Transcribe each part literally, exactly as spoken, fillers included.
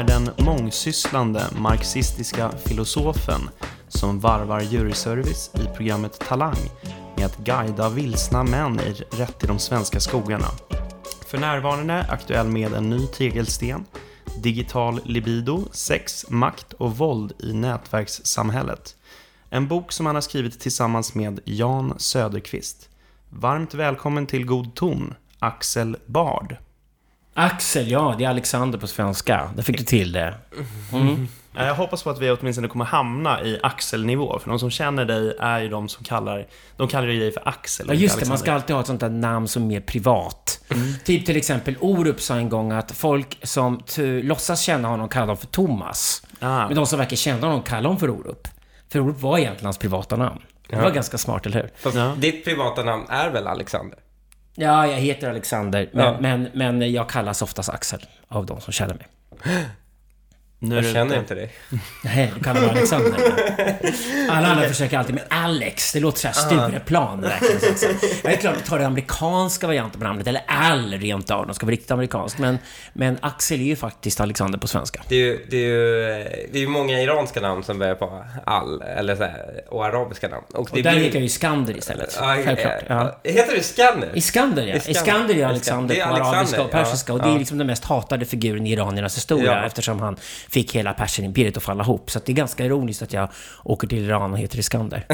är den mångsysslande marxistiska filosofen som varvar juryservice i programmet Talang med att guida vilsna män i rätt i de svenska skogarna. För närvarande aktuell med en ny tegelsten, digital libido, sex, makt och våld i nätverkssamhället. En bok som han har skrivit tillsammans med Jan Söderqvist. Varmt välkommen till God ton, Axel Bard. Axel, ja, det är Alexander på svenska. Där fick du till det. Mm. Jag hoppas på att vi åtminstone kommer hamna i Axel-nivå. För de som känner dig är ju de som kallar, de kallar dig för Axel. Ja, just det, man ska alltid ha ett sånt där namn som är mer privat. Mm. Typ till exempel Orup sa en gång att folk som t- låtsas känna honom kallar dem för Thomas. Ah. Men de som verkar känna honom kallar honom för Orup. För Orup var egentligen hans privata namn. Det var ja. ganska smart, eller hur? Fast ja. Ditt privata namn är väl Alexander? Ja, jag heter Alexander. Men, ja. men, men jag kallas oftast Axel av de som känner mig. Nu jag känner inte dig. Nej, du kallar mig Alexander. Alla andra försöker alltid med Alex. Det låter så här Stureplan. Jag är klart att ta det amerikanska varianten på namnet. Eller Al rent av. De ska vara riktigt amerikanskt. Men, men Axel är ju faktiskt Alexander på svenska. Det är ju, det är ju, det är ju många iranska namn som börjar på Al. Eller så här, och arabiska namn. Och, och det där blir... heter jag ju Skander istället. Ja, självklart. Ja. Heter du Skander? Iskander, ja. Iskander är Alexander på arabiska och persiska. Ja. Och det är liksom den mest hatade figuren i iraniernas historia. Ja. Eftersom han fick hela Persienimperiet att falla ihop. Så att det är ganska ironiskt att jag åker till Iran och heter Iskander.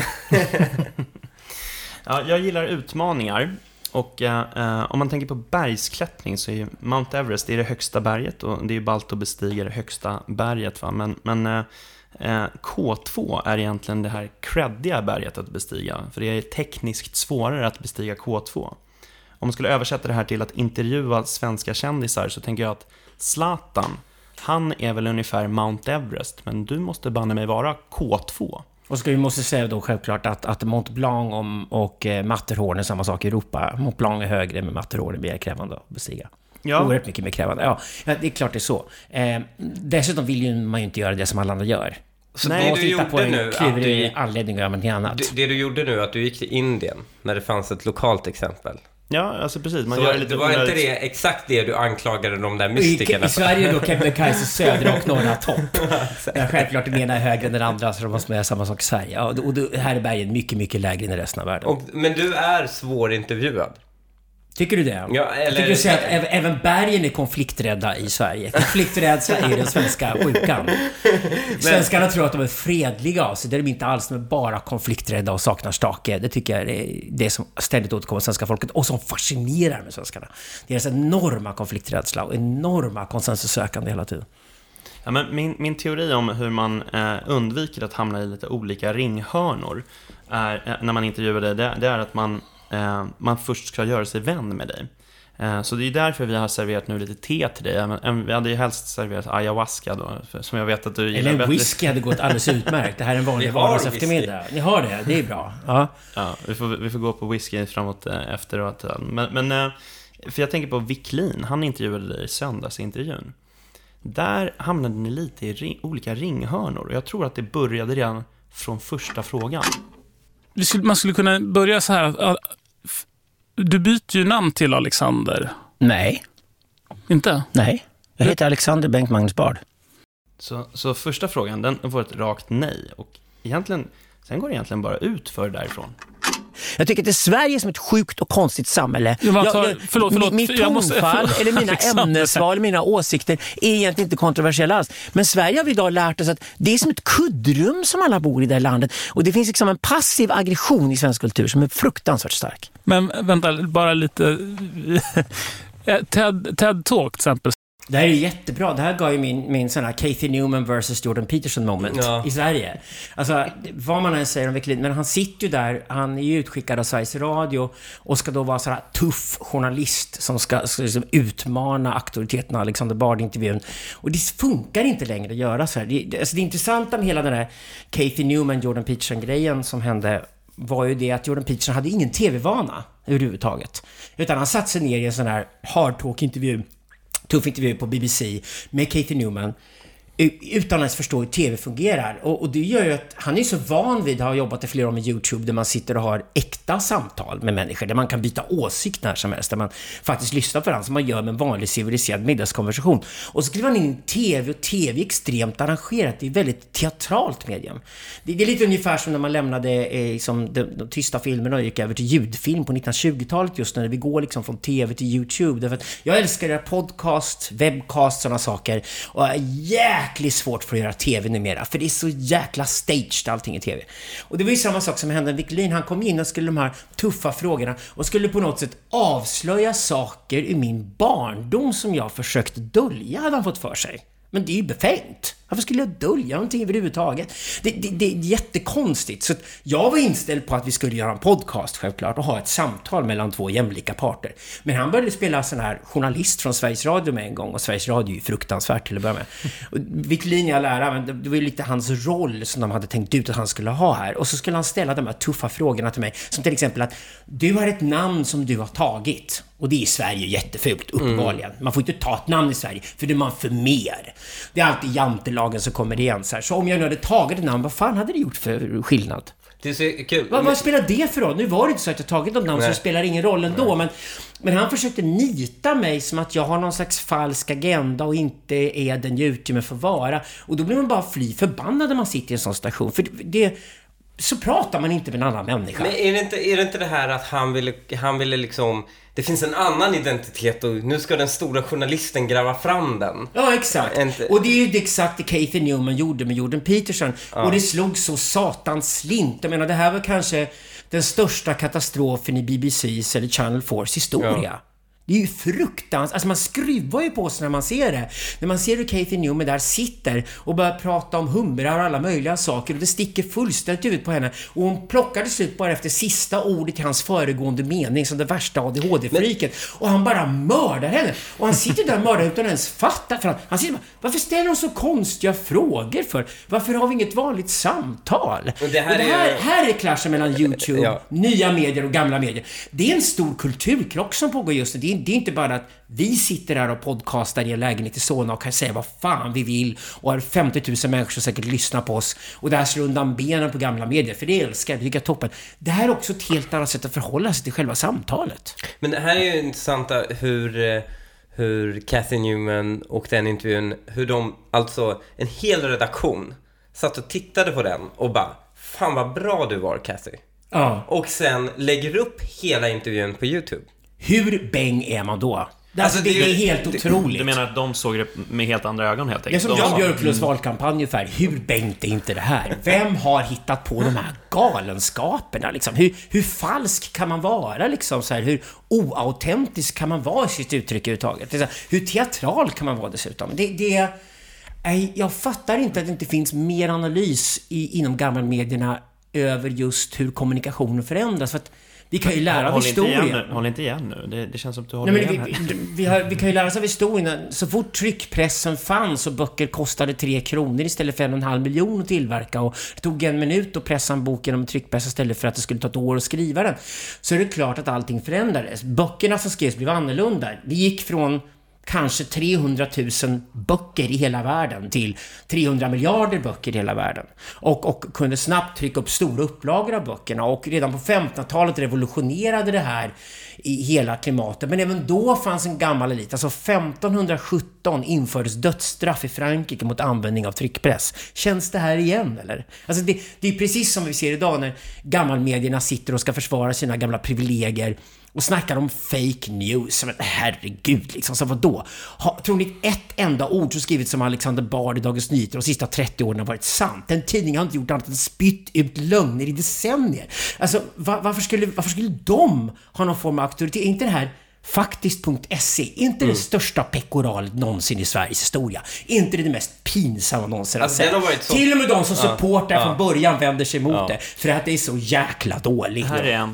Ja, jag gillar utmaningar. Och eh, om man tänker på bergsklättring så är Mount Everest det är det högsta berget. Och det är ju ballt att bestiga det högsta berget. Va? Men, men eh, K två är egentligen det här creddiga berget att bestiga. För det är tekniskt svårare att bestiga K två. Om man skulle översätta det här till att intervjua svenska kändisar så tänker jag att Zlatan, han är väl ungefär Mount Everest, men du måste banne mig vara K två. Och ska vi måste säga då självklart att, att Mont Blanc och, och eh, Matterhorn är samma sak i Europa. Mont Blanc är högre, men Matterhorn är mer krävande att bestiga. Ja. Oerhört mycket mer krävande. Ja, det är klart det är så. Eh, dessutom vill ju man ju inte göra det som alla andra gör. Så nej, det du gjorde på en nu att du, anledning att göra någonting annat. Det, det du gjorde nu att du gick till Indien när det fanns ett lokalt exempel. Ja, alltså precis. Man så gör lite det var inte det exakt det du anklagade de där mystikerna. I, i Sverige då Kebnekaise södra och norra topp. Ja, självklart den ena är högre än den andra så de måste med samma sak i Sverige. Ja, och då, här är bergen mycket, mycket lägre än i resten av världen. Och, men du är svårintervjuad. Tycker du det? Ja, eller... Jag tycker du säger att även, även bergen är konflikträdda i Sverige. Konflikträdsla är den svenska sjukan. Svenskarna men... tror att de är fredliga, så det är de inte alls. De är bara konflikträdda och saknar stake. Det tycker jag är det som ständigt återkommer svenska folket och som fascinerar med svenskarna. Deras enorma konflikträdsla och enorma konsensussökande hela tiden. Ja, men min, min teori om hur man eh, undviker att hamna i lite olika ringhörnor är, eh, när man intervjuar dig, det, det är att man Eh, man först ska göra sig vän med dig. eh, Så det är därför vi har serverat nu lite te till dig. eh, Vi hade ju helst serverat ayahuasca då, för, som jag vet att du gillar. Eller en whisky hade gått alldeles utmärkt. Det här är en vanlig vardags eftermiddag. Ni har det, det är bra. Ja, ja vi, får, vi får gå på whisky framåt eh, efteråt. Men, men eh, för jag tänker på Wiklin. Han intervjuade dig i söndagsintervjun. Där hamnade ni lite i ring, olika ringhörnor. Och jag tror att det började redan från första frågan. Man skulle kunna börja så här. Du byter ju namn till Alexander. Nej. Inte? Nej. Jag heter Alexander Bengt Magnus Bard. Så, så första frågan, den får ett rakt nej. Och egentligen, sen går det egentligen bara ut för därifrån. Jag tycker att det är Sverige som ett sjukt och konstigt samhälle. Jag, tar, jag, förlåt, förlåt, mitt tonfall måste, förlåt, eller mina ämnesval, mina åsikter är egentligen inte kontroversiella alls. Men Sverige har vi idag lärt oss att det är som ett kuddrum som alla bor i det här landet. Och det finns liksom en passiv aggression i svensk kultur som är fruktansvärt stark. Men vänta, bara lite... TED, TED Talk till exempel. Det här är jättebra. Det här gav ju min, min sån här Cathy Newman versus Jordan Peterson moment ja. i Sverige. Alltså, vad man än säger om Wiklin, men han sitter ju där, han är ju utskickad av Sveriges Radio och ska då vara sån här tuff journalist som ska, ska liksom utmana auktoriteten av Alexander Bard-intervjun. Och det funkar inte längre att göra så här. Det, alltså det intressanta med hela den här Cathy Newman, Jordan Peterson-grejen som hände var ju det att Jordan Peterson hade ingen tv-vana överhuvudtaget. Utan han satt sig ner i en sån här hard talk-intervju tuff intervju på B B C med Cathy Newman utan att ens förstå hur tv fungerar. Och, och det gör ju att han är så van vid att ha jobbat i flera år med YouTube där man sitter och har äkta samtal med människor, där man kan byta åsikt när som helst, där man faktiskt lyssnar på varandra som man gör med en vanlig civiliserad middagskonversation. Och så skriver man in tv, och tv är extremt arrangerat. Det är väldigt teatralt medium. Det, det är lite ungefär som när man lämnade eh, liksom, de, de tysta filmerna och gick över till ljudfilm på nittonhundratjugotalet, just när vi går liksom från tv till YouTube. Därför att jag älskar det, podcast, webbcast, sådana saker. Och jag är jäkligt svårt för att göra tv numera, för det är så jäkla staged allting i tv. Och det var ju samma sak som hände med Wiklin. Han kom in och skulle de här tuffa frågorna och skulle på något sätt avslöja saker i min barndom som jag försökte dölja, hade han fått för sig. Men det är ju befängt. Varför skulle jag dölja någonting överhuvudtaget? Det, det, det är jättekonstigt. Så att jag var inställd på att vi skulle göra en podcast, självklart, och ha ett samtal mellan två jämlika parter. Men han började spela sån här journalist från Sveriges Radio med en gång. Och Sveriges Radio är ju fruktansvärt till att börja med. Och Wiklin, jag lära, men det var ju lite hans roll som de hade tänkt ut att han skulle ha här. Och så skulle han ställa de här tuffa frågorna till mig. Som till exempel att du har ett namn som du har tagit. Och det är i Sverige jättefult, uppenbarligen. Mm. Man får inte ta ett namn i Sverige, för det är man för mer. Det är alltid jantelagen som kommer igen så här. Så om jag nu hade tagit ett namn, vad fan hade det gjort för skillnad? Det är så kul. Vad, vad spelar det för roll? Nu var det inte så att jag tagit ett namn, så det spelar ingen roll ändå. Men, men han försökte nita mig som att jag har någon slags falsk agenda och inte är den jag utger mig för vara. Och då blir man bara fly förbannad när man sitter i en sån station. För det... det så pratar man inte med en annan människa. Men är det inte, är det, inte det här att han ville, han ville liksom... Det finns en annan identitet och nu ska den stora journalisten gräva fram den. Ja, exakt. Inte... Och det är ju det exakt det Kathy Newman gjorde med Jordan Peterson. Ja. Och det slog så satans slint. Jag menar, det här var kanske den största katastrofen i B B C:s eller Channel fours historia. Ja. Det är ju fruktansvärt. Alltså man skruvar ju på sig när man ser det. När man ser hur Kathy Newman där sitter och börjar prata om humrar och alla möjliga saker. Och det sticker fullständigt ut på henne. Och hon plockade slut bara efter sista ordet i hans föregående mening som det värsta A D H D-friket. Och han bara mördar henne. Och han sitter där och mördar utan ens fatta. För han, han sitter bara, varför ställer de så konstiga frågor för? Varför har vi inget vanligt samtal? Och det här, och det här, är... här är klassen mellan YouTube, ja. nya medier och gamla medier. Det är en stor kulturkrock som pågår just nu. Det är Det är inte bara att vi sitter här och podcastar i en lägenhet i Solna och kan säga vad fan vi vill och har femtio tusen människor som säkert lyssnar på oss och där slår undan benen på gamla medier, för det älskar vi, tycker jag toppen. Det här är också ett helt annat sätt att förhålla sig till själva samtalet. Men det här är ju intressant hur, hur Kathy Newman och den intervjun, hur de, alltså en hel redaktion satt och tittade på den och bara, fan vad bra du var, Kathy. Ja. Och sen lägger upp hela intervjun på YouTube. Hur bäng är man då? Alltså, alltså, det, det är helt det, otroligt. Du menar att de såg det med helt andra ögon helt enkelt? Det är som Jan Björklunds valkampanj ungefär. Hur bängt är inte det här? Vem har hittat på de här galenskaperna? Liksom? Hur, hur falsk kan man vara? Liksom, så här? Hur oautentisk kan man vara i sitt uttryck överhuvudtaget? Det är så här, hur teatral kan man vara dessutom? Det, det, nej, jag fattar inte att det inte finns mer analys i, inom gamla medierna över just hur kommunikationen förändras. För att vi kan ju lära av historien. Håll inte igen nu. Det, det känns som att du håller Nej, igen vi, vi, vi, har, vi kan ju lära oss av historien. Så fort tryckpressen fanns och böcker kostade tre kronor istället för en och en halv miljon att tillverka och det tog en minut att pressa en bok genom tryckpress istället för att det skulle ta ett år att skriva den, så är det klart att allting förändrades. Böckerna som skrevs blev annorlunda. Vi gick från kanske trehundratusen böcker i hela världen till trehundra miljarder böcker i hela världen. Och, och kunde snabbt trycka upp stora upplagor av böckerna. Och redan på femtonhundratalet revolutionerade det här i hela klimatet. Men även då fanns en gammal elit. Alltså femtonhundrasjutton infördes dödsstraff i Frankrike mot användning av tryckpress. Känns det här igen eller? Alltså det, det är precis som vi ser idag när gammalmedierna sitter och ska försvara sina gamla privilegier och snackar om fake news. Men herregud, liksom, så vadå? Ha, tror ni ett enda ord som skrivits som Alexander Bard i Dagens Nyheter de sista trettio åren har varit sant? Den tidningen har inte gjort annat än spytt ut lögner i decennier. Alltså, var, varför, skulle, varför skulle de ha någon form av auktoritet? Är inte det här faktiskt punkt se, inte mm. det största pekoralet någonsin i Sveriges historia? Inte det det mest pinsamma någonsin alltså, att säga? Så... Till och med de som ja, supportar ja. från början vänder sig mot ja. det för att det är så jäkla dåligt. Här är en.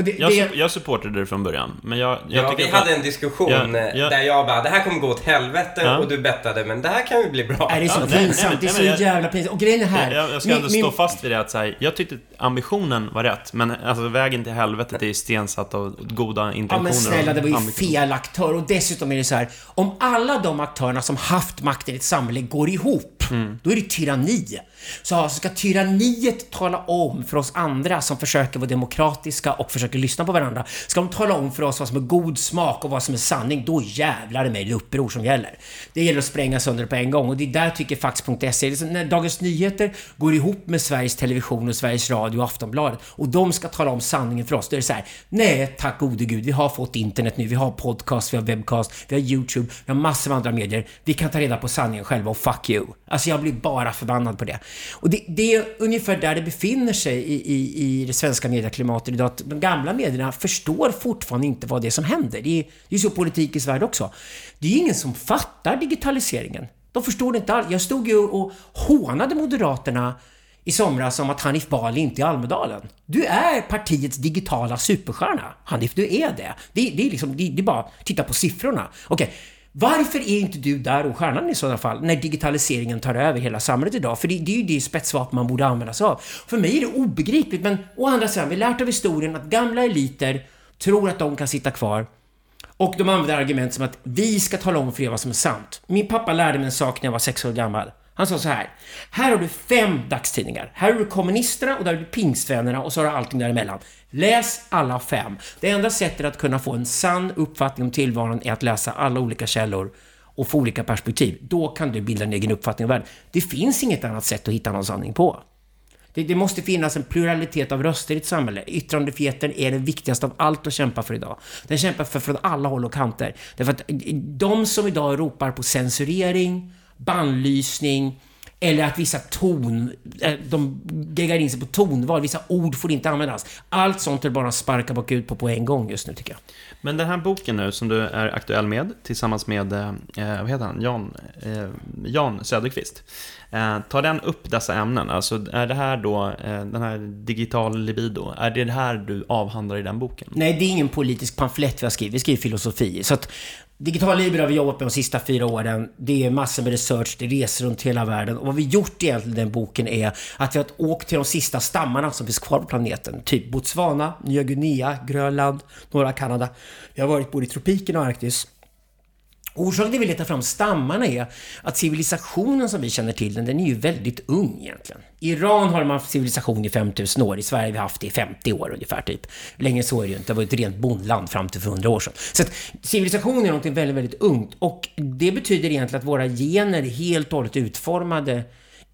Och det, jag, det... jag supportade det från början. Men jag, jag ja, vi hade att... en diskussion ja, ja. där jag bara, det här kommer gå åt helvete ja. och du bettade, men det här kan ju bli bra. Är det är så ja, pinsamt, det är så jävla pinsamt. Och grejen är här. Jag, jag ska ändå min, stå min... fast vid det att så här, jag tyckte ambitionen var rätt, men alltså vägen till helvetet är stensatt av goda intentioner. Ja, men snälla, det var ju fel aktör. Och dessutom är det så här, om alla de aktörerna som haft makten i ett samhälle går ihop, mm. då är det tyranni. Så alltså, ska tyranniet tala om för oss andra som försöker vara demokratiska och försöker lyssna på varandra, ska de tala om för oss vad som är god smak och vad som är sanning, då jävlar det mig luppror som gäller. Det gäller att spränga sönder på en gång, och det är där tycker fax punkt se, det är när Dagens Nyheter går ihop med Sveriges Television och Sveriges Radio och Aftonbladet och de ska tala om sanningen för oss, då är det så här: nej tack gode gud, vi har fått internet nu, vi har podcast, vi har webbcast, vi har YouTube, vi har massor av andra medier, vi kan ta reda på sanningen själva och fuck you. Alltså jag blir bara förbannad på det. Och det, det är ungefär där det befinner sig i, i, i det svenska medieklimatet idag, att de gamla medierna förstår fortfarande inte vad det är som händer. Det är ju så politik i Sverige också. Det är ingen som fattar digitaliseringen. De förstår det inte alls. Jag stod ju och hånade Moderaterna i somras som att Hanif Bali inte är i Almedalen. Du är partiets digitala superstjärna. Hanif, du är det. Det, det är liksom, det, det är bara titta på siffrorna. Okej. Okay. Varför är inte du där och stjärnan i sådana fall när digitaliseringen tar över hela samhället idag? För det, det är ju det spetsvapen man borde använda sig av. För mig är det obegripligt, men å andra sidan, vi har lärt av historien att gamla eliter tror att de kan sitta kvar. Och de använder argument som att vi ska tala om för er vad som är sant. Min pappa lärde mig en sak när jag var sex år gammal. Han sa så här: här har du fem dagstidningar. Här har du kommunisterna och där har du pingstvännerna och så har du allting däremellan. Läs alla fem. Det enda sättet att kunna få en sann uppfattning om tillvaron är att läsa alla olika källor och få olika perspektiv. Då kan du bilda en egen uppfattning om världen. Det finns inget annat sätt att hitta någon sanning på. Det, det måste finnas en pluralitet av röster i ett samhälle. Yttrandefriheten är det viktigaste av allt att kämpa för idag. Den kämpar för från alla håll och kanter. Därför att de som idag ropar på censurering, bannlysning eller att vissa ton, de geggar in sig på tonval, vissa ord får inte användas. Allt sånt är bara att sparka bakut på på en gång just nu, tycker jag. Men den här boken nu som du är aktuell med tillsammans med eh, vad heter han? Jan, eh, Jan Söderqvist. Eh, tar den upp dessa ämnen? Alltså är det här då eh, den här digital libido, är det det här du avhandlar i den boken? Nej, det är ingen politisk pamflett vi har skrivit. Vi skriver filosofi. Så att digital libido har vi jobbat med de sista fyra åren. Det är massor med research, det reser runt hela världen. Och vad vi gjort egentligen i den boken är att vi har åkt till de sista stammarna som finns kvar på planeten. Typ Botswana, Nya Guinea, Grönland, norra Kanada. Vi har varit både i tropiken och Arktis. Orsaken till att vi letar fram stammarna är att civilisationen som vi känner till den, den är ju väldigt ung egentligen. I Iran har man civilisation i femtusen år, i Sverige har vi haft det i femtio år ungefär typ. Länge så är det ju inte, det var ett rent bondland fram till för hundra år sedan. Så att civilisation är någonting väldigt, väldigt ungt, och det betyder egentligen att våra gener är helt och hållet utformade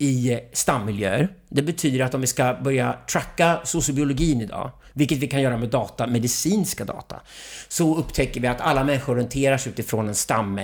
i stammiljöer. Det betyder att om vi ska börja tracka sociobiologin idag, vilket vi kan göra med data, medicinska data, så upptäcker vi att alla människor orienteras utifrån en stamram.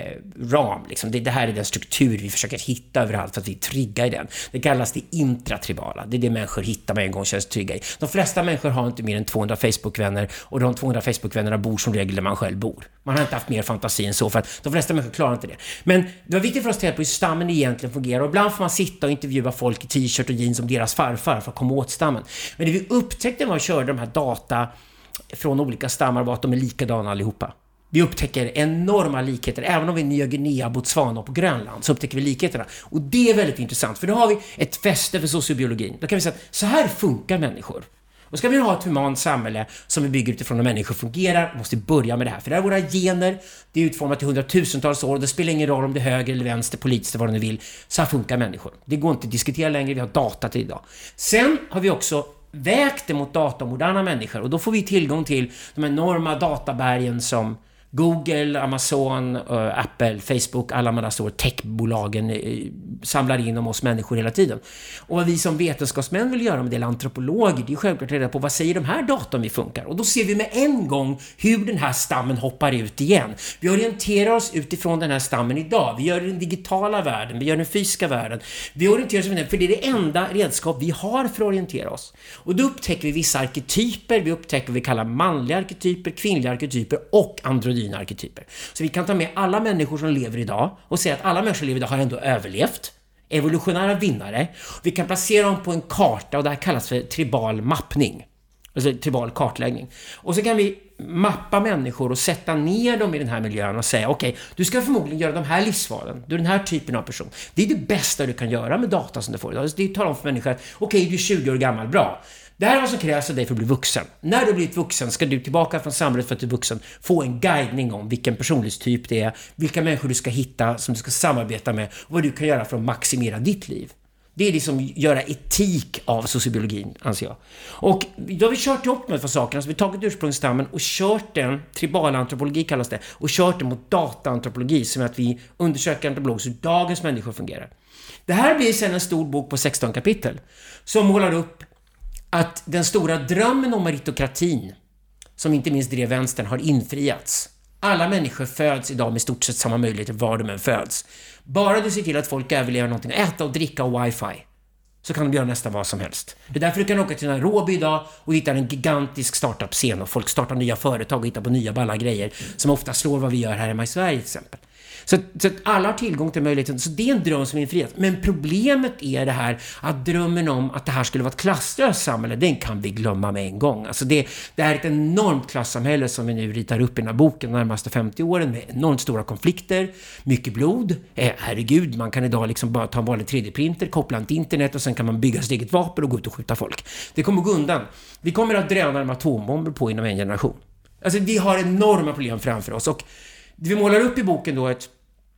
Eh, liksom. det, det här är den struktur vi försöker hitta överallt för att vi triggar i den. Det kallas det intratribala. Det är det människor hittar med en gång känns trygga i. De flesta människor har inte mer än tvåhundra Facebook-vänner, och de tvåhundra Facebook-vännerna bor som regel där man själv bor. Man har inte haft mer fantasi än så, för att de flesta människor klarar inte det. Men det var viktigt för oss att ta på hur stammen egentligen fungerar, och ibland får man sitta och intervjua folk i t-shirt och jeans som deras farfar för att komma åt stammen. Men det vi upptäckte var att köra de här data från olika stammar var att de är likadana allihopa. Vi upptäcker enorma likheter. Även om vi är Nya Guinea, Botswana och på Grönland, så upptäcker vi likheterna. Och det är väldigt intressant, för då har vi ett fäste för sociobiologin. Då kan vi säga att så här funkar människor. Och ska vi ha ett humant samhälle som vi bygger utifrån när människor fungerar, måste vi börja med det här. För det är våra gener, det är utformat i hundratusentals år, och det spelar ingen roll om det är höger eller vänster, politiskt eller vad ni vill. Så här funkar människor. Det går inte att diskutera längre, vi har data till idag. Sen har vi också vägt det mot data om moderna människor, och då får vi tillgång till de enorma databergen som Google, Amazon, Apple, Facebook, alla de där stora techbolagen samlar in om oss människor hela tiden. Och vad vi som vetenskapsmän vill göra med det, antropologer, det är självklart reda på vad säger de här datorn vi funkar. Och då ser vi med en gång hur den här stammen hoppar ut igen. Vi orienterar oss utifrån den här stammen idag. Vi gör den digitala världen, vi gör den fysiska världen. Vi orienterar oss med den, för det är det enda redskap vi har för att orientera oss. Och då upptäcker vi vissa arketyper, vi upptäcker vad vi kallar manliga arketyper, kvinnliga arketyper och androgyna arketyper. Så vi kan ta med alla människor som lever idag och säga att alla människor som lever idag har ändå överlevt. Evolutionära vinnare. Vi kan placera dem på en karta, och det här kallas för tribal mappning. Alltså tribal kartläggning. Och så kan vi mappa människor och sätta ner dem i den här miljön och säga okej, okay, du ska förmodligen göra de här livsvalen. Du är den här typen av person. Det är det bästa du kan göra med data som du får idag. Det talar om för människor att okej, okay, du är tjugo år gammal, bra. Det här är vad som krävs av dig för att bli vuxen. När du blivit vuxen ska du tillbaka från samhället för att du är vuxen få en guidning om vilken personlighetstyp det är, vilka människor du ska hitta som du ska samarbeta med och vad du kan göra för att maximera ditt liv. Det är liksom göra etik av sociobiologin, anser jag. Och då har vi kört ihop med för sakerna. Alltså vi har tagit ursprungsstammen och kört den, tribalantropologi kallas det, och kört den mot dataantropologi, som är att vi undersöker antropologiskt hur dagens människor fungerar. Det här blir sedan en stor bok på sexton kapitel som målar upp att den stora drömmen om meritokratin, som inte minst drev vänstern, har infriats. Alla människor föds idag med stort sett samma möjligheter var de än föds. Bara du ser till att folk överlever någonting, äta och dricka och wifi, så kan de göra nästan vad som helst. Det är därför du kan åka till Nairobi idag och hitta en gigantisk startup-scen och folk startar nya företag och hittar på nya balla grejer som ofta slår vad vi gör här hemma i Sverige till exempel. Så, så att alla har tillgång till möjligheten. Så det är en dröm som är infriad. Men problemet är det här att drömmen om att det här skulle vara ett klasslöst samhälle, den kan vi glömma med en gång. Alltså det, det är ett enormt klassamhälle som vi nu ritar upp i den här boken de närmaste femtio åren med enormt stora konflikter, mycket blod. Eh, herregud, man kan idag liksom bara ta en vanlig tre D-printer, koppla en till internet och sen kan man bygga sitt eget vapen och gå ut och skjuta folk. Det kommer gå undan. Vi kommer att dröna med atombomber på inom en generation. Alltså vi har enorma problem framför oss och vi målar upp i boken då ett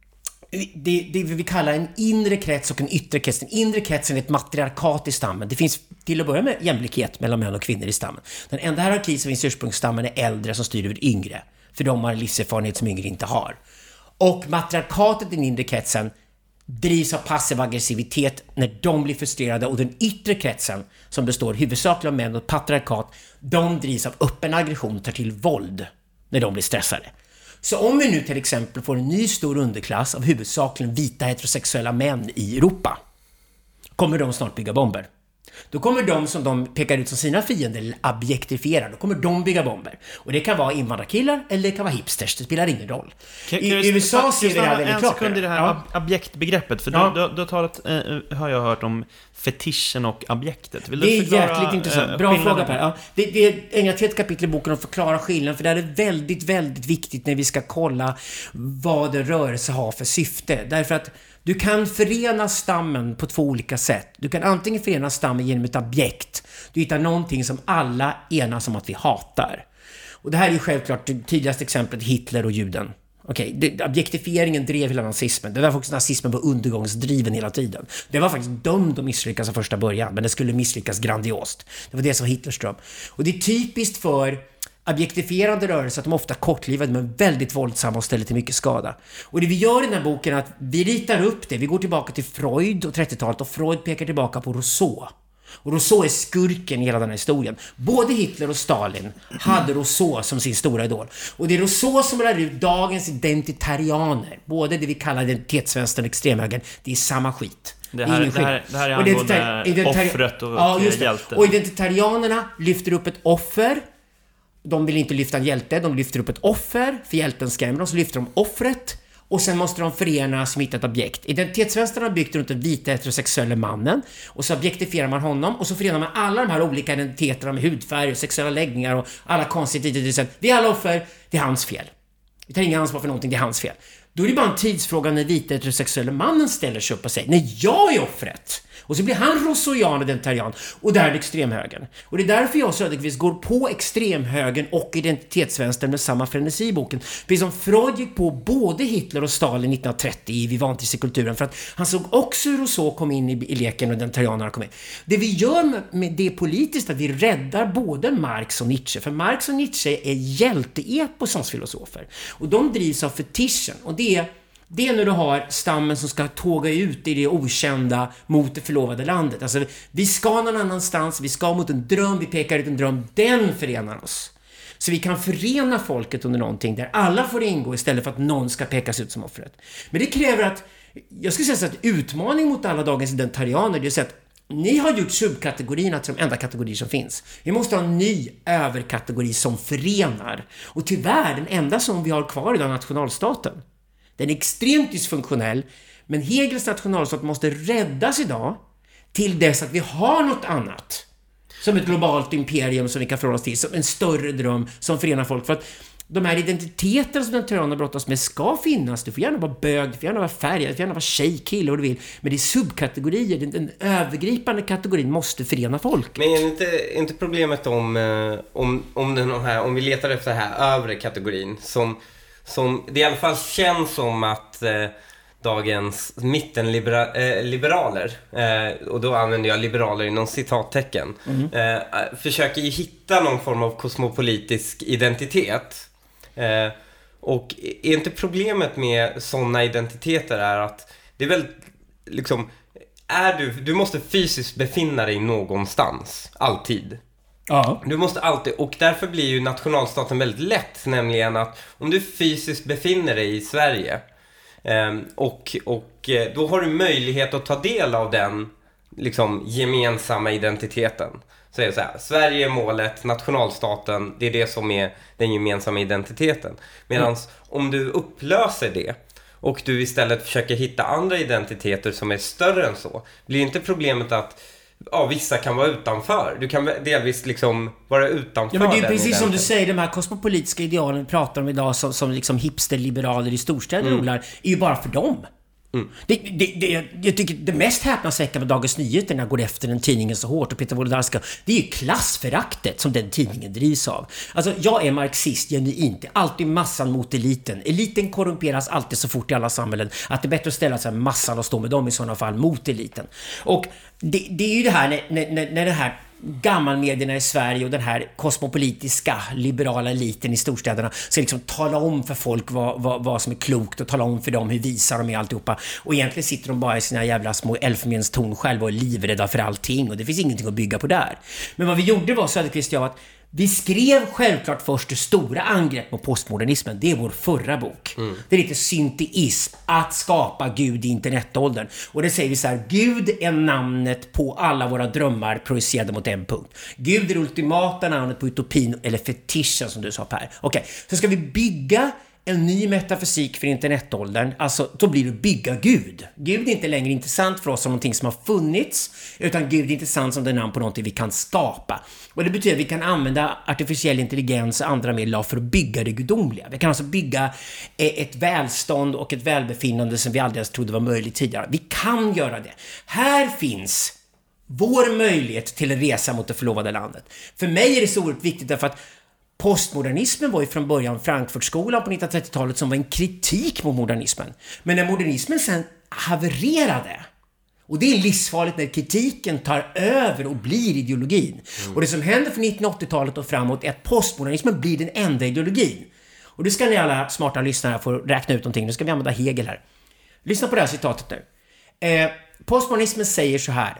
Det, det vi kallar en inre krets och en yttre krets. Den inre kretsen är ett matriarkat i stammen. Det finns till att börja med jämlikhet mellan män och kvinnor i stammen. Den enda hierarki som finns i ursprungsstammen är äldre som styr över yngre. För de har livserfarenhet som yngre inte har. Och matriarkatet i den inre kretsen drivs av passiv aggressivitet när de blir frustrerade. Och den yttre kretsen, som består huvudsakligen av män och patriarkat, de drivs av öppen aggression och tar till våld när de blir stressade. Så om vi nu till exempel får en ny stor underklass av huvudsakligen vita heterosexuella män i Europa, kommer de snart bygga bomber. Då kommer de som de pekar ut som sina fiender objektifiera. Då kommer de bygga bomber. Och det kan vara invandrarkillar eller det kan vara hipsters. Det spelar ingen roll. Kan, I kan U S A ser vi det här väldigt klart. En sekund i det här ja. objektbegreppet. För ja. du, du, du har talat, eh, har jag hört om fetischen och objektet. Vill det du är förklara, jäkligt intressant. Eh, Bra fråga Per. Ja, det, det är ägnat ett kapitel i boken att förklara skillnaden. För det är väldigt, väldigt viktigt när vi ska kolla vad en rörelse har för syfte. Därför att du kan förena stammen på två olika sätt. Du kan antingen förena stammen genom ett objekt. Du hittar någonting som alla enas om att vi hatar. Och det här är ju självklart det tydligaste exemplet, Hitler och juden. Okej, okay, objektifieringen drev hela nazismen. Det var faktiskt nazismen var undergångsdriven hela tiden. Det var faktiskt dömd att misslyckas av första början, men det skulle misslyckas grandiost. Det var det som var Hitlers dröm. Och det är typiskt för objektifierande rörelser att de ofta kortlivade men väldigt våldsamma och ställer till mycket skada. Och det vi gör i den här boken är att vi ritar upp det. Vi går tillbaka till Freud och trettiotalet och Freud pekar tillbaka på Rousseau. Och Rousseau är skurken i hela den här historien. Både Hitler och Stalin hade Rousseau som sin stora idol. Och det är Rousseau som lär ut dagens identitarianer. Både det vi kallar identitetsvänstern och extremhögern. Det är samma skit. Det här, det här, det här är angående identitari- offret och, ja, och hjälten. Och identitarianerna lyfter upp ett offer. De vill inte lyfta en hjälte, de lyfter upp ett offer. För hjälten skrämmer dem, så lyfter de offret. Och sen måste de förenas med ett objekt. Identitetsvänstern har byggt runt den vita heterosexuella mannen. Och så objektifierar man honom. Och så förenar man alla de här olika identiteterna med hudfärg och sexuella läggningar och alla konstiga identiteter. Vi är alla offer, det är hans fel. Vi tar inga ansvar för någonting, det är hans fel. Då är det bara en tidsfråga när vita heterosexuella mannen ställer sig upp och säger nej, jag är offret. Och så blir han rousseauian och identitarian. Och där är det extremhögern. Och det är därför jag och Söderqvist går på extremhögern och identitetsvänstern med samma frenesi i boken. Precis som Freud gick på både Hitler och Stalin nittonhundratrettio i Vivantis-kulturen. För att han såg också hur Rousseau kom in i, i leken och identitarianerna kom in. Det vi gör med, med det politiskt är att vi räddar både Marx och Nietzsche. För Marx och Nietzsche är hjälteepos som filosofer. Och de drivs av fetischen. Och det är Det är när du har stammen som ska tåga ut i det okända mot det förlovade landet. Alltså, vi ska någon annanstans, vi ska mot en dröm, vi pekar ut en dröm, den förenar oss. Så vi kan förena folket under någonting där alla får ingå istället för att någon ska pekas ut som offret. Men det kräver att, jag skulle säga så att utmaning mot alla dagens identitarianer, det är så att ni har gjort subkategorierna till de enda kategorier som finns. Vi måste ha en ny överkategori som förenar. Och tyvärr, den enda som vi har kvar idag är nationalstaten. Den är extremt dysfunktionell, men Hegels nationalstat måste räddas idag till dess att vi har något annat. Som ett globalt imperium som vi kan förhålla oss till. Som en större dröm som förenar folk. För att de här identiteterna som den tyrannen brottas med ska finnas. Du får gärna vara bög, du får gärna vara färgad, du får gärna vara tjej, kille, vad du vill. Men det är subkategorier. Den, den övergripande kategorin måste förena folk. Men är inte, inte problemet om, om, om, den här, om vi letar efter den här övre kategorin som, som det i alla fall känns som att eh, dagens mittenliberaler, eh, och då använder jag liberaler inom citattecken, mm. eh, försöker ju hitta någon form av kosmopolitisk identitet. Eh, och är inte problemet med sådana identiteter är att det är väl liksom, är du, du måste fysiskt befinna dig någonstans, alltid. Ja. Du måste alltid, och därför blir ju nationalstaten väldigt lätt, nämligen att om du fysiskt befinner dig i Sverige eh, och, och då har du möjlighet att ta del av den liksom gemensamma identiteten. Så är det så här, Sverige är målet, nationalstaten, det är det som är den gemensamma identiteten. Medan mm. om du upplöser det och du istället försöker hitta andra identiteter som är större än så, blir inte problemet att ja, vissa kan vara utanför. Du kan delvis liksom vara utanför. Ja, men det är den precis identiteten. som du säger, de här kosmopolitiska idealen vi pratar om idag som, som liksom hipsterliberaler i storstäder mm. odlar, är ju bara för dem. Mm. Det, det, det, jag tycker det mest häpnadsväckande med Dagens Nyheter när går efter den tidningen så hårt och Peter Wolodarska, det är ju klassföraktet som den tidningen drivs av. Alltså jag är marxist genuint, det är alltid massan mot eliten. Eliten korrumperas alltid så fort i alla samhällen att det är bättre att ställa sig massan och stå med dem i sådana fall mot eliten. Och det, det är ju det här när, när, när det här gammalmedierna i Sverige och den här kosmopolitiska liberala eliten i storstäderna ska liksom tala om för folk vad, vad, vad som är klokt och tala om för dem hur visar de är alltihopa. Och egentligen sitter de bara i sina jävla små elfenbenstorn själva och är livrädda för allting och det finns ingenting att bygga på där. Men vad vi gjorde var, Söderqvist och jag, att vi skrev självklart först det stora angrepp på postmodernismen. Det är vår förra bok. Mm. Det är lite synteism, att skapa Gud i internetåldern. Och det säger vi så här: Gud är namnet på alla våra drömmar projicerade mot en punkt. Gud är det ultimata namnet på utopin eller fetischen som du sa, Per. Okej, okay. Så ska vi bygga en ny metafysik för internetåldern, alltså då blir det bygga Gud. Gud är inte längre intressant för oss som någonting som har funnits, utan Gud är intressant som det namn på någonting vi kan skapa. Och det betyder att vi kan använda artificiell intelligens och andra medel för att bygga det gudomliga. Vi kan alltså bygga ett välstånd och ett välbefinnande som vi aldrig ens trodde var möjligt tidigare. Vi kan göra det. Här finns vår möjlighet till en resa mot det förlovade landet. För mig är det så oerhört viktigt därför att postmodernismen var ju från början Frankfurtskolan på nittonhundratrettiotalet som var en kritik mot modernismen. Men när modernismen sen havererade, och det är livsfarligt när kritiken tar över och blir ideologin. Mm. Och det som händer från nittonhundraåttiotalet och framåt är att postmodernismen blir den enda ideologin. Och det ska ni alla smarta lyssnare få räkna ut någonting. Nu ska vi använda Hegel här. Lyssna på det här citatet nu. Eh, postmodernismen säger så här: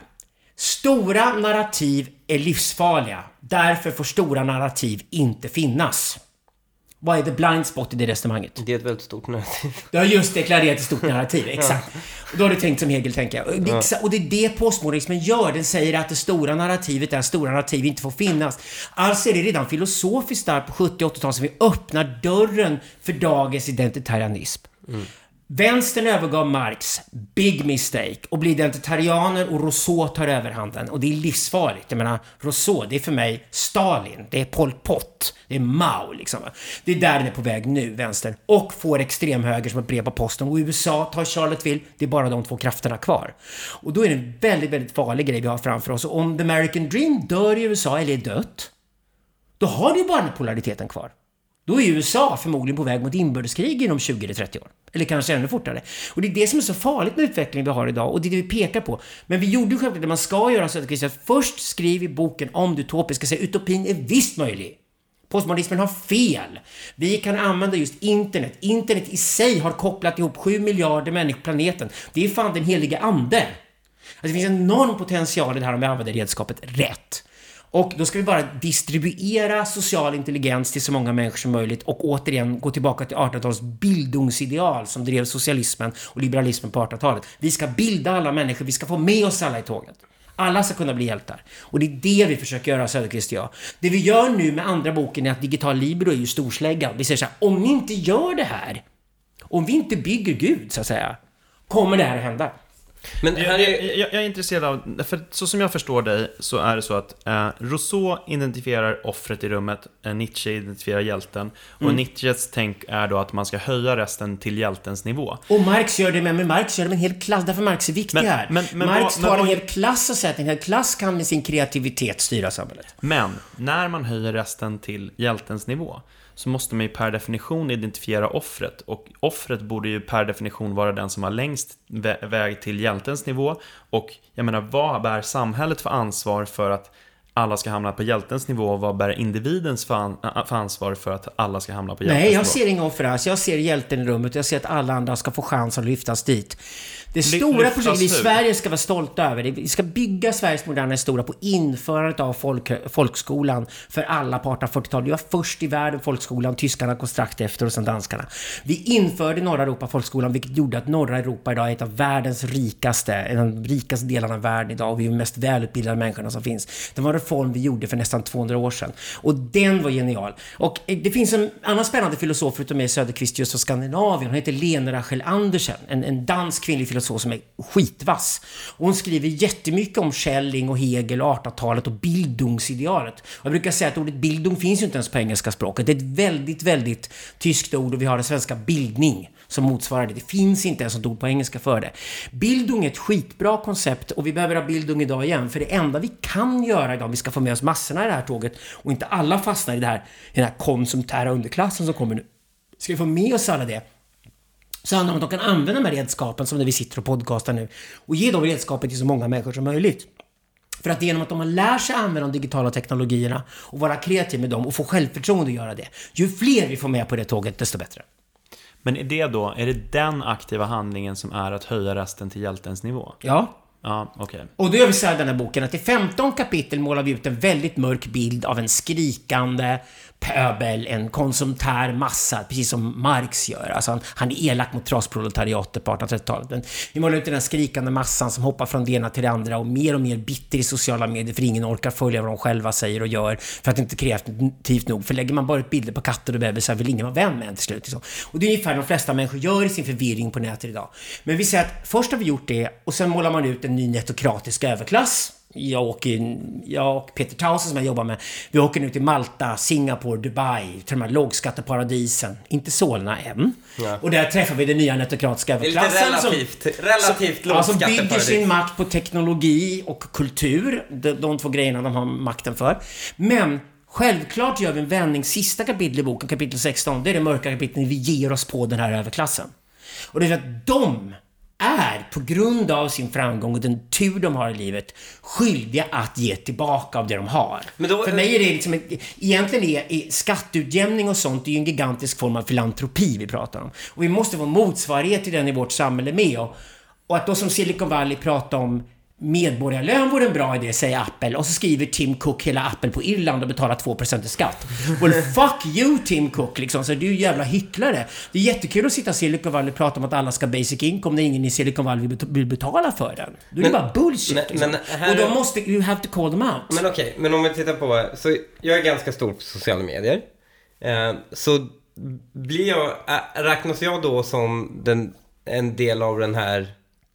stora narrativ är livsfarliga. Därför får stora narrativ inte finnas. Vad är the blind spot i det resonemanget? Det är ett väldigt stort narrativ. Du har just deklarerat ett stort narrativ, exakt. Ja. Och då har du tänkt som Hegel, tänker jag. Och det, ja. och det är det postmodernismen gör. Den säger att det stora narrativet är stora narrativ inte får finnas. Alltså är det redan filosofiskt där på sjuttio- och åttiotalet som vi öppnar dörren för dagens identitarianism. Mm. Vänstern övergav Marx, big mistake, och blir identitarianer och Rousseau tar överhanden. Och det är livsfarligt. Jag menar, Rousseau, det är för mig Stalin, det är Pol Pot, det är Mao liksom. Det är där den är på väg nu, vänstern. Och får extremhöger som ett brev på posten. Och U S A tar Charlottesville, det är bara de två krafterna kvar. Och då är det en väldigt, väldigt farlig grej vi har framför oss. Och om the American Dream dör i U S A eller är dött, då har du ju bara den polariteten kvar. Då är U S A förmodligen på väg mot inbördeskrig inom tjugo eller trettio år. Eller kanske ännu fortare. Och det är det som är så farligt med utvecklingen vi har idag. Och det är det vi pekar på. Men vi gjorde ju självklart det man ska göra, så att, att först skriver boken om det utopiska. Säga utopin är visst möjlig. Postmodernismen har fel. Vi kan använda just internet. Internet i sig har kopplat ihop sju miljarder människor på planeten. Det är fan den heliga ande. Alltså det finns en enorm potential i det här om vi använder redskapet rätt. Och då ska vi bara distribuera social intelligens till så många människor som möjligt och återigen gå tillbaka till artonhundratalets bildungsideal som drev socialismen och liberalismen på artonhundratalet. Vi ska bilda alla människor, vi ska få med oss alla i tåget. Alla ska kunna bli hjältar. Och det är det vi försöker göra, Söderqvist och jag. Det vi gör nu med andra boken är att digital libero är ju storsläggan. Vi säger så här: om ni inte gör det här, om vi inte bygger Gud så att säga, kommer det här att hända. Men här jag, är... jag, jag är intresserad av, för så som jag förstår dig så är det så att eh, Rousseau identifierar offret i rummet, eh, Nietzsche identifierar hjälten, och mm. Nietzsches tänk är då att man ska höja resten till hjältens nivå. Och Marx gör det med, men Marx gör det med en hel klass, därför Marx är viktig men, här. Men, men, Marx men, tar men, en hel klass och säger att en hel klass kan med sin kreativitet styra samhället. Men när man höjer resten till hjältens nivå så måste man ju per definition identifiera offret, och offret borde ju per definition vara den som har längst vä- väg till hjältens nivå. Och jag menar, vad bär samhället för ansvar för att alla ska hamna på hjältens nivå, och vad bär individens för, an- för ansvar för att alla ska hamna på hjältens Nej, nivå? jag ser inga offer alls. Jag ser hjälten i rummet. Jag ser att alla andra ska få chans att lyftas dit. Det stora projektet vi i Sverige ska vara stolta över, vi ska bygga Sveriges moderna historia på införandet av folk, folkskolan för alla på artonhundrafyrtiotalet. Vi var först i världen folkskolan, tyskarna kom strax efter och sen danskarna. Vi införde i norra Europa folkskolan, vilket gjorde att norra Europa idag är ett av världens rikaste, en av de rikaste delarna av världen idag, och vi är de mest välutbildade människorna som finns. Det var en reform vi gjorde för nästan tvåhundra år sedan, och den var genial. Och det finns en annan spännande filosof förutom mig, Söderqvist, just från Skandinavien. Hon heter Lene Rachel Andersen, en, en dansk kvinnlig filosof som är skitvass. Och hon skriver jättemycket om Schelling och Hegel och artonhundratalet och bildungsidealet. Och jag brukar säga att ordet bildung finns ju inte ens på engelska språket. Det är ett väldigt, väldigt tyskt ord, och vi har det svenska bildning som motsvarar det. Det finns inte ens ett ord på engelska för det. Bildung är ett skitbra koncept, och vi behöver ha bildung idag igen, för det enda vi kan göra idag, vi ska få med oss massorna i det här tåget och inte alla fastnar i det här, i den här konsumtära underklassen som kommer nu. Ska vi få med oss alla det? Så handlar det om att de kan använda de här redskapen som när vi sitter och podcastar nu, och ge de redskapen till så många människor som möjligt. För att genom att de har lärt sig använda de digitala teknologierna och vara kreativa med dem och få självförtroende att göra det, ju fler vi får med på det tåget, desto bättre. Men är det då, är det den aktiva handlingen som är att höja resten till hjältens nivå? Ja. Ja, okej. Okay. Och då gör vi så här i den här boken att i femton kapitel målar vi ut en väldigt mörk bild av en skrikande pöbel, en konsumtär massa, precis som Marx gör. Alltså han, han är elak mot trasproletariatet på artonhundratrettiotalet. Men vi målar ut den här skrikande massan som hoppar från det ena till det andra och mer och mer bitter i sociala medier, för ingen orkar följa vad de själva säger och gör, för att det inte är kreativt nog. För lägger man bara ut bilder på katter och bebisar, vill ingen vara vän med en till slut. Liksom. Och det är ungefär de flesta människor gör i sin förvirring på nätet idag. Men vi säger att först har vi gjort det, och sen målar man ut en ny netokratisk överklass. Jag och, jag och Peter Tausen som jag jobbar med, vi åker nu till Malta, Singapore, Dubai, till de här lågskatteparadisen, inte Solna än. Ja. Och där träffar vi den nya netokratiska överklassen. Det är lite relativt, som, relativt som, alltså bygger sin makt på teknologi och kultur, de, de två grejerna de har makten för. Men självklart gör vi en vändning, sista kapitel i boken, kapitel sexton, det är det mörka kapitlet vi ger oss på den här överklassen. Och det är att de är på grund av sin framgång och den tur de har i livet skyldiga att ge tillbaka av det de har. Men då, för mig är det liksom en, egentligen är, är skatteutjämning och sånt, det är ju en gigantisk form av filantropi vi pratar om. Och vi måste vara motsvarighet till den i vårt samhälle med. Och, och att då som Silicon Valley pratar om medborgarlön vore en bra idé, säger Apple. Och så skriver Tim Cook hela Apple på Irland och betalar två procent i skatt. Well, fuck you Tim Cook, liksom. Så du är ju jävla hycklare. Det är jättekul att sitta i Silicon Valley och prata om att alla ska basic income när ingen i Silicon Valley vill betala för den. Då är det bara bullshit. Men, liksom. men och då måste, you have to call them out. Men okej, okay, men om vi tittar på, så jag är ganska stor på sociala medier. Eh, så blir jag, äh, räknas jag då som den, en del av den här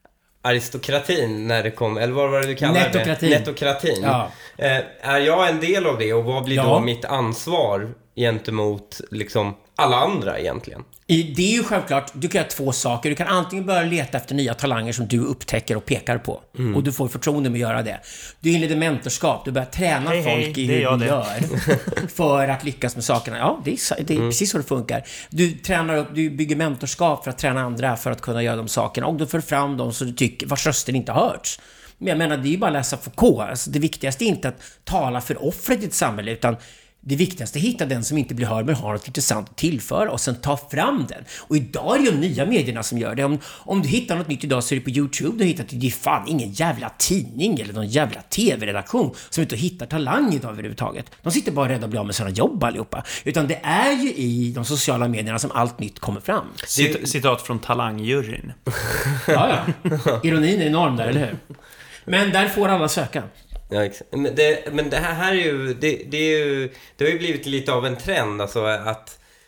aristokratin när det kom, eller vad var det du kallade Netokratin. det? Netokratin. Ja. Eh, är jag en del av det, och vad blir ja. då mitt ansvar gentemot liksom alla andra egentligen? Det är ju självklart, du kan göra två saker. Du kan antingen börja leta efter nya talanger som du upptäcker och pekar på. Mm. Och du får förtroende med att göra det. Du inleder mentorskap, du börjar träna hej, folk hej, i hur du gör för att lyckas med sakerna. Ja, det är, det är mm. precis så det funkar. Du tränar upp, du bygger mentorskap för att träna andra för att kunna göra de sakerna. Och du för fram dem så du tycker, vars rösten inte har hörts. Men jag menar, det är ju bara att läsa Foucault. Alltså, det viktigaste är inte att tala för offret i ett samhälle, utan det viktigaste är att hitta den som inte blir hörd men har något intressant att tillföra och sen ta fram den. Och idag är det de nya medierna som gör det. Om, om du hittar något nytt idag så är det på YouTube. Du hittar att det är fan ingen jävla tidning eller någon jävla tv-redaktion som inte hittar talang idag överhuvudtaget. De sitter bara rädda att bli av med sina jobb allihopa. Utan det är ju i de sociala medierna som allt nytt kommer fram. Cit- citat från talangjuryn. Ja, ja. Ironin är enorm där, eller hur? Men där får alla söka. Ja, men det, men det här är ju det, det är ju det har ju blivit lite av en trend, alltså att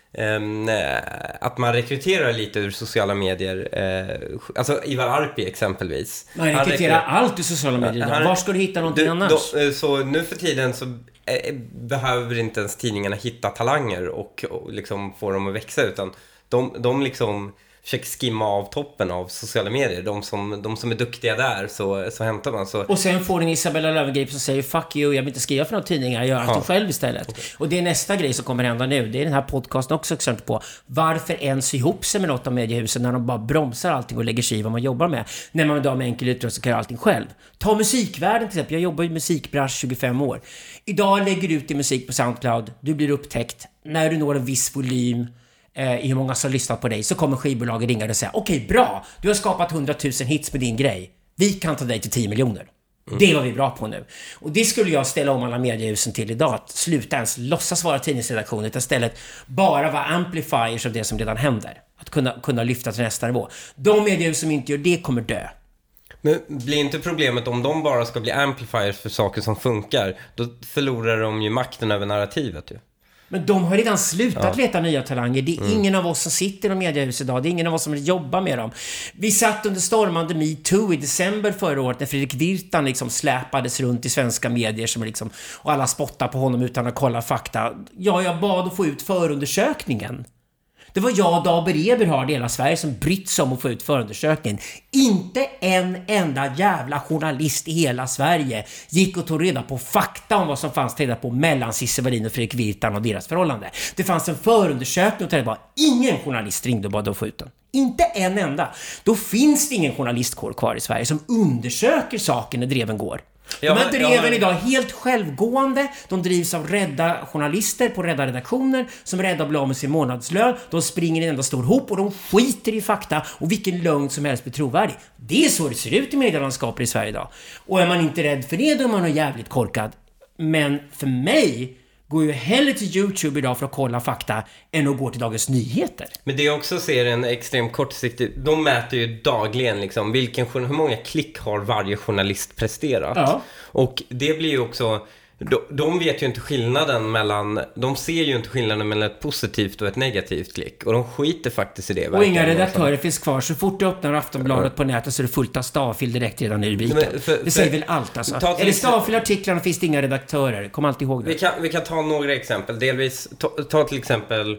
Um, att man rekryterar lite ur sociala medier. Uh, alltså Ivar Arpi exempelvis. Man rekryterar rekry- allt ur sociala medier. Han, Var ska du hitta någonting du, annars? Då, så nu för tiden så eh, behöver inte ens tidningarna hitta talanger och, och liksom få dem att växa, utan de, de liksom försöker skimma av toppen av sociala medier. De som, de som är duktiga där, så, så hämtar man. Så. Och sen får den Isabella Löwengrip som säger fuck you, jag vill inte skriva för några tidningar, jag gör allting ja. själv istället. Okay. Och det är nästa grej som kommer hända nu. Det är den här podcasten också exempel på. Varför ens ihop sig med något av mediehusen när de bara bromsar allting och lägger sig i vad man jobbar med. När man idag med enkel utrustning kan göra allting själv. Ta musikvärlden till exempel. Jag jobbar i musikbransch tjugofem år. Idag lägger du ut din musik på SoundCloud. Du blir upptäckt. När du når en viss volym i hur många som lyssnar på dig, så kommer skivbolaget ringa och säga okej, okay, bra, du har skapat hundratusen hits med din grej, vi kan ta dig till tio miljoner. Mm. Det var vi bra på nu. Och det skulle jag ställa om alla mediehusen till idag, att sluta ens låtsas vara tidningsredaktioner, utan istället bara vara amplifiers av det som redan händer, att kunna, kunna lyfta till nästa nivå. De mediehus som inte gör det kommer dö. Men blir inte problemet om de bara ska bli amplifiers för saker som funkar, då förlorar de ju makten över narrativet ju. Men de har redan slutat ja. leta nya talanger. Det är mm. ingen av oss som sitter i mediehus idag. Det är ingen av oss som jobbar med dem. Vi satt under stormande Me Too i december förra året när Fredrik Virtan liksom släpades runt i svenska medier som liksom, och alla spottar på honom utan att kolla fakta. Ja, jag bad att få ut förundersökningen. Det var jag och Daber Eberhard i hela Sverige som brytt sig om att få ut förundersökningen. Inte en enda jävla journalist i hela Sverige gick och tog reda på fakta om vad som fanns att reda på mellan Cissi Wallin och Fredrik Virtan och deras förhållande. Det fanns en förundersökning och det var ingen journalist ringde och bad att få ut den. Inte en enda. Då finns det ingen journalistkår kvar i Sverige som undersöker saken när dreven går. De här dreven idag är helt självgående. De drivs av rädda journalister på rädda redaktioner som är rädda att bli av med sin månadslön. De springer i en enda stor hop och de skiter i fakta och vilken lögn som helst blir trovärdig. Det är så det ser ut i medielandskapet i Sverige idag. Och är man inte rädd för det, då är man jävligt korkad. Men för mig går ju hellre till YouTube idag för att kolla fakta än att gå till Dagens Nyheter. Men det jag också ser en extremt kortsiktig, de mäter ju dagligen liksom vilken, hur många klick har varje journalist presterat. Ja. Och det blir ju också, de, de vet ju inte skillnaden mellan, de ser ju inte skillnaden mellan ett positivt och ett negativt klick. Och de skiter faktiskt i det. Och inga redaktörer finns kvar. Så fort du öppnar Aftonbladet på nätet så är det fullt av stavfil direkt redan i rubriken. Men för, det säger för, väl allt alltså. Är det stavfilartiklarna finns det inga redaktörer. Kom alltid ihåg det. Vi kan, vi kan ta några exempel. Delvis, ta, ta till exempel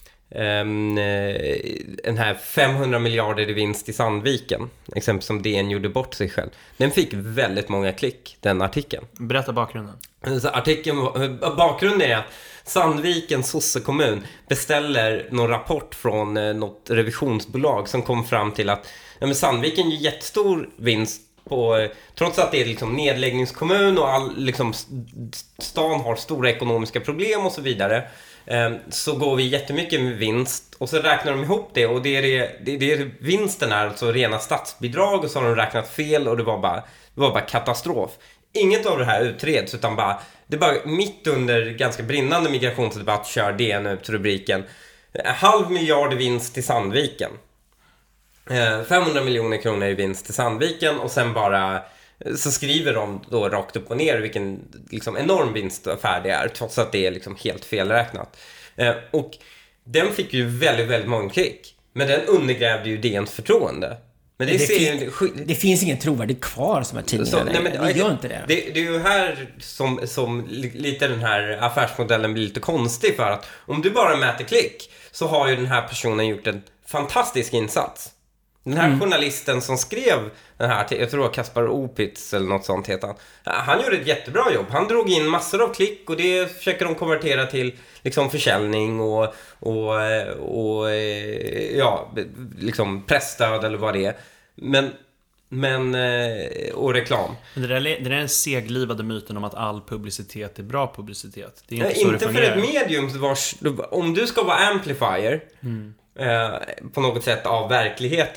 um, den här femhundra miljarder i vinst i Sandviken. Exempel som D N gjorde bort sig själv. Den fick väldigt många klick, den artikeln. Berätta bakgrunden. Så artikeln, bakgrunden är att Sandvikens sossekommun beställer någon rapport från eh, något revisionsbolag som kom fram till att ja, men Sandviken ger jättestor vinst på, eh, trots att det är liksom nedläggningskommun och all, liksom, stan har stora ekonomiska problem och så vidare, eh, så går vi jättemycket med vinst och så räknar de ihop det och det är det, det, det är vinsten är alltså rena statsbidrag och så har de räknat fel och det var bara, det var bara katastrof. Inget av det här utreds utan bara, det är bara mitt under ganska brinnande migrationsdebatt kör D N ut rubriken halv miljard i vinst till Sandviken, femhundra miljoner kronor i vinst till Sandviken och sen bara så skriver de då rakt upp och ner vilken liksom enorm vinstaffär det är trots att det är liksom helt felräknat. Och den fick ju väldigt, väldigt många klick, men den undergrävde ju D N:s förtroende. Men det, det, fin- ju, det finns ingen trovärdig kvar som är tidningar. Nej, men, det gör inte det. det. Det är ju här som, som lite den här affärsmodellen blir lite konstig, för att om du bara mäter klick så har ju den här personen gjort en fantastisk insats. Den här mm. journalisten som skrev den här, jag tror det var Kaspar Opitz eller något sånt heter han. Han gjorde ett jättebra jobb. Han drog in massor av klick och det försöker de konvertera till liksom försäljning och, och, och ja, liksom pressstöd eller vad det är. Men, men och reklam. Men det, där, det där är den seglivade myten om att all publicitet är bra publicitet. Det är inte, ja, så inte det för ett medium vars, om du ska vara amplifier mm. eh, på något sätt av verkligheten,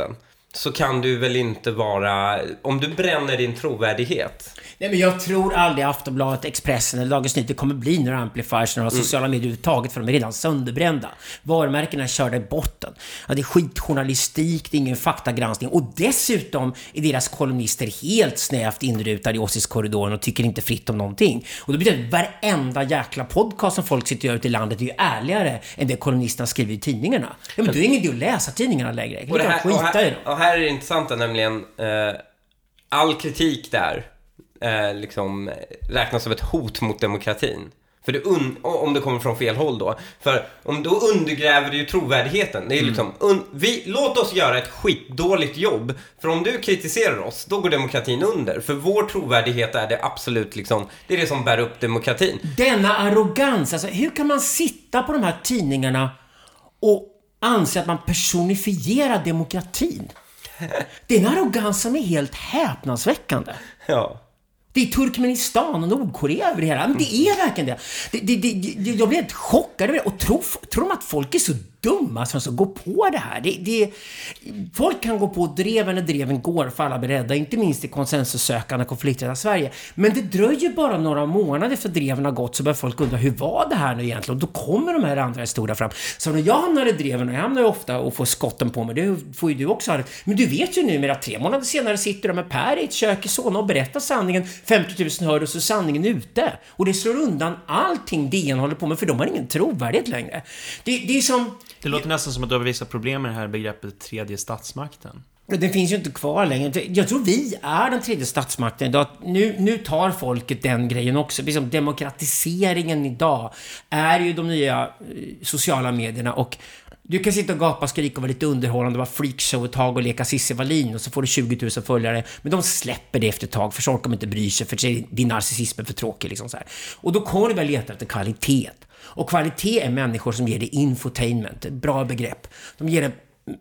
så kan du väl inte vara... Om du bränner din trovärdighet. Nej, men jag tror aldrig Aftonbladet, Expressen eller Dagens Nyheter kommer bli några amplifiers, några mm. sociala medier överhuvudtaget, för de är redan sönderbrända. Varumärkena är körda i botten. Ja, det är skitjournalistik, det är ingen faktagranskning. Och dessutom är deras kolumnister helt snävt inrutade i åsiktskorridoren och tycker inte fritt om någonting. Och det betyder att varenda jäkla podcast som folk sitter och gör ute i landet är ju ärligare än det kolumnisterna skriver i tidningarna. Ja, men du är ingen idé att läsa tidningarna längre. Och, det här, och, här, och här är det intressanta, nämligen eh, all kritik där Eh, liksom räknas som ett hot mot demokratin. För det un- om det kommer från fel håll då. För om då undergräver det ju trovärdigheten. Det är mm. liksom un- vi, låt oss göra ett skitdåligt jobb. För om du kritiserar oss, då går demokratin under. För vår trovärdighet är det absolut liksom, det är det som bär upp demokratin. Denna arrogans, alltså hur kan man sitta på de här tidningarna och anse att man personifierar demokratin? Det är en arrogans som är helt häpnadsväckande. Ja. Det är Turkmenistan och Nordkorea över det hela. Men det är verkligen det. det, det, det, det jag blir helt chockad. Och tror, tror de att folk är så dumma som så går på det här? Det, det, folk kan gå på dreven när dreven går, för alla beredda. Inte minst i konsensussökande konflikter i Sverige. Men det dröjer bara några månader efter dreven har gått, så börjar folk undra, hur var det här nu egentligen? Och då kommer de här andra historierna fram. Så när jag hamnar i dreven, och jag hamnar ju ofta och får skotten på mig, det får ju du också ha. Men du vet ju nu, med att tre månader senare sitter de med Per i ett kök i Solna och berättar sanningen. femtio tusen hör och så sanningen ute. Och det slår undan allting D N håller på med, för de har ingen trovärdighet längre. Det, det är som... Det låter nästan som att du har vissa problem med det här begreppet tredje statsmakten. Det finns ju inte kvar längre. Jag tror vi är den tredje statsmakten idag. Nu, nu tar folket den grejen också. Liksom demokratiseringen idag är ju de nya sociala medierna, och du kan sitta och gapa, skrika och vara lite underhållande, vara freakshow ett tag och leka Cissi Wallin, och så får du tjugo tusen följare. Men de släpper det efter ett tag, för så kommer inte bry sig, för din narcissism är för tråkig. Liksom så här. Och då kommer du väl leta efter kvalitet. Och kvalitet är människor som ger dig infotainment, ett bra begrepp. De ger dig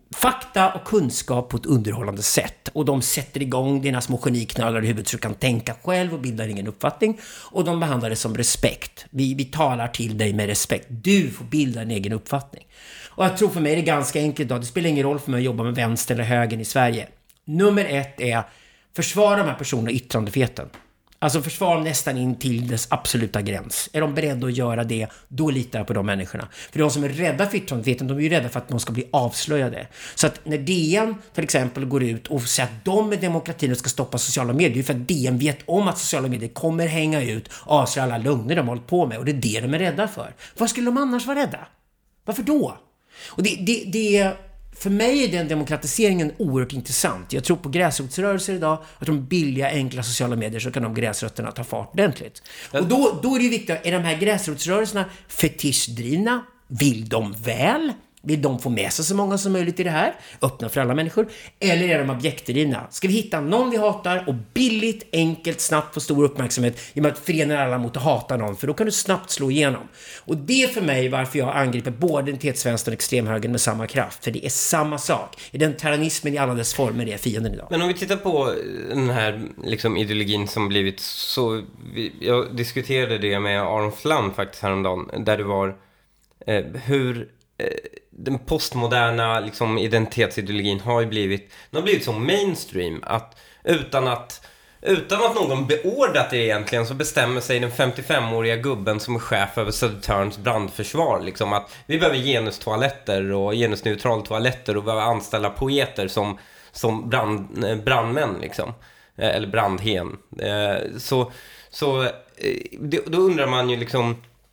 fakta och kunskap på ett underhållande sätt. Och de sätter igång dina små geniknallar i huvudet så du kan tänka själv och bilda ingen uppfattning. Och de behandlar det som respekt. Vi, vi talar till dig med respekt. Du får bilda en egen uppfattning. Och jag tror för mig är det ganska enkelt då. Det spelar ingen roll för mig att jobba med vänster eller höger i Sverige. Nummer ett är försvara de här personerna yttrandefriheten. Alltså försvara nästan in till dess absoluta gräns. Är de beredda att göra det, då litar jag på de människorna. För de som är rädda för yttrandefriheten, de är ju rädda för att de ska bli avslöjade. Så att när D N till exempel går ut och säger att de är demokratin och ska stoppa sociala medier, för att D N vet om att sociala medier kommer hänga ut och avslöja alla lögner de har hållit på med. Och det är det de är rädda för. Vad skulle de annars vara rädda? Varför då? Och det, det, det för mig är den demokratiseringen oerhört intressant. Jag tror på gräsrotsrörelser idag. Att de billiga, enkla sociala medier, så kan de gräsrötterna ta fart ordentligt. Och då, då är det ju viktigt, är de här gräsrotsrörelserna fetischdrivna? Vill de väl? Vill de få med sig så många som möjligt i det här? Öppna för alla människor? Eller är de objektdrivna? Ska vi hitta någon vi hatar och billigt, enkelt, snabbt få stor uppmärksamhet genom att förena alla mot att hata någon? För då kan du snabbt slå igenom. Och det är för mig varför jag angriper både identitetsvänstern och extremhögern med samma kraft. För det är samma sak. Identitarianismen i alla dess former är fienden idag. Men om vi tittar på den här liksom, ideologin som blivit så... Vi, jag diskuterade det med Aron Flam faktiskt häromdagen. Där det var eh, hur... den postmoderna liksom, identitetsideologin har ju blivit, den har blivit så mainstream att utan att utan att någon beordrat det egentligen, så bestämmer sig den femtiofemåriga gubben som är chef över Södertörns brandförsvar liksom, att vi behöver genustoaletter och genusneutral toaletter och behöver anställa poeter som, som brand, brandmän liksom, eller brandhen. Så, så då undrar man ju liksom,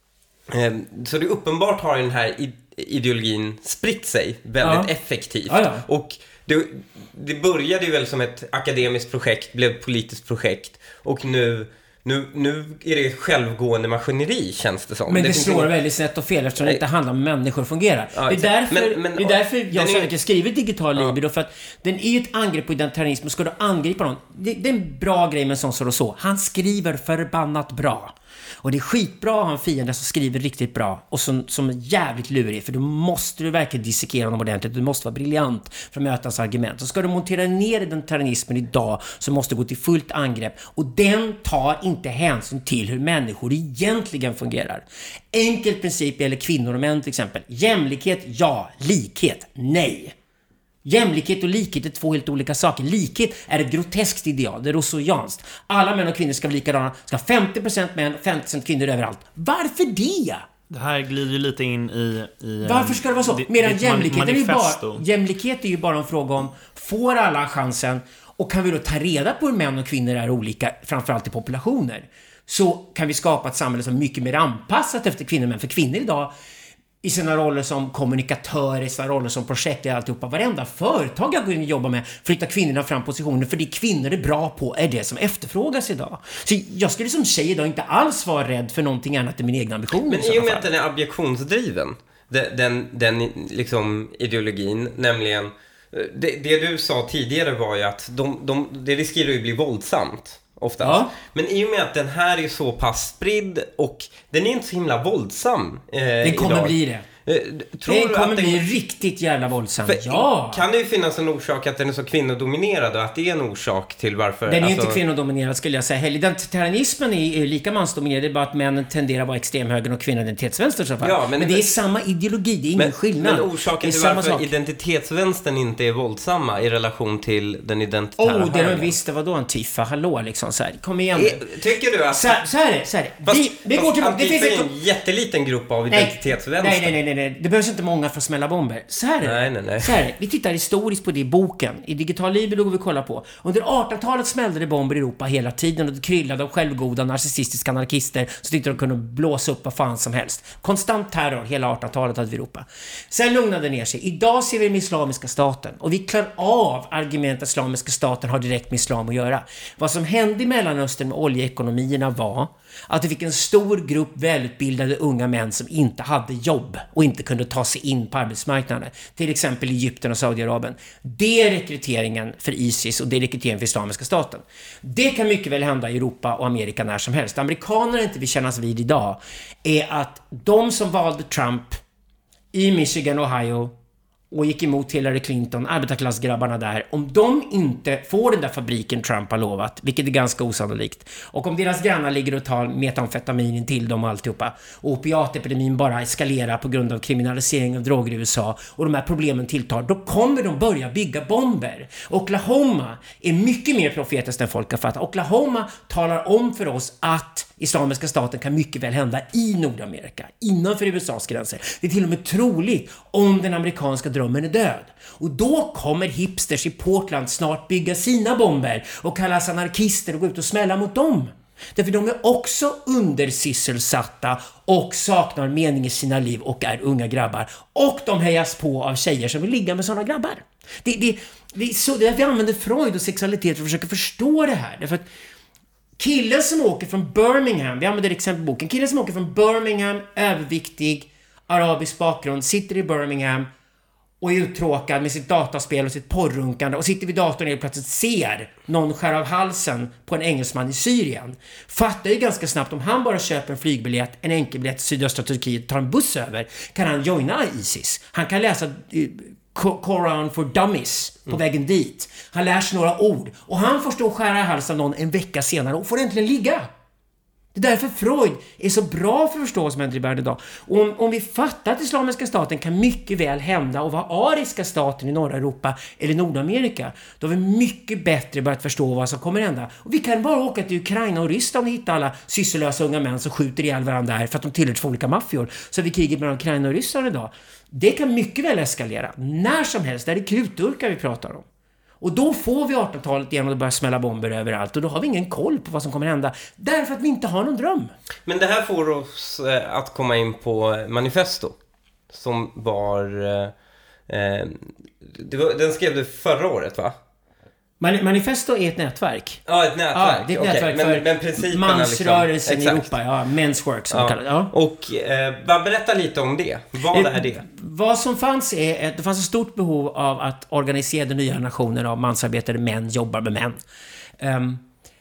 så det uppenbart har den här ideologin spritt sig väldigt ja. effektivt. Ja, ja. Och det, det började ju väl som ett akademiskt projekt, blev ett politiskt projekt, och nu, nu, nu är det ett självgående maskineri, känns det som. Men det, det slår ingen... väldigt snett och fel, eftersom det inte handlar om människor fungerar. Ja, det, är därför, men, men, det är därför jag så mycket skriver digital ja. libido, för att den är ju ett angrepp på identitarism, och ska du angripa någon, det, det är en bra grej med en sån så och så. Han skriver förbannat bra. Och det är skitbra att ha en fiende som skriver riktigt bra och som, som är jävligt lurig, för då måste du verkligen dissekera honom ordentligt. Du måste vara briljant för att möta hans argument. Så ska du montera ner den tyrannismen idag, så måste du gå till fullt angrepp. Och den tar inte hänsyn till hur människor egentligen fungerar. Enkel princip gäller kvinnor och män till exempel. Jämlikhet, ja. Likhet, nej. Jämlikhet och likhet är två helt olika saker. Likhet är ett groteskt ideal, det är rousseauianskt. Alla män och kvinnor ska vara likadana, ska femtio procent män och femtio procent kvinnor överallt. Varför det? Det här glider ju lite in i... i Varför ska det vara så? Di, Medan jämlikhet är, ju manifesto. bara, jämlikhet är ju bara en fråga om, får alla chansen, och kan vi då ta reda på hur män och kvinnor är olika, framförallt i populationer, så kan vi skapa ett samhälle som är mycket mer anpassat efter kvinnor och män. För kvinnor idag, i sina roller som kommunikatörer, i sina roller som projekt och alltihopa, varenda företag jag går in och jobbar med flyttar kvinnorna fram positioner, för det kvinnor är bra på är det som efterfrågas idag. Så jag skulle som tjej idag inte alls vara rädd för någonting annat än min egen ambition. Men i och med att den är objektionsdriven, den, den, den liksom ideologin, nämligen det, det du sa tidigare var ju att de, de, det riskerar ju bli våldsamt oftast. Ja. Men i och med att den här är så pass spridd och den är inte så himla våldsam eh, Den kommer idag. bli det. Tror den kommer att bli den... riktigt jävla våldsam. För ja. Kan det ju finnas en orsak att den är så kvinnodominerad och att det är en orsak till varför... Den är alltså... inte kvinnodominerad skulle jag säga. Identitarianismen är ju lika mansdominerad. Det är bara att männen tenderar att vara extremhögern och kvinnor identitetsvänster så fall. Ja, men, men det är samma ideologi, det är ingen men, skillnad. Men orsaken till varför sak. identitetsvänstern inte är våldsamma i relation till den identitära högern. Oh, det de visste, vad då en tiffa? Hallå liksom så här. Kom igen nu. E, tycker du att... Så, så här är det, så här är det. Fast, vi, vi går tillbaka. Det finns en jätteliten grupp av identitetsvänster. Nej, nej, nej, nej, nej. Det behövs inte många för att smälla bomber. Så här är det. Nej, nej, nej. Så här är det. Vi tittar historiskt på det i boken. I Digital Liber går vi kolla på. Under artonhundratalet smällde det bomber i Europa hela tiden och det kryllade av självgoda narcissistiska anarkister som tyckte de kunde blåsa upp vad fan som helst. Konstant terror hela artonhundratalet hade vi i Europa. Sen lugnade det ner sig. Idag ser vi den islamiska staten och vi klär av argumentet att islamiska staten har direkt med islam att göra. Vad som hände i Mellanöstern med oljeekonomierna var att vi fick en stor grupp välutbildade unga män som inte hade jobb och inte kunde ta sig in på arbetsmarknaden. Till exempel Egypten och Saudiarabien. Det är rekryteringen för ISIS och det är rekryteringen för islamiska staten. Det kan mycket väl hända i Europa och Amerika när som helst. Amerikanerna inte vi kännas vid idag är att de som valde Trump i Michigan och Ohio och gick emot Hillary Clinton, arbetarklassgrabbarna där, om de inte får den där fabriken Trump har lovat, vilket är ganska osannolikt, och om deras grannar ligger och tar metamfetamin till dem och alltihopa, och opiatepidemin bara eskalerar på grund av kriminalisering av droger i U S A och de här problemen tilltar, då kommer de börja bygga bomber. Oklahoma är mycket mer profetiskt än folk har fattat. Oklahoma talar om för oss att islamiska staten kan mycket väl hända i Nordamerika, innanför U S A:s gränser. Det är till och med troligt om den amerikanska drömmen är död. Och då kommer hipsters i Portland snart bygga sina bomber och kallas anarkister och gå ut och smälla mot dem. Därför de är också undersysselsatta och saknar mening i sina liv och är unga grabbar. Och de hejas på av tjejer som vill ligga med sådana grabbar. Det, det, det är så det är att vi använder Freud och sexualitet för att försöka förstå det här. Därför att killen som åker från Birmingham, vi använder exempelboken, killen som åker från Birmingham, överviktig, arabisk bakgrund, sitter i Birmingham och är uttråkad med sitt dataspel och sitt porrunkande och sitter vid datorn och plötsligt ser någon skär av halsen på en engelsman i Syrien. Fattar ju ganska snabbt, om han bara köper en flygbiljett, en enkelbiljett till sydöstra Turkiet, tar en buss över, kan han joina ISIS. Han kan läsa Koran for Dummies på mm. vägen dit. Han lär sig några ord och han får stå och skära i halsen av någon en vecka senare och får äntligen ligga. Det är därför Freud är så bra för att förstå vad som händer i världen idag. Och om, om vi fattar att islamiska staten kan mycket väl hända och vara ariska staten i norra Europa eller Nordamerika, då har vi mycket bättre börjat förstå vad som kommer hända. Och vi kan bara åka till Ukraina och Ryssland och hitta alla sysslolösa unga män som skjuter ihjäl varandra där för att de tillhör två olika maffior. Så vi kriget mellan Ukraina och Ryssland idag. Det kan mycket väl eskalera. När som helst, där det är krutdurkar vi pratar om. Och då får vi artonhundratalet igen och det börjar smälla bomber överallt. Och då har vi ingen koll på vad som kommer hända. Därför att vi inte har någon dröm. Men det här får oss att komma in på Manifesto. Som var... Eh, det var den skrev du förra året, va? Manifesto är ett nätverk. Ja, ett nätverk. Ja, det är ett okay. nätverk men, för men principen mansrörelsen liksom, i Europa. Ja, men's work som ja. vi kallar det. Ja. Och eh, bara berätta lite om det. Vad är det? Vad som fanns är att det fanns ett stort behov av att organisera den nya generationen av mansarbetare män jobbar med män. Um,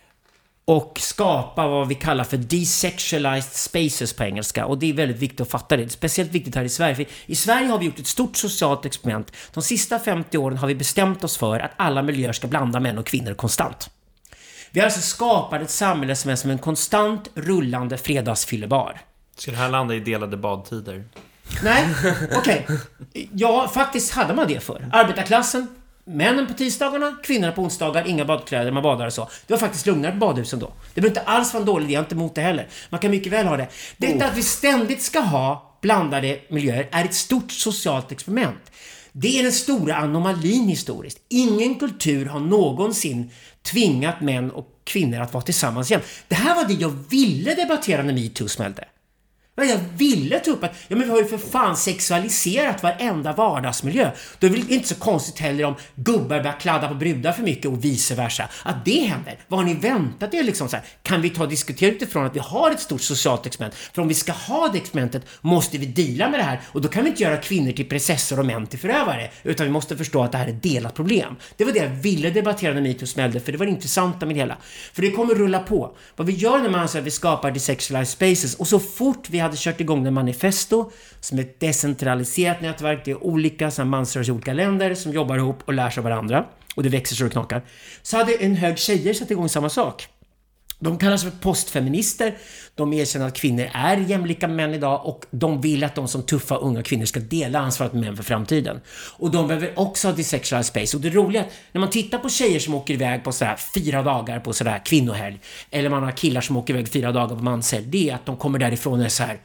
och skapa vad vi kallar för desexualized spaces på engelska. Och det är väldigt viktigt att fatta det. Speciellt viktigt här i Sverige. För i Sverige har vi gjort ett stort socialt experiment. De sista femtio åren har vi bestämt oss för att alla miljöer ska blanda män och kvinnor konstant. Vi har alltså skapat ett samhälle som är som en konstant rullande fredagsfyllebar. Ska det här landa i delade badtider? Nej, okej. Okay. Ja, faktiskt hade man det för. Arbetarklassen, männen på tisdagarna, kvinnorna på onsdagar, inga badkläder, man badar och så. Det var faktiskt lugnare på badhusen då. Det behöver inte alls vara en dålig idé, jag är inte emot det heller. Man kan mycket väl ha det. Detta att vi ständigt ska ha blandade miljöer är ett stort socialt experiment. Det är den stora anomalin historiskt. Ingen kultur har någonsin tvingat män och kvinnor att vara tillsammans igen. Det här var det jag ville debattera när MeToo smällde. Jag ville ta upp att ja, men vi har ju för fan sexualiserat varenda vardagsmiljö. Då är det inte så konstigt heller om gubbar börjar kladda på brudar för mycket och vice versa. Att det händer. Vad har ni väntat er liksom så här? Kan vi ta och diskutera utifrån att vi har ett stort socialt experiment? För om vi ska ha det experimentet måste vi deala med det här. Och då kan vi inte göra kvinnor till prinsessor och män till förövare. Utan vi måste förstå att det här är ett delat problem. Det var det jag ville debattera när MeToo smällde. För det var det intressanta med det hela. För det kommer rulla på. Vad vi gör när man säger att vi skapar desexualized spaces. Och så fort vi hade kört igång en manifesto som är ett decentraliserat nätverk. Det är olika mansrörelser i olika länder som jobbar ihop och lär sig av varandra. Och det växer så det knakar. Så hade en hög tjejer satt igång samma sak. De kallas för postfeminister. De erkänner att kvinnor är jämlika män idag och de vill att de som tuffa unga kvinnor ska dela ansvaret med män för framtiden. Och de behöver också ha desexualized space. Och det roliga är att när man tittar på tjejer som åker iväg på sådär fyra dagar på sådär kvinnohelg eller man har killar som åker iväg fyra dagar på manshelg, det är att de kommer därifrån och är så här: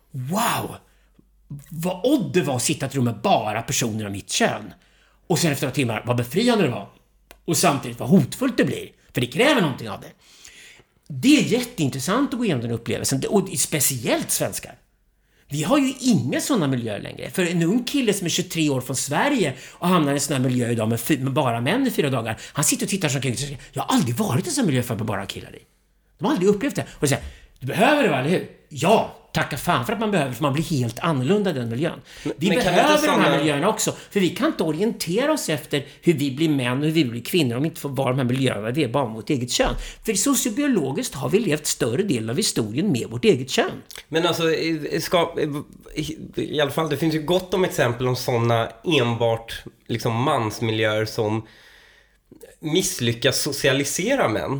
wow, vad odd det var att sitta i ett rum med bara personer av mitt kön. Och sen efter några timmar, vad befriande det var. Och samtidigt vad hotfullt det blir. För det kräver någonting av det. Det är jätteintressant att gå igenom den upplevelsen. Och speciellt svenskar. Vi har ju inga sådana miljöer längre. För en ung kille som är tjugotre år från Sverige och hamnar i en sån här miljö idag med, med bara män i fyra dagar. Han sitter och tittar som kring och säger: jag har aldrig varit i en sån miljö för att bara killar i. De har aldrig upplevt det. Och säger: du behöver det, eller hur? Ja, tacka fan för att man behöver, för man blir helt annorlunda i den miljön. Vi men behöver de här miljöerna också, för vi kan inte orientera oss efter hur vi blir män och hur vi blir kvinnor om vi inte får vara de här miljöerna, det är bara mot eget kön. För sociobiologiskt har vi levt större del av historien med vårt eget kön. Men alltså, ska, i alla fall, det finns ju gott om exempel om sådana enbart liksom mansmiljöer som misslyckas socialisera män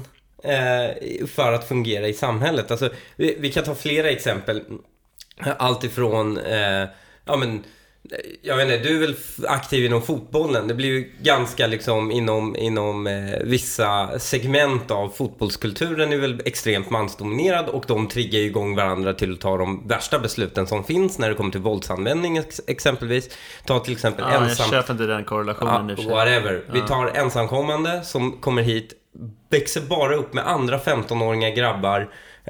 för att fungera i samhället. Alltså, vi, vi kan ta flera exempel. Allt ifrån eh, ja men jag vet inte, du är väl aktiv inom fotbollen. Det blir ju ganska liksom inom, inom eh, vissa segment av fotbollskulturen är väl extremt mansdominerad och de triggar ju igång varandra till att ta de värsta besluten som finns när det kommer till våldsanvändning ex- exempelvis. Ta till exempel ja, ensam... jag köper inte den korrelationen. Ja, whatever. Vi tar ensamkommande som kommer hit, växer bara upp med andra femtonåriga grabbar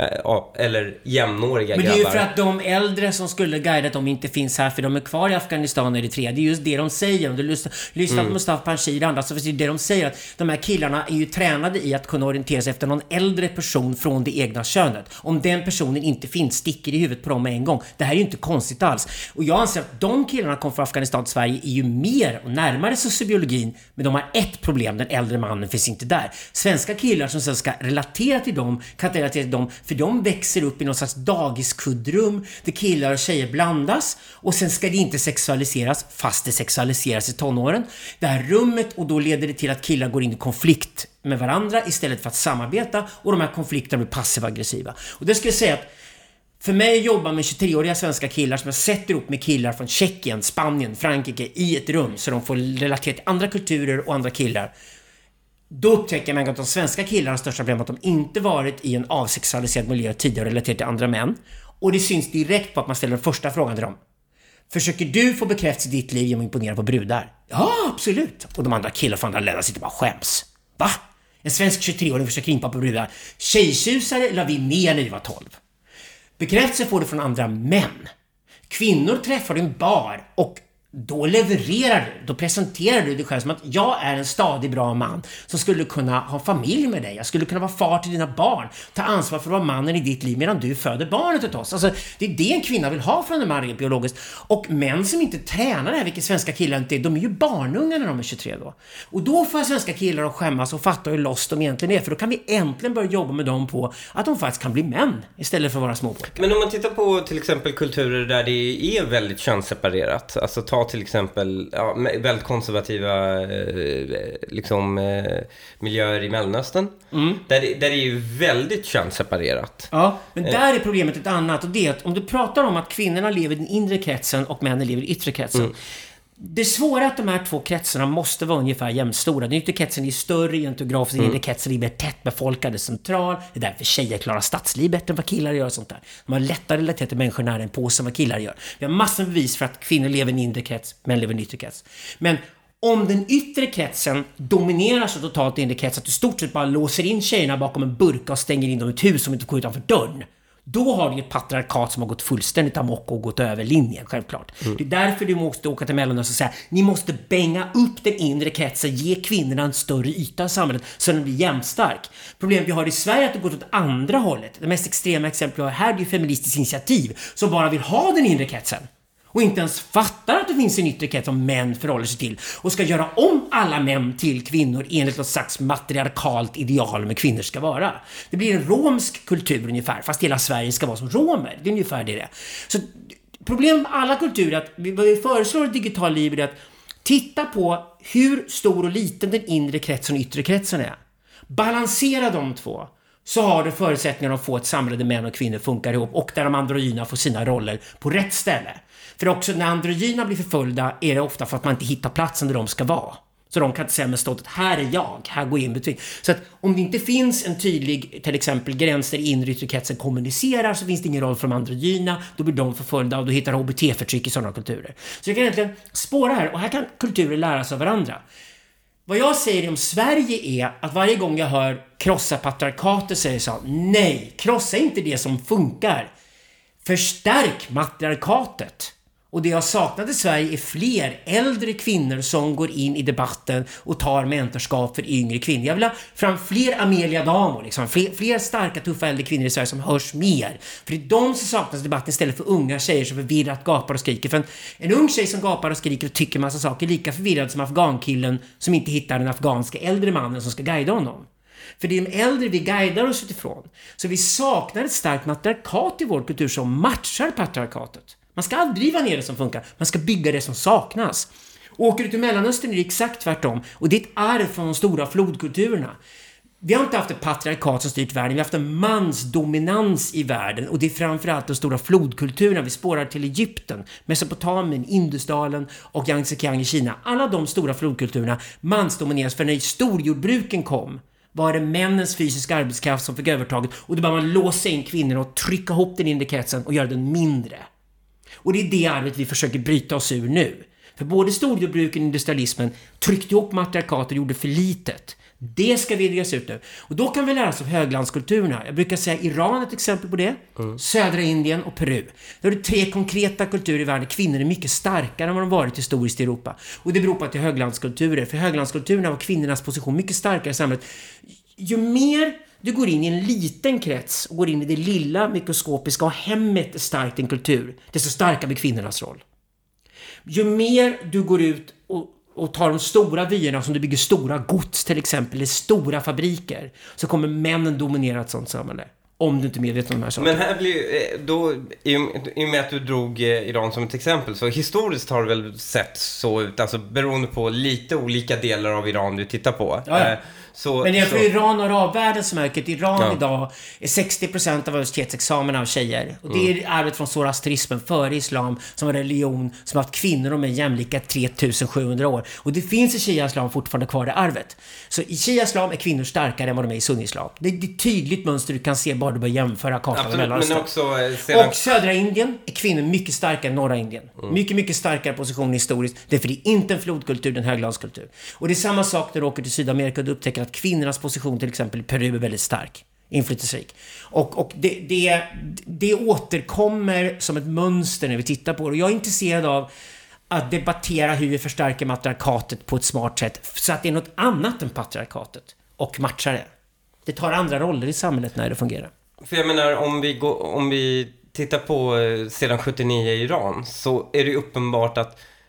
eller jämnåriga grabbar. Men det är ju för att de äldre som skulle guida att de inte finns här för de är kvar i Afghanistan och Eritrea. Det är just det de säger. Om du lyssnar, lyssnar mm. på Mustafa Panshir och andra, så är det det de säger, att de här killarna är ju tränade i att kunna orientera sig efter någon äldre person från det egna könet. Om den personen inte finns, sticker i huvudet på dem med en gång. Det här är ju inte konstigt alls. Och jag anser att de killarna kom från Afghanistan till Sverige är ju mer och närmare sociobiologin, men de har ett problem, den äldre mannen finns inte där. Svenska killar som sen ska relatera till dem, kan relatera till dem, för de växer upp i någon slags dagiskuddrum där killar och tjejer blandas och sen ska det inte sexualiseras, fast det sexualiseras i tonåren. Det här rummet, och då leder det till att killar går in i konflikt med varandra istället för att samarbeta, och de här konflikterna blir passiv-aggressiva. Och det ska jag säga att för mig att jobba med tjugotre-åriga svenska killar som jag sätter upp med killar från Tjeckien, Spanien, Frankrike i ett rum så de får relatera till andra kulturer och andra killar, då upptäcker man att de svenska killarna har största problem att de inte varit i en avsexualiserad miljö tidigare relaterat till andra män. Och det syns direkt på att man ställer den första frågan till dem: försöker du få bekräftelse i ditt liv genom att imponera på brudar? Ja, absolut. Och de andra killarna från andra länder sitter bara skäms. Va? En svensk tjugotre-åring försöker impa på brudar. Tjejtjusare la vi ner när vi var tolv. Bekräftelse får du från andra män. Kvinnor träffar du i en bar och då levererar du, då presenterar du dig själv som att jag är en stadig bra man som skulle kunna ha familj med dig. Jag skulle kunna vara far till dina barn. Ta ansvar för att vara mannen i ditt liv medan du föder barnet åt oss. Alltså, det är det en kvinna vill ha från en man biologiskt. Och män som inte tränar det här, vilket svenska killar inte är, de är ju barnungar när de är tjugotre då. Och då får svenska killar att skämmas och fatta hur lost de egentligen är. För då kan vi äntligen börja jobba med dem på att de faktiskt kan bli män istället för att vara småpojkar. Men om man tittar på till exempel kulturer där det är väldigt könsseparerat. Alltså ta ta till exempel ja, väldigt konservativa eh, liksom, eh, miljöer i Mellanöstern. Mm. Där, där det är ju väldigt könsseparerat. Ja, men där är problemet ett annat. Och det är att om du pratar om att kvinnorna lever i den inre kretsen och männen lever i yttre kretsen. Mm. Det svåra är att de här två kretsarna måste vara ungefär jämnstora. Den yttre kretsen är större geografiskt, den inre kretsen är mer tätt befolkade, central. Det är därför tjejer klarar stadsliv bättre än vad killar gör och sånt där. De har lättare relaterat till människor nära en påse än vad killar gör. Vi har massor av bevis för att kvinnor lever i en inre krets, män lever i en yttre krets. Men om den yttre kretsen dominerar så totalt inre krets att du stort sett bara låser in tjejerna bakom en burka och stänger in dem i ett hus som inte går utanför dörren, då har du ett patriarkat som har gått fullständigt amok och gått över linjen, självklart. Mm. Det är därför du måste åka till Mellanöstern och säga, ni måste bänga upp den inre kretsen, ge kvinnorna en större yta i samhället så den blir jämnstark. Problemet vi har i Sverige är att det går åt andra hållet. Det mest extrema exemplet här är ju Feministiskt initiativ som bara vill ha den inre kretsen. Och inte ens fattar att det finns en yttre krets som män förhåller sig till. Och ska göra om alla män till kvinnor enligt något slags matriarkalt ideal med kvinnor ska vara. Det blir en romsk kultur ungefär. Fast hela Sverige ska vara som romer. Det är ungefär det. Så problemet med alla kulturer är att vad vi föreslår i Digital Liv är att titta på hur stor och liten den inre kretsen och yttre kretsen är. Balansera de två. Så har du förutsättningar att få ett samhälle där män och kvinnor funkar ihop och där de androgyna får sina roller på rätt ställe. För också när androgyna blir förföljda är det ofta för att man inte hittar platsen där de ska vara. Så de kan inte säga med stolthet, här är jag, här går jag in between. Så att om det inte finns en tydlig, till exempel gräns där inre yttre kretsen kommunicerar, så finns det ingen roll för de androgyna, då blir de förföljda och då hittar H B T-förtryck i sådana kulturer. Så jag kan egentligen spåra här, och här kan kulturer lära sig av varandra. Vad jag säger om Sverige är att varje gång jag hör krossa patriarkatet säger så, nej, krossa inte det som funkar. Förstärk matriarkatet. Och det jag saknat i Sverige är fler äldre kvinnor som går in i debatten och tar mentorskap för yngre kvinnor. Jag vill ha fram fler Amelia Damo, liksom. fler, fler starka, tuffa äldre kvinnor i Sverige som hörs mer. För det är de som saknas i debatten istället för unga tjejer som förvirrat gapar och skriker. För en, en ung tjej som gapar och skriker och tycker massa saker är lika förvirrad som afghankillen som inte hittar den afghanska äldre mannen som ska guida honom. För det är de äldre vi guidar oss utifrån. Så vi saknar ett starkt matriarkat i vår kultur som matchar patriarkatet. Man ska aldrig driva ner det som funkar. Man ska bygga det som saknas. Åker du till Mellanöstern är det exakt tvärtom. Och det är ett arv från de stora flodkulturerna. Vi har inte haft ett patriarkat som styrt världen. Vi har haft en mansdominans i världen. Och det är framförallt de stora flodkulturerna. Vi spårar till Egypten, Mesopotamien, Indusdalen och Yangtze-Kiang i Kina. Alla de stora flodkulturerna mansdomineras. För när storjordbruken kom var det männens fysiska arbetskraft som fick övertaget. Och då började man låsa in kvinnor och trycka ihop den inre kretsen och göra den mindre. Och det är det arvet vi försöker bryta oss ur nu. För både storjordbruken och industrialismen tryckte ihop matriarkatet och gjorde för litet. Det ska vidgas ut nu. Och då kan vi lära oss av höglandskulturerna. Jag brukar säga Iran är ett exempel på det. Mm. Södra Indien och Peru. Där är det tre konkreta kulturer i världen. Kvinnor är mycket starkare än vad de varit historiskt i Europa. Och det beror på att det är höglandskulturer. För höglandskulturerna var kvinnornas position mycket starkare i samhället. Ju mer du går in i en liten krets och går in i det lilla mikroskopiska och hemmet är starkt i en kultur, desto starkare blir kvinnornas roll. Ju mer du går ut och, och tar de stora vyerna som du bygger stora gods till exempel, eller stora fabriker, så kommer männen dominera ett sånt samhälle. Om du inte är medveten om de här sakerna. Men här blir då, i och med att du drog Iran som ett exempel, så historiskt har det väl sett så ut, alltså beroende på lite olika delar av Iran du tittar på. Ja, ja. Så, men jag tror så... Iran och arabvärlden som märker att Iran ja. idag är sextio procent av universitetsexamen av tjejer. Och det är mm. arvet från zoroastrismen före islam som var religion som har haft kvinnor och män jämlika tre tusen sjuhundra år. Och det finns i shia-islam fortfarande kvar det arvet. Så i shia-islam är kvinnor starkare än vad de är i sunni-islam. Det är ett tydligt mönster du kan se bara du börjar jämföra kartan med Mellanöstern. Men också, eh, sedan... Och södra Indien är kvinnor mycket starkare än norra Indien. Mm. Mycket, mycket starkare position historiskt. Därför det är inte en flodkultur, det är en höglandskultur. Och det är samma sak när du åker till Sydamerika och du upptäcker att kvinnornas position till exempel i Peru är väldigt stark, inflytelserik. Och, och det, det, det återkommer som ett mönster när vi tittar på det. Och jag är intresserad av att debattera hur vi förstärker matriarkatet på ett smart sätt så att det är något annat än patriarkatet och matchar det. Det tar andra roller i samhället när det fungerar. För jag menar, om vi, går, om vi tittar på sedan sjuttionio i Iran, så är det uppenbart att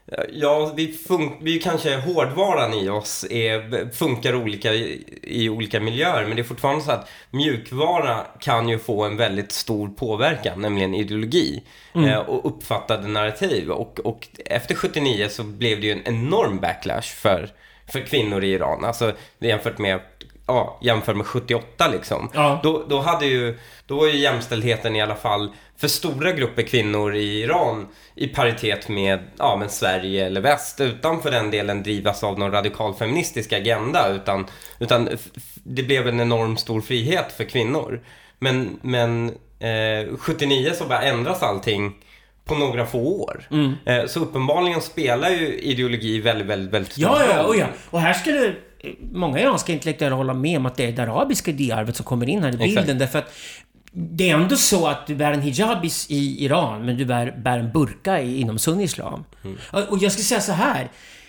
Ja, vi, fun- vi kanske hårdvaran i oss är, funkar olika i, i olika miljöer, men det är fortfarande så att mjukvara kan ju få en väldigt stor påverkan, nämligen ideologi mm. eh, och uppfattade narrativ. Och, och efter sjuttionio så blev det ju en enorm backlash för, för kvinnor i Iran. Alltså jämfört med Ja, jämfört med sjuttioåtta liksom. Ja. Då, då, hade ju, då var ju jämställdheten i alla fall för stora grupper kvinnor i Iran i paritet med, ja, med Sverige eller väst, utan för den delen drivas av någon radikal feministisk agenda, utan, utan det blev en enorm stor frihet för kvinnor. Men, men eh, sjuttionio så bara ändras allting på några få år. Mm. Eh, så uppenbarligen spelar ju ideologi väldigt, väldigt, väldigt stor roll. Ja, ja, och ja. Och här skulle många iranska intellektuella hålla med om att det är det arabiska idéarvet som kommer in här i bilden. Exakt. Därför att det är ändå så att du bär en hijab i Iran, men du bär, bär en burka i, inom sunni-islam. Mm. Och jag skulle säga så här: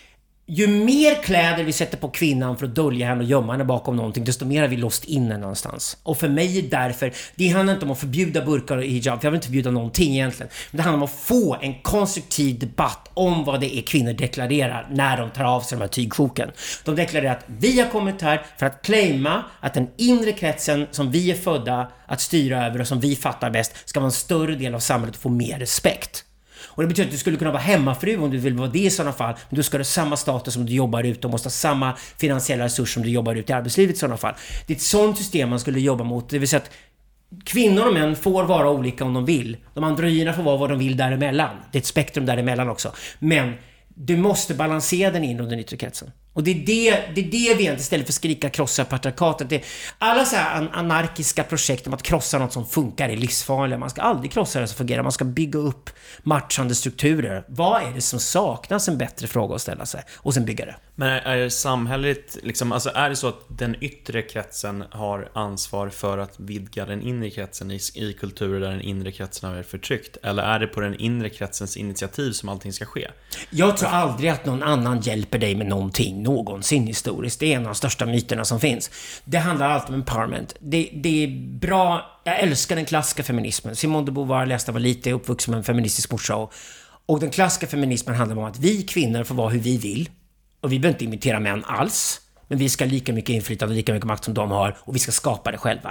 ju mer kläder vi sätter på kvinnan för att dölja henne och gömma henne bakom någonting, desto mer har vi låst in henne någonstans. Och för mig är därför, det handlar inte om att förbjuda burkar och hijab, för jag vill inte förbjuda någonting egentligen. Men det handlar om att få en konstruktiv debatt om vad det är kvinnor deklarerar när de tar av sig de här tygsjoken. De deklarerar att vi har kommit här för att claima att den inre kretsen som vi är födda att styra över och som vi fattar bäst ska vara en större del av samhället och få mer respekt. Och det betyder att du skulle kunna vara hemmafru om du vill vara det i sådana fall. Men du ska ha samma status som du jobbar ut och måste ha samma finansiella resurser som du jobbar ut i arbetslivet i sådana fall. Det är ett sånt system man skulle jobba mot. Det vill säga att kvinnor och män får vara olika om de vill. De androgyna får vara vad de vill däremellan. Det är ett spektrum däremellan också. Men du måste balansera den in och den yttre kretsen. Och det är det, det, är det vi egentligen, istället för att skrika krossa patriarkatet. Det är alla så här anarkiska projekt om att krossa något som funkar är livsfarliga. Man ska aldrig krossa det som fungerar. Man ska bygga upp matchande strukturer. Vad är det som saknas? En bättre fråga att ställa sig. Och sen bygga det. Men är, är det samhället, liksom, alltså är det så att den yttre kretsen har ansvar för att vidga den inre kretsen i, i kulturer där den inre kretsen har varit förtryckt? Eller är det på den inre kretsens initiativ som allting ska ske? Jag tror aldrig att någon annan hjälper dig med någonting någonsin historiskt. Det är en av de största myterna som finns. Det handlar alltid om empowerment. Det, det är bra. Jag älskar den klassiska feminismen. Simone de Beauvoir läste var lite uppvuxen med en feministisk morsa. Och, och den klassiska feminismen handlar om att vi kvinnor får vara hur vi vill. Och vi behöver inte imitera män alls. Men vi ska ha lika mycket inflytande och lika mycket makt som de har. Och vi ska skapa det själva.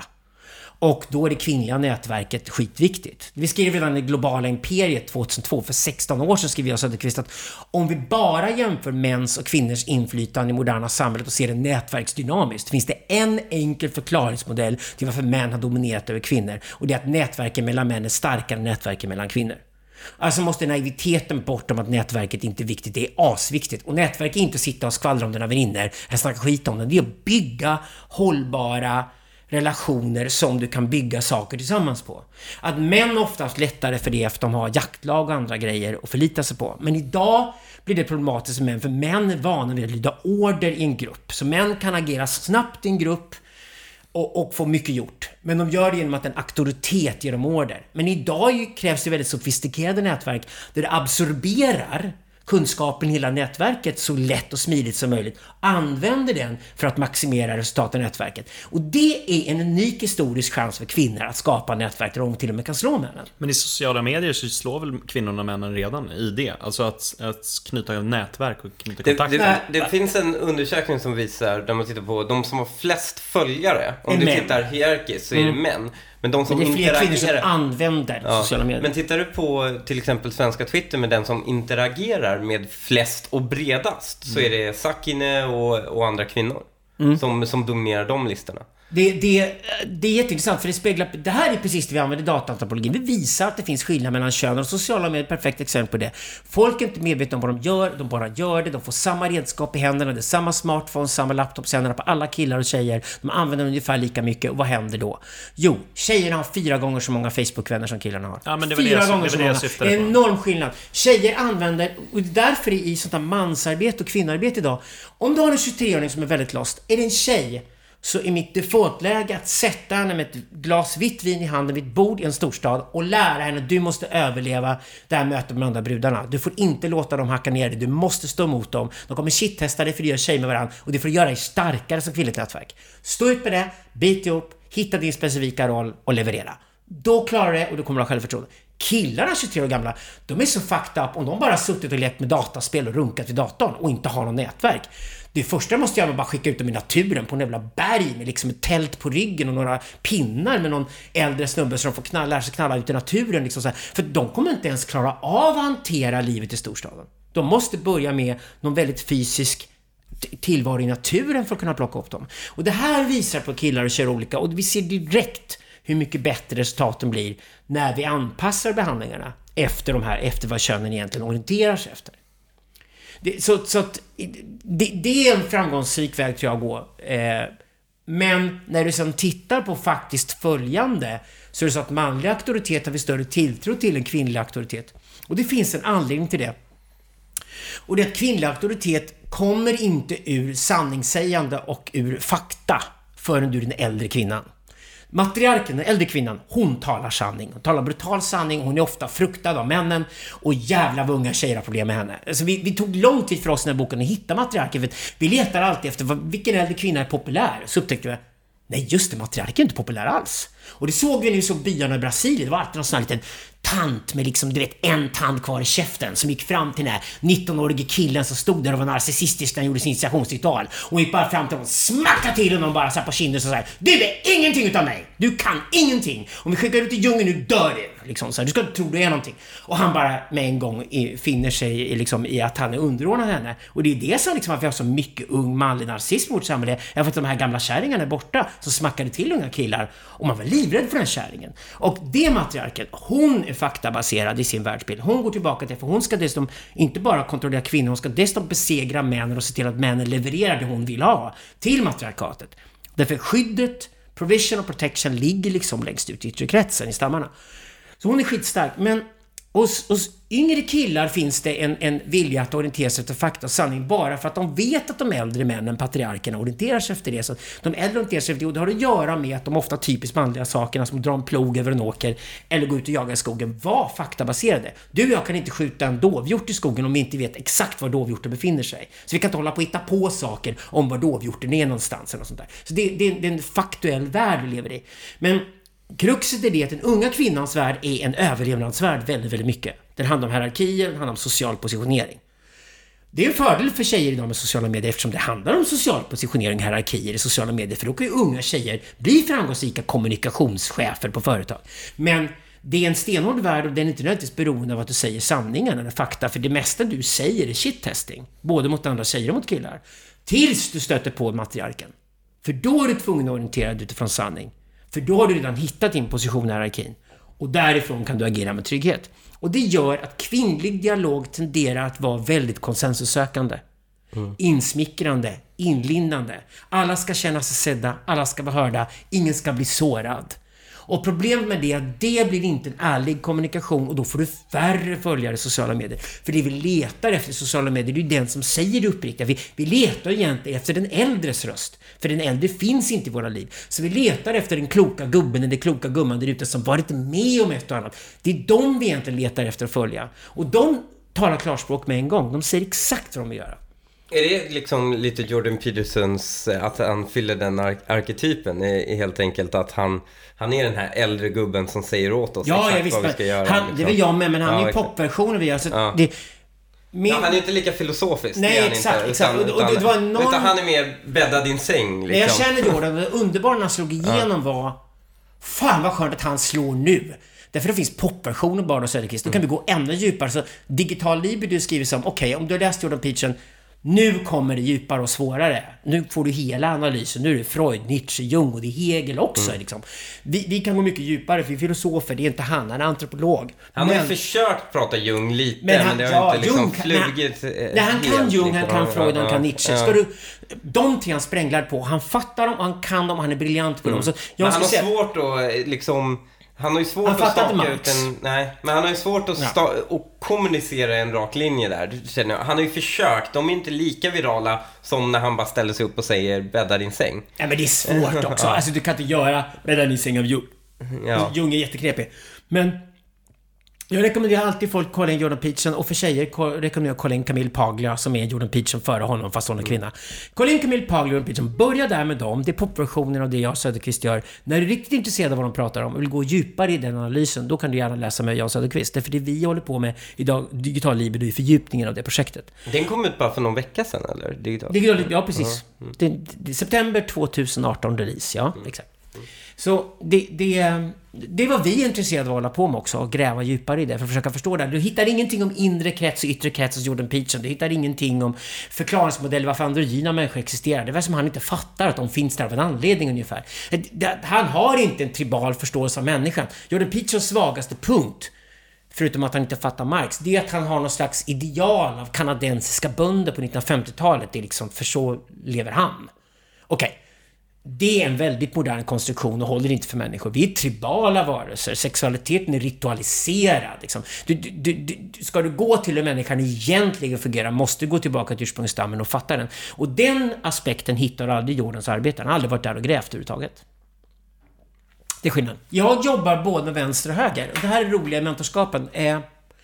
Och då är det kvinnliga nätverket skitviktigt. Vi skrev redan i globala imperiet tjugohundratvå, för sexton år sedan skrev jag Söderqvist att om vi bara jämför mäns och kvinnors inflytande i moderna samhället och ser det nätverksdynamiskt, finns det en enkel förklaringsmodell till varför män har dominerat över kvinnor. Och det är att nätverken mellan män är starkare än nätverken mellan kvinnor. Alltså måste naiviteten bort om att nätverket inte är viktigt. Det är asviktigt. Och nätverk är inte att sitta och skvallra om dina vänner eller snacka skit om den. Det är att bygga hållbara relationer som du kan bygga saker tillsammans på. Att män oftast lättare för det efter de har jaktlag och andra grejer att förlita sig på. Men idag blir det problematiskt för män, för män är vana vid att lyda order i en grupp. Så män kan agera snabbt i en grupp och, och få mycket gjort. Men de gör det genom att en auktoritet ger dem order. Men idag krävs det väldigt sofistikerade nätverk där det absorberar kunskapen i hela nätverket så lätt och smidigt som möjligt. Använder den för att maximera resultaten i nätverket. Och det är en unik historisk chans för kvinnor att skapa nätverk där de till och med kan slå männen. Men i sociala medier så slår väl kvinnorna och männen redan i det? Alltså att, att knyta nätverk och knyta kontakter. Det, det, det finns en undersökning som visar, där man tittar på de som har flest följare. Om en du män. Tittar hierarkiskt så är mm. det män. Men de som men det är fler interagerar... kvinnor som använder ja. sociala medier. Men tittar du på till exempel svenska Twitter med den som interagerar med flest och bredast mm. så är det Sakine och, och andra kvinnor mm. som, som dominerar de listorna. Det, det, det är jätteintressant för det speglar, det här är precis det vi använder i dataantropologin. Vi visar att det finns skillnad mellan kön och sociala medier, ett perfekt exempel på det. Folk är inte medvetna om vad de gör, de bara gör det, de får samma redskap i händerna, det är samma smartphone, samma laptops i händerna på alla killar och tjejer. De använder ungefär lika mycket och vad händer då? Jo, tjejerna har fyra gånger så många Facebook-vänner som killarna har. Ja, men det fyra det, gånger det så det många. Det är en enorm skillnad. Tjejer använder, och därför i sånt här mansarbete och kvinnoarbete idag, om du har en tjugotre-åring som är väldigt lost, är det en tjej så är mitt defaultläge att sätta henne med ett glas vitt vin i handen vid ett bord i en storstad och lära henne att du måste överleva det här mötet med de andra brudarna. Du får inte låta dem hacka ner dig. Du måste stå emot dem. De kommer shit-testa dig för att göra tjej med varandra och det får göra dig starkare som kvinnligt nätverk. Stå ut med det, bit ihop, hitta din specifika roll och leverera. Då klarar du det och du kommer att ha självförtroende. Killarna tjugotre år gamla, de är så fucked up om de bara suttit och lekt med dataspel och runkat vid datorn och inte har någon nätverk. Det första jag måste göra är bara skicka ut dem i naturen på en jävla berg med liksom ett tält på ryggen och några pinnar med någon äldre snubbe så de får knalla, lära sig knalla ut i naturen. Liksom så här. För de kommer inte ens klara av att hantera livet i storstaden. De måste börja med någon väldigt fysisk tillvaro i naturen för att kunna plocka upp dem. Och det här visar på killar och kör olika och vi ser direkt hur mycket bättre resultaten blir när vi anpassar behandlingarna efter de här, efter vad könen egentligen orienterar sig efter. Det, så så att, det, det är en framgångsrik väg tror jag att gå. Eh, men när du sedan tittar på faktiskt följande så är det så att manlig auktoritet har vi större tilltro till än kvinnlig auktoritet. Och det finns en anledning till det. Och det är att kvinnlig auktoritet kommer inte ur sanningssägande och ur fakta förrän du är den äldre kvinnan. Matriarken, den äldre kvinnan, hon talar sanning. Hon talar brutal sanning. Hon är ofta fruktad av männen. Och jävla vad unga tjejer har problem med henne. Alltså vi, vi tog lång tid för oss i den här boken att hitta matriarken. För vi letar alltid efter vad, vilken äldre kvinna är populär. Så upptäckte vi, nej just det, matriarken är inte populär alls. Och det såg vi när vi såg byarna i Brasilien. Det var alltid någon sån här liten tant med liksom, du vet, en tand kvar i käften som gick fram till den här nittonårige killen som stod där och var narcissistisk när han gjorde sin initiationsritual. Och gick bara fram till honom och smackade till honom bara så här på kinden och så här: du är ingenting utav mig! Du kan ingenting! Om vi skickar ut i djungeln nu dör du! Liksom, så här, du ska inte tro du är någonting. Och han bara med en gång i, finner sig i, liksom, i att han är underordnad henne. Och det är det som liksom, att vi har så mycket ung manlig narcissism i vårt samhälle. För att de här gamla kärringarna är borta som smackade till unga killar. Och man var livrädd för den kärringen. Och det matriarken, hon är faktabaserad i sin världsbild. Hon går tillbaka till, för hon ska dessutom inte bara kontrollera kvinnor, hon ska dessutom besegra männen och se till att männen levererar det hon vill ha till matriarkatet. Därför skyddet, provision och protection ligger liksom längst ut i yttre kretsen i stammarna. Så hon är skitstark, men hos, hos yngre killar finns det en, en vilja att orientera sig efter fakta och sanning bara för att de vet att de äldre männen, patriarkerna, orienterar sig efter det. Så de äldre orienterar sig efter det och det har att göra med att de ofta typiskt manliga sakerna som dra en plog över en åker eller gå ut och jaga i skogen var faktabaserade. Du och jag kan inte skjuta en dovhjort i skogen om vi inte vet exakt var dovhjorten befinner sig. Så vi kan inte hålla på att hitta på saker om var dovhjorten är någonstans eller något sånt där. Så det, det, det är en faktuell värld vi lever i. Men kruxet är det att den unga kvinnans värld är en överlevnadsvärld väldigt, väldigt mycket. Den handlar om hierarkier, den handlar om social positionering. Det är en fördel för tjejer idag med sociala medier eftersom det handlar om social positionering och hierarkier i sociala medier. För då kan ju unga tjejer bli framgångsrika kommunikationschefer på företag. Men det är en stenhård värld och den är inte nödvändigtvis beroende av att du säger sanningen eller fakta. För det mesta du säger är shit-testing. Både mot andra tjejer och mot killar. Tills du stöter på matriarken. För då är du tvungen att orientera dig utifrån sanning. För då har du redan hittat din position i hierarkin. Och därifrån kan du agera med trygghet. Och det gör att kvinnlig dialog tenderar att vara väldigt konsensussökande. Mm. Insmickrande, inlindande. Alla ska känna sig sedda, alla ska vara hörda, ingen ska bli sårad. Och problemet med det är att det blir inte en ärlig kommunikation och då får du färre följare i sociala medier. För det vi letar efter i sociala medier, det är ju den som säger det uppriktiga. Vi, vi letar egentligen efter den äldres röst. För den äldre finns inte i våra liv. Så vi letar efter den kloka gubben eller den kloka gumman där ute som varit med om ett och annat. Det är de vi egentligen letar efter att följa. Och de talar klarspråk med en gång. De säger exakt vad de vill göra. Är det liksom lite Jordan Petersons, att han fyller den ar- arketypen är helt enkelt att han, han är den här äldre gubben som säger åt oss ja, exakt visst, vad vi ska göra. Han, liksom. Det är väl jag med, men han ja, är ju popversionen vi gör. Så ja. det, Min... Ja, han är inte lika filosofisk. Nej, det är han exakt, inte, exakt. Utan, och, och, utan, det var enorm... utan han är mer bädda din säng. Liksom. Jag känner Jordan, det underbara när han slog igenom ja. var fan vad skönt att han slår nu. Därför det finns popversioner bara och Söderqvist. Då kan mm. vi gå ännu djupare. Så Digital Libido skriver som, okej, okay, om du har läst Jordan Peterson, nu kommer det djupare och svårare. Nu får du hela analysen. Nu är det Freud, Nietzsche, Jung och det är Hegel också. Mm. Liksom. Vi, vi kan gå mycket djupare för vi är filosofer. Det är inte han, han är antropolog. Han men, har försökt prata Jung lite, men, han, men det har ja, inte liksom Jung, flugit nej, nej, han kan Jung, han kan Freud, han kan Nietzsche. Ja. Ska du, de tre han spränglar på. Han fattar dem, han kan dem, han är briljant på mm. dem. Så jag men han har säga, svårt att liksom... Han har ju svårt han att staka ut en... Nej, men han har ju svårt att, sta- ja. att kommunicera en rak linje där. Känner jag. Han har ju försökt. De är inte lika virala som när han bara ställer sig upp och säger bädda din säng. Ja, men det är svårt också. ja. Alltså, du kan inte göra bädda din säng av Jung. Ja. Jung är jätteknepig. Men Jag rekommenderar alltid folk kolla in Jordan Peterson, och för tjejer rekommenderar jag kolla in Camille Paglia som är Jordan Peterson före honom fast hon är kvinna. Kolla in Camille Paglia och Jordan Peterson. Börja där med dem. Det är popversionen av det jag och Söderqvist gör. När du är riktigt intresserad av vad de pratar om och vill gå djupare i den analysen, då kan du gärna läsa med Jan Söderqvist. Därför det vi håller på med idag, Digital Libido, är fördjupningen av det projektet. Den kom ut bara för någon vecka sedan, eller? Digital, Digital Libido, ja precis. Mm. Det, det, september tjugoarton release, ja, mm. exakt. Så det, det, det är vad vi är intresserade av att hålla på med också, och gräva djupare i det för att försöka förstå det. Du hittar ingenting om inre krets och yttre krets hos Jordan Peterson. Du hittar ingenting om förklaringsmodeller varför androgyna människor existerar. Det är väl som han inte fattar att de finns där av en anledning ungefär. Han har inte en tribal förståelse av människan. Jordan Petersons svagaste punkt, förutom att han inte fattar Marx, det är att han har någon slags ideal av kanadensiska bönder på nittonhundrafemtiotalet. Det är liksom, för så lever han. Okej. Okay. Det är en väldigt modern konstruktion och håller inte för människor. Vi är tribala varelser. Sexualiteten är ritualiserad. Liksom. Du, du, du, ska du gå till hur människan egentligen fungerar, måste du gå tillbaka till ursprungsstammen och fatta den. Och den aspekten hittar aldrig Jordans arbete. Han har aldrig varit där och grävt överhuvudtaget. Det är skillnaden. Jag jobbar både med vänster och höger. Och det här är roliga mentorskapen. Eh,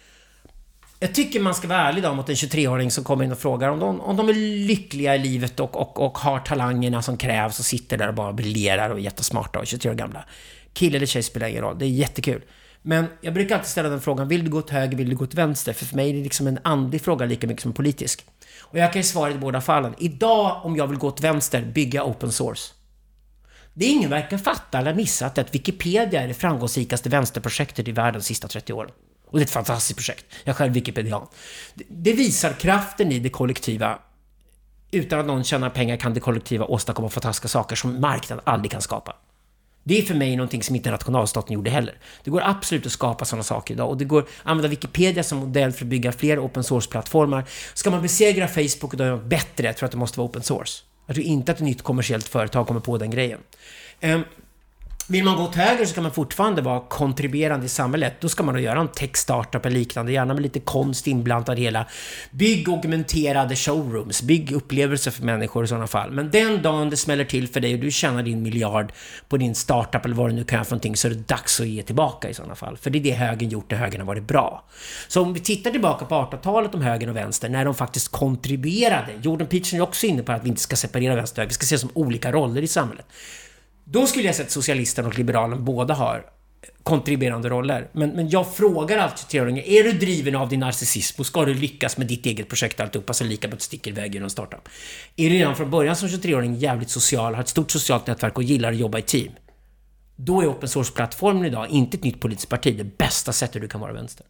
Jag tycker man ska vara ärlig då mot en tjugotre-åring som kommer in och frågar om de, om de är lyckliga i livet och, och, och har talangerna som krävs och sitter där och bara briljerar och är jättesmarta och tjugotre år gamla. Kille eller tjej spelar ingen roll, det är jättekul. Men jag brukar alltid ställa den frågan, vill du gå till höger, vill du gå till vänster? För för mig är det liksom en andlig fråga lika mycket som en politisk. Och jag kan ju svara i båda fallen. Idag, om jag vill gå till vänster, bygga open source. Det är ingen verkar fatta eller missat att Wikipedia är det framgångsrikaste vänsterprojektet i världen de sista trettio åren. Och det är ett fantastiskt projekt. Jag själv Wikipedian. Det visar kraften i det kollektiva. Utan att någon tjänar pengar kan det kollektiva åstadkomma fantastiska saker som marknaden aldrig kan skapa. Det är för mig någonting som inte nationalstaten gjorde heller. Det går absolut att skapa sådana saker idag. Och det går att använda Wikipedia som modell för att bygga fler open source-plattformar. Ska man besegra Facebook och då är det bättre, jag tror att det måste vara open source. Jag tror inte att ett nytt kommersiellt företag kommer på den grejen. Um, Vill man gå åt höger så kan man fortfarande vara kontribuerande i samhället. Då ska man då göra en tech-startup eller liknande. Gärna med lite konst inblandad i hela. Bygg augmenterade showrooms. Bygg upplevelser för människor i sådana fall. Men den dagen det smäller till för dig och du tjänar din miljard på din startup eller vad du nu kan göra för någonting, så är det dags att ge tillbaka i sådana fall. För det är det högern gjort, det högern har varit bra. Så om vi tittar tillbaka på artonhundratalet om högern och vänster, när de faktiskt kontribuerade. Jordan Peterson är också inne på att vi inte ska separera vänster och höger. Vi ska se som olika roller i samhället. Då skulle jag säga att socialisten och liberalen båda har kontribuerande roller. Men, men jag frågar alltid till tjugoåringar, är du driven av din narcissism och ska du lyckas med ditt eget projekt alltihopa så lika med sticker iväg genom startup? Är du redan från början som tjugotre-åring jävligt social, har ett stort socialt nätverk och gillar att jobba i team? Då är open source-plattformen idag inte ett nytt politiskt parti, det bästa sättet du kan vara vänster.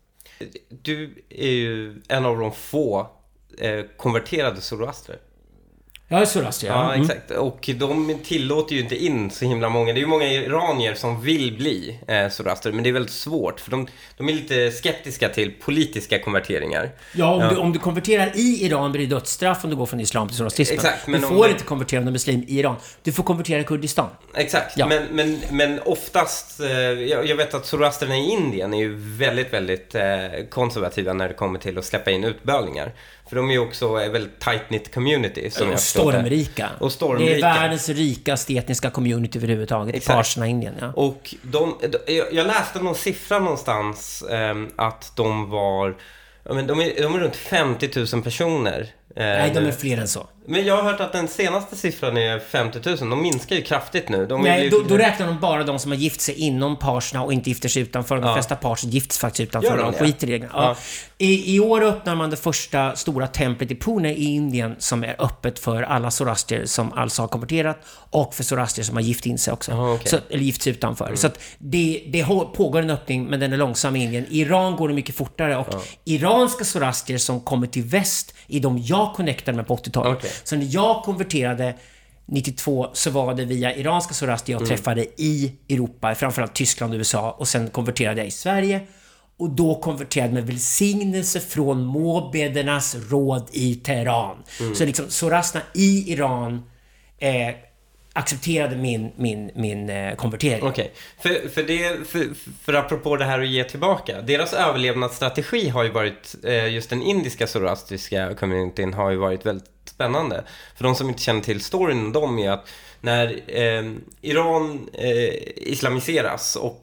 Du är ju en av de få eh, konverterade zoroastrer. Ja, Zoroaster, ja. Ja, exakt. Och de tillåter ju inte in så himla många. Det är ju många iranier som vill bli eh, Zoroaster, men det är väldigt svårt. För de, de är lite skeptiska till politiska konverteringar. Ja, om, ja. Du, om du konverterar i Iran blir det dödsstraff om du går från islam till zoroastrismen. Exakt, men du får det... inte konvertera en muslim i Iran. Du får konvertera i Kurdistan. Exakt, ja. men, men, men oftast... Eh, jag, jag vet att zoroasterna i Indien är ju väldigt, väldigt eh, konservativa när det kommer till att släppa in utbölningar. För de är ju också ett väldigt tight-knit community. Som och jag stormrika. Och stormrika. Det är världens rikaste etniska community överhuvudtaget. Parserna i Indien, ja. Och de, jag, jag läste någon siffra någonstans eh, att de var... Men de, är, de är runt femtio tusen personer. Eh, Nej, de är fler än så. Men jag har hört att den senaste siffran är femtio tusen. De minskar ju kraftigt nu. De Nej, blivit... då, då räknar de bara de som har gift sig inom parserna och inte gifter sig utanför. De ja. flesta parser gifts faktiskt utanför. De skiter i reglerna. Ja. Ja. I, I år öppnar man det första stora templet i Pune i Indien som är öppet för alla zoroastrier som alltså har konverterat och för zoroastrier som har gift in sig också. Aha, okay. Så, eller gift sig utanför. Mm. Så att det, det pågår en öppning, men den är långsam i Indien. I Iran går det mycket fortare och ja. iranska zoroastrier som kommer till väst i de jag connectade med på åttiotalet. Okay. Så när jag konverterade nittiotvå så var det via iranska zoroastrier jag mm. träffade i Europa, framförallt Tyskland och U S A, och sen konverterade jag i Sverige och då konverterade med välsignelse från måbedernas råd i Teheran. Mm. Så liksom zoroastrierna i Iran eh, accepterade min, min, min eh, konvertering. Okej, okay. för, för, det, för, för apropå det här att ge tillbaka. Deras överlevnadsstrategi har ju varit, eh, just den indiska zoroastriska communityn har ju varit väldigt spännande. För de som inte känner till storyn om dem är att när eh, Iran eh, islamiseras och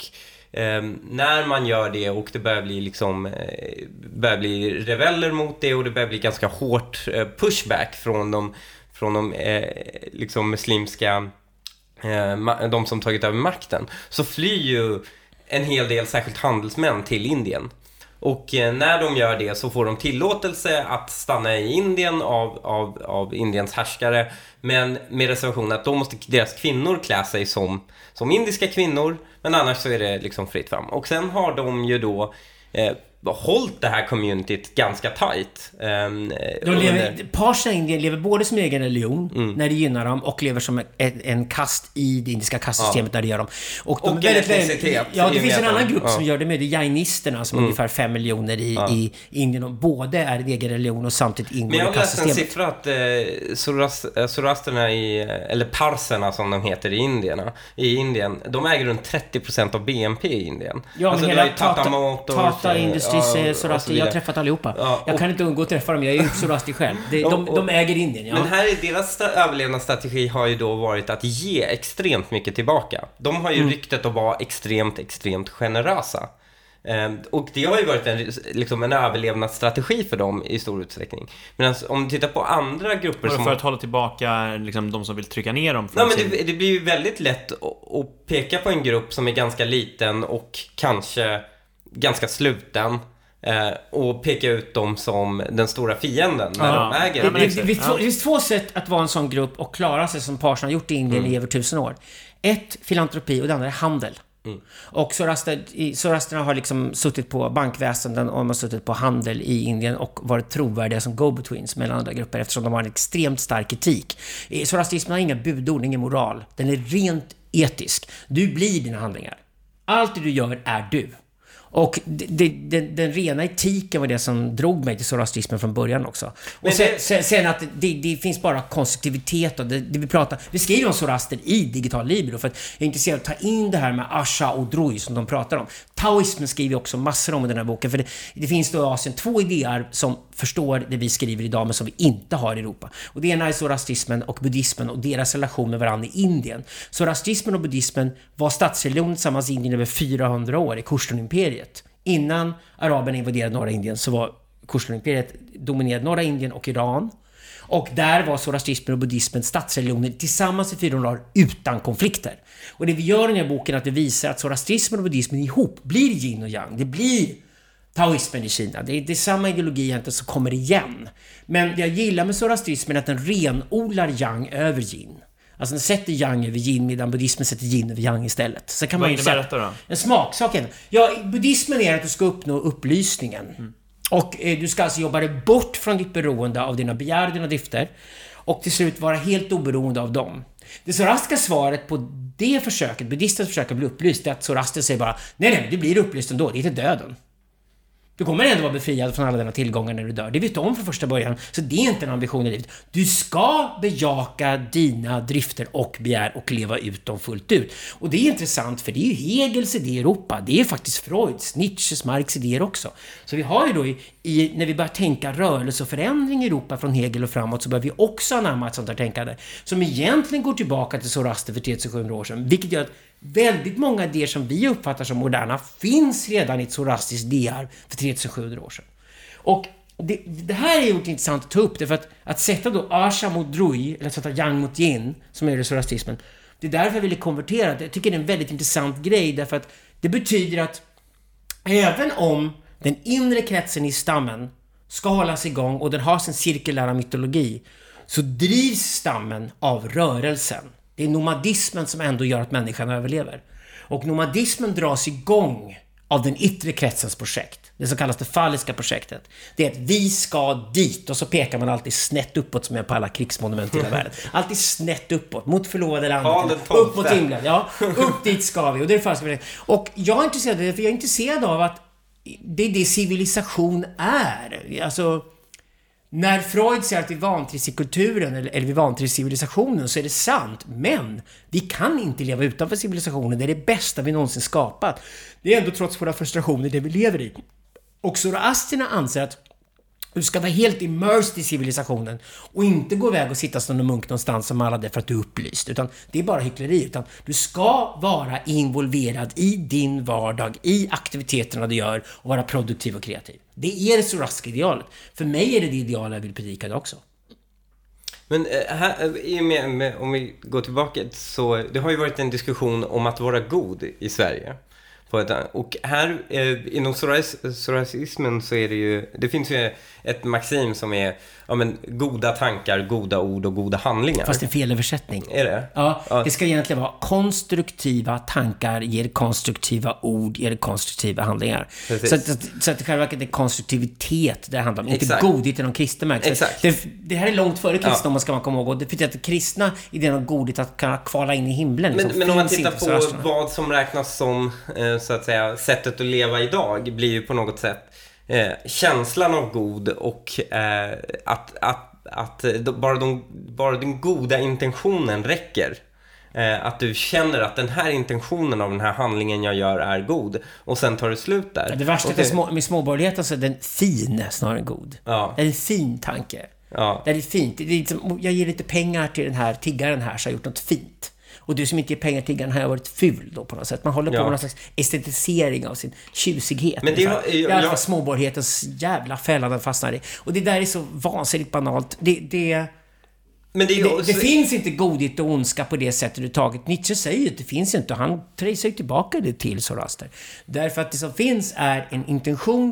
eh, när man gör det och det börjar bli liksom eh, börjar bli rebeller mot det och det börjar bli ganska hårt eh, pushback från de, från de eh, liksom muslimska eh, de som tagit över makten, så flyr ju en hel del, särskilt handelsmän, till Indien. Och eh, när de gör det så får de tillåtelse att stanna i Indien av, av, av Indiens härskare, men med reservation att då måste deras kvinnor klä sig som, som indiska kvinnor, men annars så är det liksom fritt fram. Och sen har de ju då eh, hållit det här communityt ganska tight. Um, de lever, Parsa Indien lever både som egen religion mm. när det gynnar dem och lever som en, en kast i det indiska kastsystemet ja. Där det gör dem. Och, de och väldigt, väldigt, ja, det finns en annan grupp ja. Som gör det med, det är jainisterna som mm. är ungefär fem miljoner i, ja. I Indien, och både är en egen religion och samtidigt ingår i kastsystemet. Men jag har läst en siffra att eh, zoroasterna i, eller parserna som de heter i Indien, i Indien, de äger runt trettio procent av B N P i Indien. Ja, alltså, hela Tata, Tata Industries, ja, Zoroaster, jag har träffat allihopa. Ja, och, jag kan inte undgå att träffa dem, jag är ju Zoroaster själv. De, och, de, de äger Indien, ja. Men här är deras överlevnadsstrategi har ju då varit att ge extremt mycket tillbaka. De har ju mm. ryktet att vara extremt, extremt generösa. Um, och det har ju varit en, liksom en överlevnadsstrategi för dem i stor utsträckning. Men alltså, om du tittar på andra grupper som... För att hålla tillbaka liksom, de som vill trycka ner dem. Nej, men det, det blir ju väldigt lätt att, att peka på en grupp som är ganska liten och kanske ganska sluten. Eh, och peka ut dem som den stora fienden när ja. De äger. Det, det, det, det, det finns två sätt att vara en sån grupp och klara sig som Parsa har gjort i Indien mm. i över tusen år. Ett, filantropi, och det andra är handel. Mm. Och Zoroasterna har liksom suttit på bankväsenden och de har suttit på handel i Indien och varit trovärdiga som go-betweens mellan andra grupper eftersom de har en extremt stark etik. Zoroastrismen har inga budord, ingen moral. Den är rent etisk. Du blir dina handlingar. Allt det du gör är du. Och det, det, den, den rena etiken var det som drog mig till zoroastrismen från början också. Och sen, det... sen, sen att det, det finns bara konstruktivitet och det, det vi pratar, vi skriver om zoroaster i Digital Libero för att jag är intresserad av att ta in det här med Asha och Drui som de pratar om. Taoismen skriver också massor om i den här boken, för det, det finns då i Asien två idéer som förstår det vi skriver idag men som vi inte har i Europa. Och det ena är zoroastrismen och buddhismen och deras relation med varandra i Indien. Zoroastrismen och buddhismen var statsreligion tillsammans i Indien över fyrahundra år i Khurshid-imperiet. Innan araberna invaderade norra Indien så var Khurshid-imperiet dominerade norra Indien och Iran. Och där var zoroastrismen och buddhismen statsreligioner tillsammans i fyrahundra år utan konflikter. Och det vi gör i den här boken är att det visar att zoroastrismen och buddhismen ihop blir yin och yang. Det blir taoismen i Kina. Det är, det är samma ideologi egentligen som kommer igen. Men det jag gillar med zoroastrismen är att den renodlar yang över yin. Alltså den sätter yang över yin medan buddhismen sätter yin över yang istället. Så kan Vad man innebär detta då? En smaksak. Ja, buddhismen är att du ska uppnå upplysningen. Mm. Och eh, du ska alltså jobba dig bort från ditt beroende av dina begär och dina drifter. Och till slut vara helt oberoende av dem. Det zoroastriska svaret på det försöket, buddhistens försök att bli upplyst, är att zoroaster säger bara nej, nej, du blir upplyst ändå, det är till döden. Du kommer ändå vara befriad från alla dina tillgångar när du dör. Det vet du om från första början. Så det är inte en ambition i livet. Du ska bejaka dina drifter och begär och leva ut dem fullt ut. Och det är intressant för det är ju Hegels idé i Europa. Det är faktiskt Freuds, Nietzsches, Marx idéer också. Så vi har ju då i, i, när vi börjar tänka rörelse och förändring i Europa från Hegel och framåt så börjar vi också anamma ett sånt här tänkande som egentligen går tillbaka till Zoroaster för tre till sjuhundra år sedan. Vilket gör att väldigt många idéer som vi uppfattar som moderna finns redan i ett zoroastriskt idéarv för tre till sjuhundra år sedan. Och det, det här är ju intressant att ta upp det för att, att sätta då Asha mot Drui eller sätta Yang mot Yin som är det zoroastrismen. Det är därför jag ville konvertera. Jag tycker det är en väldigt intressant grej därför att det betyder att även om den inre kretsen i stammen ska hållas igång och den har sin cirkulära mytologi så drivs stammen av rörelsen. Det är nomadismen som ändå gör att människan överlever. Och nomadismen dras igång av den yttre kretsens projekt. Det som kallas det falliska projektet. Det är att vi ska dit och så pekar man alltid snett uppåt som är på alla krigsmonument i hela världen. Alltid snett uppåt, mot förlorade landet. Ja, upp mot himlen. Ja, upp dit ska vi. Och, det är det falliska. Och jag är intresserad av det för jag är intresserad av att det är det civilisation är. Alltså... När Freud säger att vi vantrivs i kulturen eller, eller vi vantrivs i civilisationen så är det sant. Men vi kan inte leva utanför civilisationen. Det är det bästa vi någonsin skapat. Det är ändå trots våra frustrationer det vi lever i. Och zoroasterna anser att Du ska vara helt immersed i civilisationen och inte gå iväg och sitta som en munk någonstans som alla det för att du är upplyst. Utan det är bara hyckleri. Utan du ska vara involverad i din vardag, i aktiviteterna du gör och vara produktiv och kreativ. Det är det Zoroaster-idealet. För mig är det det ideal jag vill predika det också. Men här, i med, med, om vi går tillbaka, så det har ju varit en diskussion om att vara god i Sverige. Och här eh, inom zoroastrismen så är det ju, det finns ju ett maxim som är ja, men, goda tankar, goda ord och goda handlingar. Fast en felöversättning. Är det? Ja, ja, det ska egentligen vara konstruktiva tankar ger konstruktiva ord, ger konstruktiva handlingar. Så att, så att det kan verka det är konstruktivitet det handlar om. Exakt. Inte godhet i någon kristen märks. Det, det här är långt före kristna, ja. Ska man komma ihåg. Och det betyder att kristna idén om godhet att kunna kvala in i himlen. Men, liksom, men om man tittar på vad som räknas som eh, så att säga sättet att leva idag blir ju på något sätt eh, känslan av god och eh, att, att, att bara, de, bara den goda intentionen räcker. Eh, att du känner att den här intentionen av den här handlingen jag gör är god och sen tar det slut där. Ja, det värsta det... Små, med småborgerligheten så är den fin snarare än god. Ja. Det är en fin tanke. Ja. Det är fint. Det är liksom, jag ger lite pengar till den här tiggaren här så har jag gjort något fint. Och du som inte ger pengar till tiggaren har varit ful då på något sätt. Man håller på ja. med någon slags estetisering av sin tjusighet. Men det är i alla fall småborgerlighetens jävla fälla den fastnar i. Och det där är så vansinnigt banalt. Det, det, men det, det, det finns inte godhet och ondska på det sättet du tagit. Nietzsche säger att det finns inte och han tracerar tillbaka det till Zoroaster. Därför att det som finns är en intention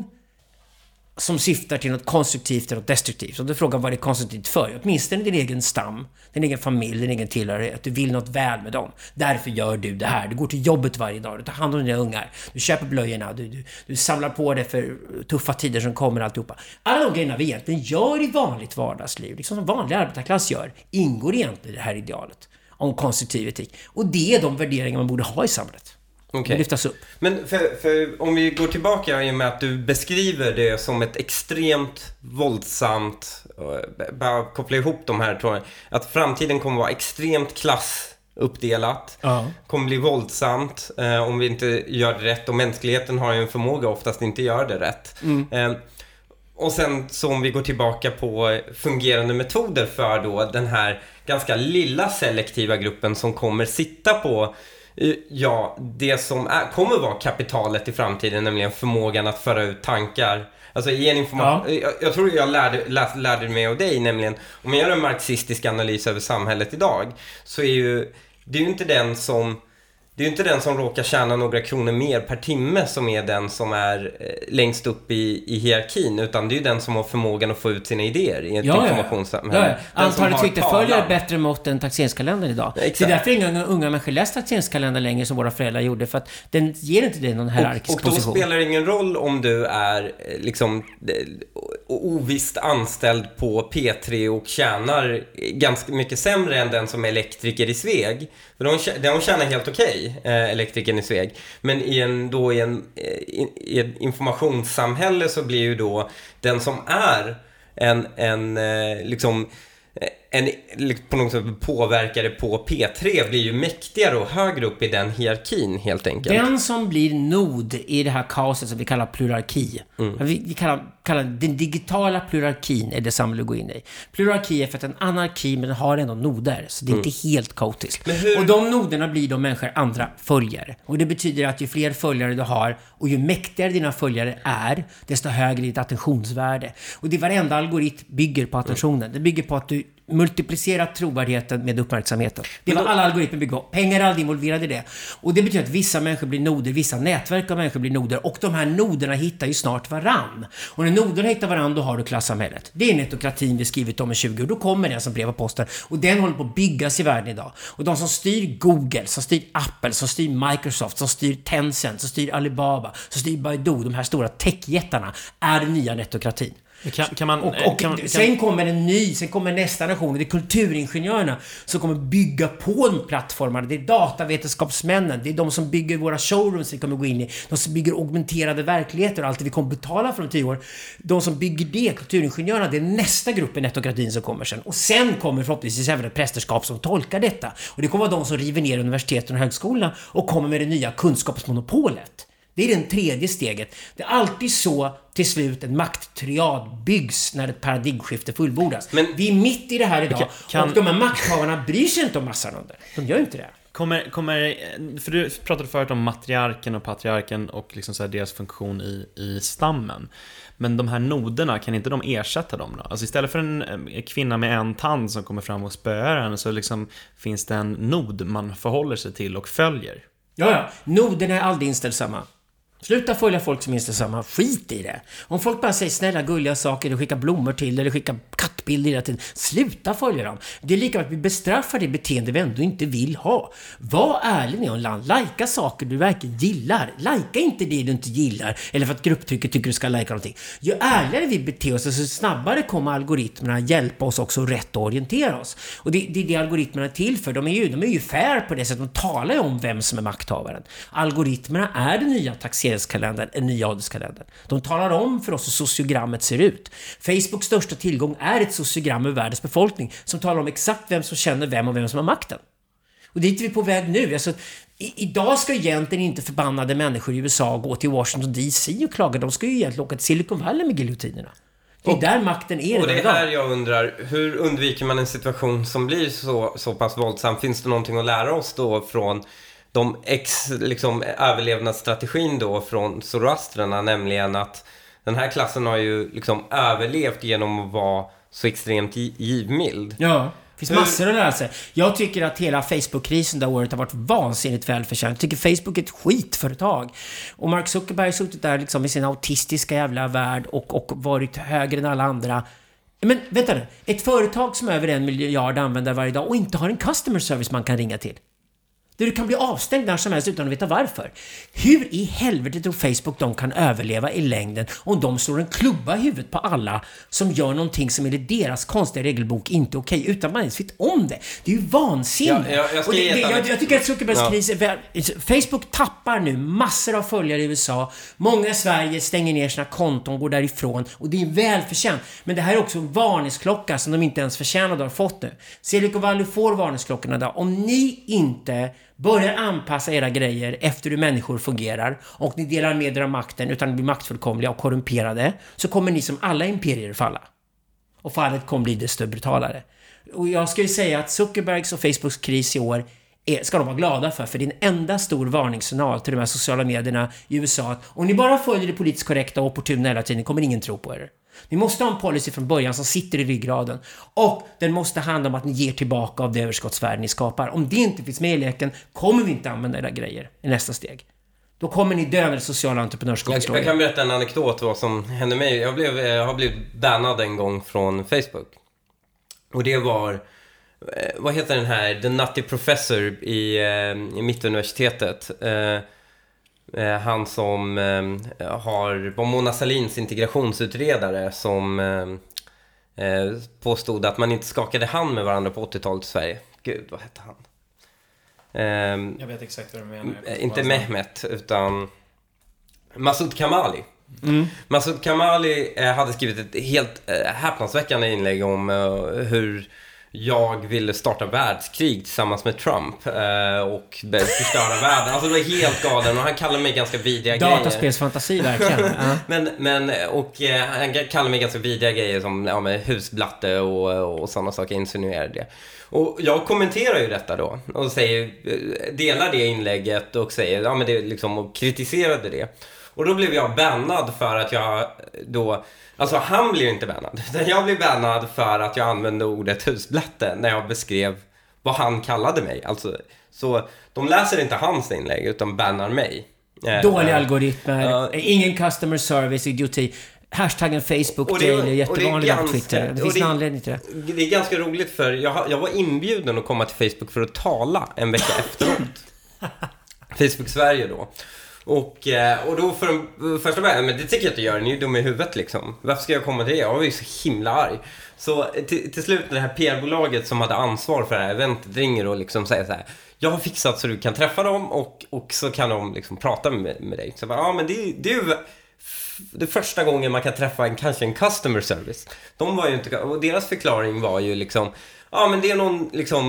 som syftar till något konstruktivt eller något destruktivt. Och då frågar vad det är konstruktivt för. Åtminstone din egen stam, din egen familj, din egen tillhörighet. Att du vill något väl med dem. Därför gör du det här. Du går till jobbet varje dag. Du tar hand om dina ungar. Du köper blöjorna. Du, du, du samlar på dig för tuffa tider som kommer alltihopa. Alla de grejerna vi egentligen gör i vanligt vardagsliv, liksom som vanlig arbetarklass gör, ingår egentligen i det här idealet om konstruktiv etik. Och det är de värderingar man borde ha i samhället. Okay. Lyftas upp. Men för, för om vi går tillbaka i och med att du beskriver det som ett extremt våldsamt, bara koppla ihop de här tror jag, att framtiden kommer vara extremt klassuppdelat, uh-huh. kommer bli våldsamt eh, om vi inte gör det rätt, och mänskligheten har ju en förmåga oftast inte gör det rätt. Mm. Eh, och sen så om vi går tillbaka på fungerande metoder för då den här ganska lilla selektiva gruppen som kommer sitta på ja, det som är, kommer vara kapitalet i framtiden, nämligen förmågan att föra ut tankar. Alltså i en information, ja. jag, jag tror jag lärde, lärde, lärde mig av dig, nämligen om man gör en marxistisk analys över samhället idag, så är ju det är ju inte den som Det är ju inte den som råkar tjäna några kronor mer per timme som är den som är längst upp i, i hierarkin, utan det är ju den som har förmågan att få ut sina idéer i ett ja, informationssamhälle. Ja, ja. Antalet Twitterföljare är bättre mått än taxeringskalendern idag. Ja, det är därför inga unga människor läser taxeringskalendern längre som våra föräldrar gjorde, för att den ger inte det någon hierarkisk och, och position. Och då spelar det ingen roll om du är liksom ovisst anställd på P tre och tjänar ganska mycket sämre än den som är elektriker i Sveg. För de, de tjänar helt okej, eh, elektrikern i Sveg. Men i en, då i, en, i, i ett informationssamhälle så blir ju då den som är en, en eh, liksom en på något sätt påverkare på P tre blir ju mäktigare och högre upp i den hierarkin helt enkelt. Den som blir nod i det här kaoset som vi kallar plurarki. Mm. Vi, vi kallar, kallar den digitala plurarkin är det samhälle vi går in i. Plurarki är för att en anarki, men den har ändå noder, så det är mm. inte helt kaotiskt. Hur... Och de noderna blir de människor andra följer. Och det betyder att ju fler följare du har och ju mäktigare dina följare är, desto högre ditt attentionsvärde. Och det varenda algoritm bygger på attentionen. Mm. Det bygger på att du multiplicera trovärdigheten med uppmärksamheten. Det var alla algoritmer bygger på. Pengar är aldrig involverade i det. Och det betyder att vissa människor blir noder, vissa nätverk av människor blir noder, och de här noderna hittar ju snart varann. Och när noderna hittar varann, då har du klassamhället. Det är netokratin vi skrivit om i tjugo år. Då kommer den som brev och posten. Och den håller på att byggas i världen idag. Och de som styr Google, som styr Apple, som styr Microsoft, som styr Tencent, som styr Alibaba, som styr Baidu, de här stora techjättarna, är den nya netokratin. Kan, kan man, och, och kan, kan, sen kommer en ny, sen kommer nästa nation. Det är kulturingenjörerna som kommer bygga på de plattformarna. Det är datavetenskapsmännen. Det är de som bygger våra showrooms vi kommer gå in i. De som bygger augmenterade verkligheter och allt det vi kommer betala för om tio år. De som bygger det, kulturingenjörerna, det är nästa grupp i netokratin som kommer sen. Och sen kommer förhoppningsvis även ett prästerskap som tolkar detta. Och det kommer vara de som river ner universiteten och högskolorna och kommer med det nya kunskapsmonopolet. Det är det tredje steget. Det är alltid så till slut en makttriad byggs när ett paradigmskifte fullbordas. Men vi är mitt i det här idag. Kan... Och de här makthavarna bryr sig inte om massan under. De gör inte det. Kommer, kommer, för du pratade förut om matriarken och patriarken och liksom så här deras funktion i, i stammen. Men de här noderna, kan inte de ersätta dem då? Alltså istället för en kvinna med en tand som kommer fram och spöar henne, så liksom finns det en nod man förhåller sig till och följer. Ja, ja. Noderna är aldrig inställsamma. Sluta följa folk som är inställsamma. Skit i det. Om folk bara säger snälla gulliga saker eller skickar blommor till eller skickar kattbilder hela tiden, sluta följa dem. Det är lika att vi bestraffar det beteende vi ändå inte vill ha. Var ärlig med land. Lajka saker du verkligen gillar. Lajka inte det du inte gillar eller för att grupptrycket tycker du ska lajka någonting. Ju ärligare vi beter oss, så snabbare kommer algoritmerna hjälpa oss också rätt att orientera oss. Och det, det är det algoritmerna är till för. De är ju, de är ju fair på det sättet. De talar ju om vem som är makthavaren. Algoritmerna är den nya taxeringskalendern, en ny adelskalender. De talar om för oss hur sociogrammet ser ut. Facebooks största tillgång är ett sociogram över världens befolkning som talar om exakt vem som känner vem och vem som har makten. Och dit är vi på väg nu. Alltså, i, idag ska egentligen inte förbannade människor i U S A gå till Washington D C och klaga. De ska ju egentligen åka till Silicon Valley med giljotinerna. Det är och, där makten är. Och det är här jag undrar, hur undviker man en situation som blir så, så pass våldsam? Finns det någonting att lära oss då från de ex, liksom, överlevnadsstrategin då från zoroastrarna, nämligen att den här klassen har ju liksom överlevt genom att vara så extremt givmild. Ja, det finns massor att lära sig. Jag tycker att hela Facebook-krisen det året har varit vansinnigt välförtjänt. Jag tycker Facebook är ett skitföretag. Och Mark Zuckerberg har suttit där liksom i sin autistiska jävla värld och, och varit högre än alla andra. Men vänta nu, ett företag som över en miljard använder varje dag och inte har en customer service man kan ringa till. Där du kan bli avstängd när som helst utan att veta varför. Hur i helvete tror Facebook de kan överleva i längden om de slår en klubba i huvudet på alla som gör någonting som enligt deras konstiga regelbok inte är okej, utan man ens vet om det. Det är ju vansinne. Ja, jag, jag, och det, det, jag, jag tycker att Zuckerbergs ja. kris är, Facebook tappar nu massor av följare i U S A. Många i Sverige stänger ner sina konton, går därifrån. Och det är välförtjänt. Men det här är också en varningsklocka som de inte ens förtjänade har fått nu. Silicon Valley får varningsklockorna då. Om ni inte börjar anpassa era grejer efter hur människor fungerar och ni delar med er av makten utan att bli maktfullkomliga och korrumperade, så kommer ni som alla imperier falla. Och fallet kommer bli desto brutalare. Och jag skulle säga att Zuckerbergs och Facebooks kris i år är, ska de vara glada för, för det är en enda stor varningssignal till de här sociala medierna i U S A. Om ni bara följer det politiskt korrekta och opportuna hela tiden kommer ingen tro på er. Ni måste ha en policy från början som sitter i ryggraden. Och den måste handla om att ni ger tillbaka av det överskottsvärde ni skapar. Om det inte finns med i leken kommer vi inte använda era grejer i nästa steg. Då kommer ni dö med det sociala entreprenörskapet. Jag, jag kan berätta en anekdot vad som hände mig. Jag, blev, jag har blivit bannad en gång från Facebook. Och det var, vad heter den här, The Nutty Professor i, i Mittuniversitetet. Han som eh, har, var Mona Sahlins integrationsutredare som eh, påstod att man inte skakade hand med varandra på åttiotalet i Sverige. Gud, vad hette han? Eh, jag vet exakt vad du menar. Inte Mehmet, utan Masoud Kamali. Mm. Masoud Kamali eh, hade skrivit ett helt eh, häpnadsväckande inlägg om eh, hur jag ville starta världskrig tillsammans med Trump eh, och förstöra världen. Alltså det var helt galen och han kallade mig ganska vidriga grejer. Dataspelsfantasi verkligen. uh. men, men, och eh, han kallade mig ganska vidriga grejer som ja, med husblatte och, och sådana saker, insinuerade det. Och jag kommenterar ju detta då och säger, delar det inlägget och säger, ja men det liksom, och kritiserade det. Och då blev jag bannad för att jag då, alltså han blev inte bannad, utan jag blev bannad för att jag använde ordet husblatte när jag beskrev vad han kallade mig. Alltså, så de läser inte hans inlägg utan bannar mig. Dåliga uh, algoritmer, uh, ingen customer service, idioti. Hashtaggen Facebook det, daily, jättevanlig på Twitter. Det finns det, en anledning till det. Det är ganska roligt för jag, jag var inbjuden att komma till Facebook för att tala en vecka efteråt. Facebook Sverige då. Och, och då för de första början, men det tycker jag att jag gör, ni är ju dum i huvudet liksom. Varför ska jag komma till det? Jag var ju så himla arg. Så till, till slut det här P R-bolaget som hade ansvar för det här eventet ringer och liksom säger så här: jag har fixat så du kan träffa dem och, och så kan de liksom prata med, med dig. Så jag bara, ja men det, det är ju det första gången man kan träffa en, kanske en customer service. De var ju inte, och deras förklaring var ju liksom, ja men det är någon liksom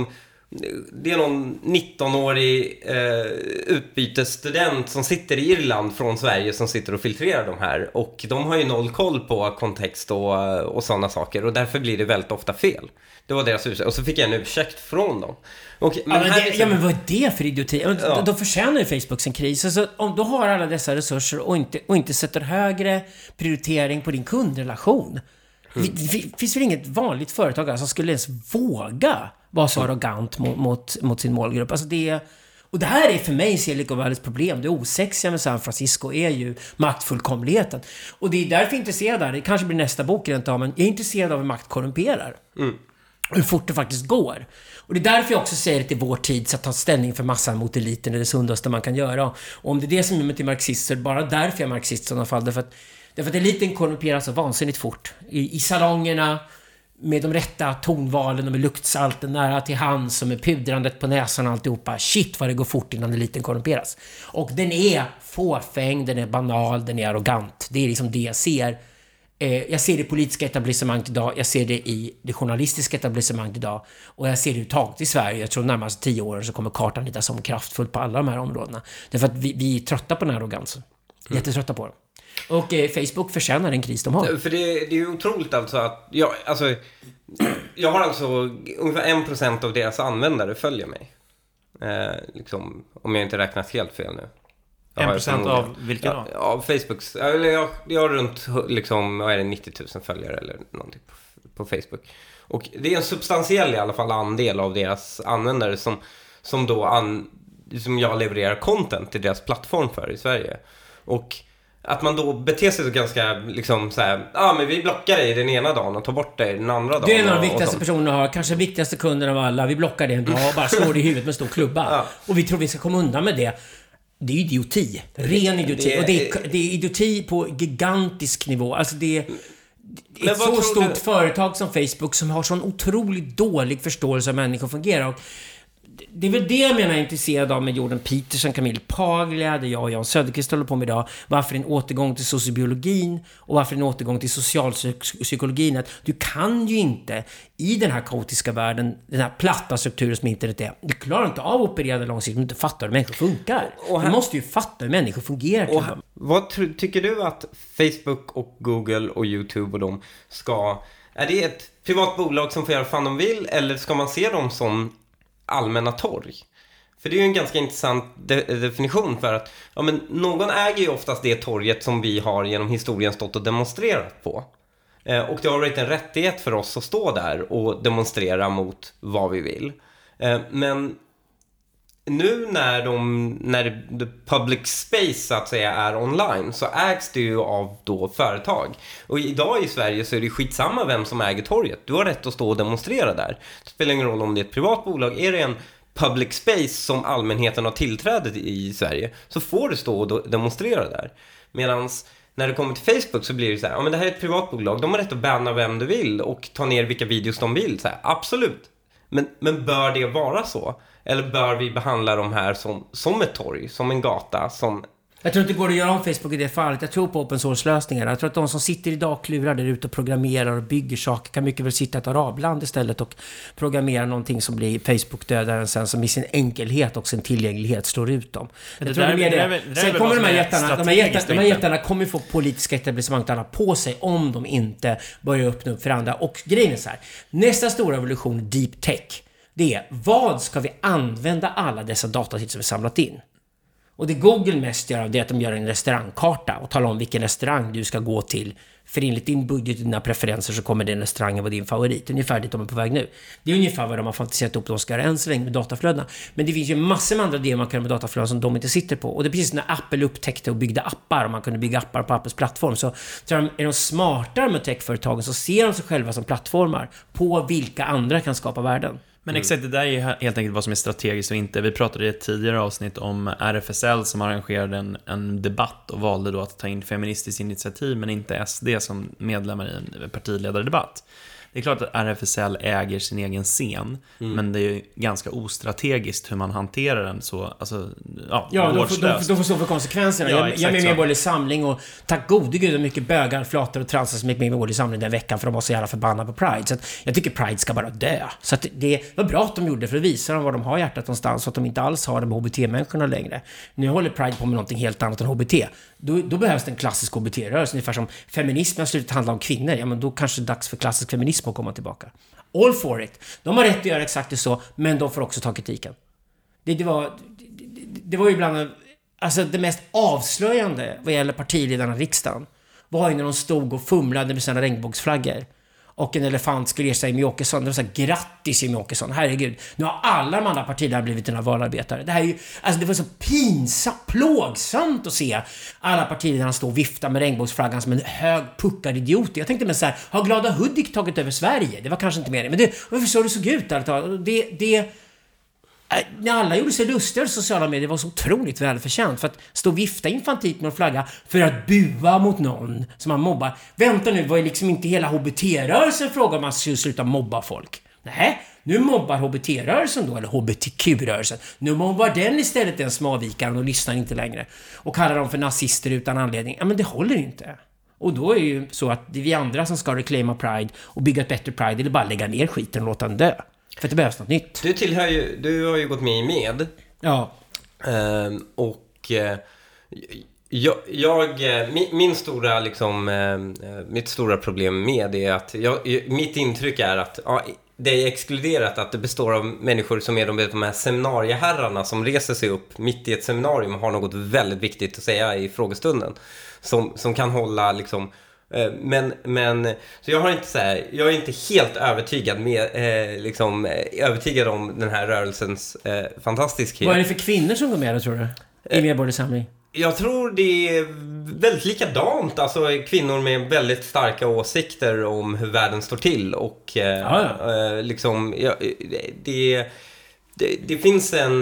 det är någon nittonårig eh, utbytesstudent som sitter i Irland från Sverige som sitter och filtrerar de här. Och de har ju noll koll på kontext och, och sådana saker. Och därför blir det väldigt ofta fel. Det var deras ursäkt. Och så fick jag en ursäkt från dem. Och, men ja, men här det, är så... ja, men vad är det för idioti? Ja. Ja. Då förtjänar ju Facebook sin kris. Alltså, om du har alla dessa resurser och inte, och inte sätter högre prioritering på din kundrelation. Mm. Det, det finns väl inget vanligt företag som skulle ens våga vara så arrogant mot, mot, mot sin målgrupp. Alltså det, och det här är för mig Silicon Valleys problem. Det osexiga med San Francisco är ju maktfullkomligheten. Och det är därför jag är intresserad av det. kanske blir nästa bok rent av, men jag är intresserad av hur makt korrumperar. Mm. Hur fort det faktiskt går. Och det är därför jag också säger att i vår tid så att ta ställning för massan mot eliten är det sundaste man kan göra. Och om det är det som är med till marxister, bara därför jag är marxist i sådana fall. Därför att, därför att eliten korrumperar så vansinnigt fort. I, i salongerna, med de rätta tonvalen och med luktsalten nära till hands och med pudrandet på näsan och alltihopa. Shit vad det går fort innan eliten korrumperas. Och den är fåfäng, den är banal, den är arrogant. Det är liksom det jag ser. Eh, jag ser det i politiska etablissemanget idag, jag ser det i det journalistiska etablissemanget idag och jag ser det uttaget i Sverige. Jag tror närmast tio år så kommer kartan lite som kraftfullt på alla de här områdena. Därför att vi, vi är trötta på den här arrogansen. Mm. Jättetrötta på det. Och eh, Facebook förtjänar en kris de har. För det, det är ju otroligt alltså att jag, alltså, jag har alltså ungefär en procent av deras användare följer mig. Eh, liksom, om jag inte räknat helt fel nu. En procent av vilka då? Ja, av Facebooks. Eller jag, jag har runt liksom, vad är det, nittio tusen följare eller någonting på, på Facebook. Och det är en substantiell i alla fall andel av deras användare som, som då an, som jag levererar content till deras plattform för i Sverige. Och att man då beter sig så ganska liksom så här, ja ah, men vi blockar dig den ena dagen och tar bort dig den andra dagen. Det är en av de viktigaste personerna har, kanske viktigaste kunden av alla. Vi blockar det en dag och bara slår det i huvudet med stor klubba. Ja. Och vi tror vi ska komma undan med det. Det är idioti. Ren idioti. Det, och det är, det är idioti på gigantisk nivå. Alltså det är ett så stort du? företag som Facebook som har sån otroligt dålig förståelse av människor fungerar. Och det är väl det jag menar är intresserad av med Jordan Peterson, Camille Paglia, det jag och Jan Söderqvist håller på med idag. Varför en återgång till sociobiologin och varför en återgång till socialpsykologin. Att du kan ju inte i den här kaotiska världen, den här platta strukturen som internet är, du klarar inte av att operera långsiktigt om du inte fattar hur människor funkar. Och här, du måste ju fatta hur människor fungerar. Och här, vad ty- tycker du att Facebook och Google och YouTube och de ska... Är det ett privat bolag som får göra fan de vill eller ska man se dem som allmänna torg? För det är ju en ganska intressant de- definition för att ja, men någon äger ju oftast det torget som vi har genom historien stått och demonstrerat på. Eh, och det har varit en rättighet för oss att stå där och demonstrera mot vad vi vill. Eh, men nu när de när the public space så att säga är online så ägs det ju av då företag. Och idag i Sverige så är det skitsamma vem som äger torget. Du har rätt att stå och demonstrera där. Det spelar ingen roll om det är ett privat bolag. Är det en public space som allmänheten har tillträde i Sverige så får du stå och demonstrera där. Medans när det kommer till Facebook så blir det så här, ja men det här är ett privat bolag. De har rätt att banna vem du vill och ta ner vilka videos de vill. Så här, absolut. Men, men bör det vara så? Eller bör vi behandla de här som, som ett torg, som en gata, som... Jag tror inte det går att göra om Facebook i det fallet. Jag tror på open source-lösningar. Jag tror att de som sitter idag och klurar där ute och programmerar och bygger saker kan mycket väl sitta i ett arabland istället och programmera någonting som blir Facebook-dödaren sen som i sin enkelhet och sin tillgänglighet slår ut dem. Jag tror det är mer det. Sen kommer de här jättarna, de här jättarna, de här jättarna kommer få politiska etablissemanget alla på sig om de inte börjar öppna upp för andra. Och grejen är så här, nästa stora revolution är deep tech. Det är, vad ska vi använda alla dessa datatit som vi samlat in? Och det Google mest gör av det är att de gör en restaurangkarta och talar om vilken restaurang du ska gå till. För enligt din budget och dina preferenser så kommer den restaurangen vara din favorit. Ungefär dit de är på väg nu. Det är ungefär vad de har fantiserat upp de ska göra än så länge med dataflödena. Men det finns ju massor med andra idéer man kan göra med dataflöden som de inte sitter på. Och det är precis när Apple upptäckte och byggde appar och man kunde bygga appar på Apples plattform. Så tror jag, är de smartare med techföretagen så ser de sig själva som plattformar på vilka andra kan skapa värden. Men exakt, det där är helt enkelt vad som är strategiskt och inte. Vi pratade i ett tidigare avsnitt om R F S L som arrangerade en, en debatt och valde då att ta in feministiskt initiativ men inte S D som medlemmar i en partiledardebatt. det är klart att R F S L äger sin egen scen, mm. men det är ju ganska ostrategiskt hur man hanterar den så, alltså, ja, ja de, får, de, de får stå för konsekvenserna. Ja, jag, jag är med i Medborgerlig Samling och tack gode gud hur mycket bögar, flator och transar som gick med i Medborgerlig Samling den veckan för de var så jävla förbannade på Pride. Så att jag tycker Pride ska bara dö. Så att det var bra att de gjorde för att visa dem var de har hjärtat någonstans så att de inte alls har det med H B T-människorna längre. Nu håller Pride på med någonting helt annat än H B T. Då, då behövs det en klassisk H B T-rörelse, ungefär som feminismen har slutat handla om kvinnor. Ja, men då kanske det är dags för klassisk feminism att komma tillbaka. All for it. De har rätt att göra exakt det så, men de får också ta kritiken. Det, det, var, det, det var ju ibland alltså det mest avslöjande vad gäller partiledarna i riksdagen var ju när de stod och fumlade med sina regnbågsflaggor. Och en elefant skulle ge sig Jimmie Åkesson. Det var så här, grattis Jimmie Åkesson. Herregud, nu har alla de andra partierna blivit en valarbetare. Det här är ju, alltså det var så pinsamt, plågsamt att se alla partiledarna stå och vifta med regnbågsflaggan som en hög puckad idiot. Jag tänkte mig så här, har Glada Hudik tagit över Sverige? Det var kanske inte mer. Men det, varför så det såg ut där? Det, det, när alla gjorde sig lustiga i sociala medier var så otroligt välförtjänt för att stå och vifta infantilt med en flagga för att bua mot någon som man mobbar. Vänta nu, var ju liksom inte hela H B T-rörelsen frågar om man skulle sluta mobba folk. Nej, nu mobbar H B T-rörelsen då, eller H B T Q-rörelsen. Nu mobbar den istället den småvikaren och lyssnar inte längre. Och kallar dem för nazister utan anledning. Ja, men det håller inte. Och då är det ju så att det är vi andra som ska reclaima Pride och bygga ett bättre Pride eller bara lägga ner skiten och låta den dö. För att det behövs något nytt. Du tillhör ju, du har ju gått med i Med. Ja. Uh, och uh, jag, jag min, min stora liksom, uh, mitt stora problem med det är att jag, mitt intryck är att uh, det är exkluderat att det består av människor som är de, de här seminarieherrarna som reser sig upp mitt i ett seminarium och har något väldigt viktigt att säga i frågestunden. Som, som kan hålla liksom... Men, men så jag har inte så här, jag är inte helt övertygad med eh, liksom övertygad om den här rörelsens eh, fantastiskhet. Vad är det för kvinnor som går med då, tror du? I Medborgerlig Samling? Jag tror det är väldigt likadant, alltså kvinnor med väldigt starka åsikter om hur världen står till och eh, ja, ja. Eh, liksom ja, det, det det finns en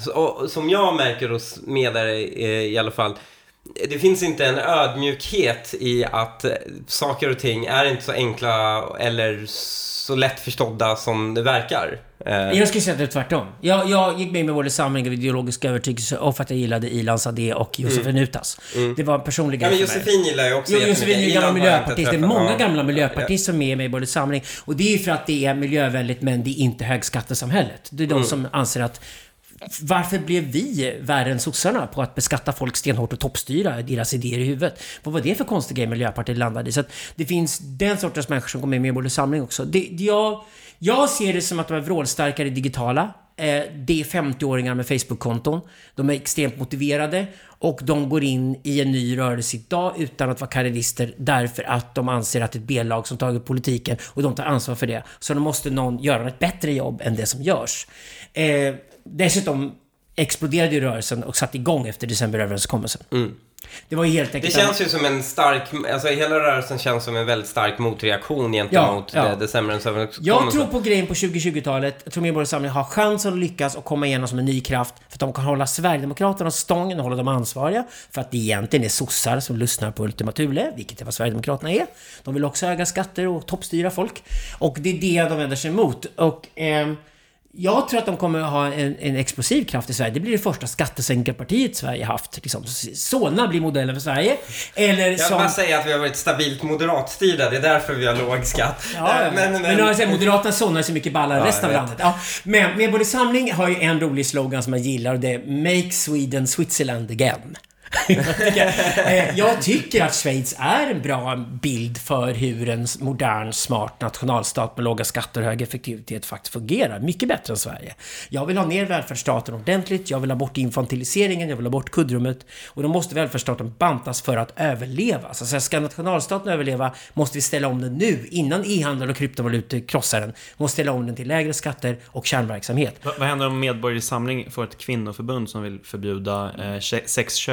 som jag märker hos medare i alla fall. Det finns inte en ödmjukhet i att saker och ting är inte så enkla eller så lätt förstådda som det verkar. Jag skulle säga att det är tvärtom. Jag, jag gick med med Medborgerlig Samling av ideologiska övertygelse och för att jag gillade Ilan Sadeh och Josefin mm. Utas. Mm. Det var personliga ja, men Josefin gillar jag också. Jo, Josefin är gamla miljöpartist. Det är många gamla miljöpartister som är med i Medborgerlig Samling. Och det är ju för att det är miljövänligt men det är inte högskattesamhället. Det är de mm. som anser att varför blev vi värre än sossarna på att beskatta folk stenhårt och toppstyra deras idéer i huvudet? Vad var det för konstig grej Miljöpartiet landade i? Så att det finns den sortens människor som kommer med i Medborgerlig Samling också. Det, det, jag, jag ser det som att de är vrålstarkare digitala. Eh, det är femtio-åringar med Facebook-konton. De är extremt motiverade och de går in i en ny rörelse idag utan att vara karriärister därför att de anser att ett B-lag som tagit politiken och de tar ansvar för det. Så då måste någon göra ett bättre jobb än det som görs. Eh, Dessutom exploderade ju rörelsen och satt igång efter decemberöverenskommelsen. Mm. Det var ju helt enkelt... Det känns ju som en stark... Alltså hela rörelsen känns som en väldigt stark motreaktion gentemot ja, ja. decemberöverenskommelsen. Jag tror på grejen på tjugo-tjugotalet. Jag tror Medborgerlig Samling har chansen att lyckas och komma igenom som en ny kraft. För att de kan hålla Sverigedemokraterna stången och hålla dem ansvariga. För att det egentligen är sossar som lyssnar på Ultima Thule, vilket är vad Sverigedemokraterna är. De vill också öga skatter och toppstyra folk. Och det är det de vänder sig emot. Och... Eh, Jag tror att de kommer att ha en, en explosiv kraft i Sverige. Det blir det första skattesänkarpartiet Sverige haft. Liksom. Solna blir modellen för Sverige. Eller jag som... bara säga att vi har varit stabilt moderatstyrda. Det är därför vi har låg skatt. Ja, äh, men, men, men, men Moderaterna Solna är så mycket ballare än ja, resten av landet. Ja. Men Medborgerlig Samling har ju en rolig slogan som jag gillar. Och det är Make Sweden Switzerland again. jag, tycker, jag tycker att Schweiz är en bra bild för hur en modern, smart nationalstat med låga skatter och hög effektivitet faktiskt fungerar. Mycket bättre än Sverige. Jag vill ha ner välfärdsstaten ordentligt. Jag vill ha bort infantiliseringen. Jag vill ha bort kuddrummet. Och då måste välfärdsstaten bantas för att överleva. Så alltså, ska nationalstaten överleva måste vi ställa om den nu. Innan e-handel och kryptovalutor krossar den. Måste ställa om den till lägre skatter och kärnverksamhet. Vad, vad händer om Medborgerlig Samling får ett kvinnoförbund som vill förbjuda eh, sexköp utomlands?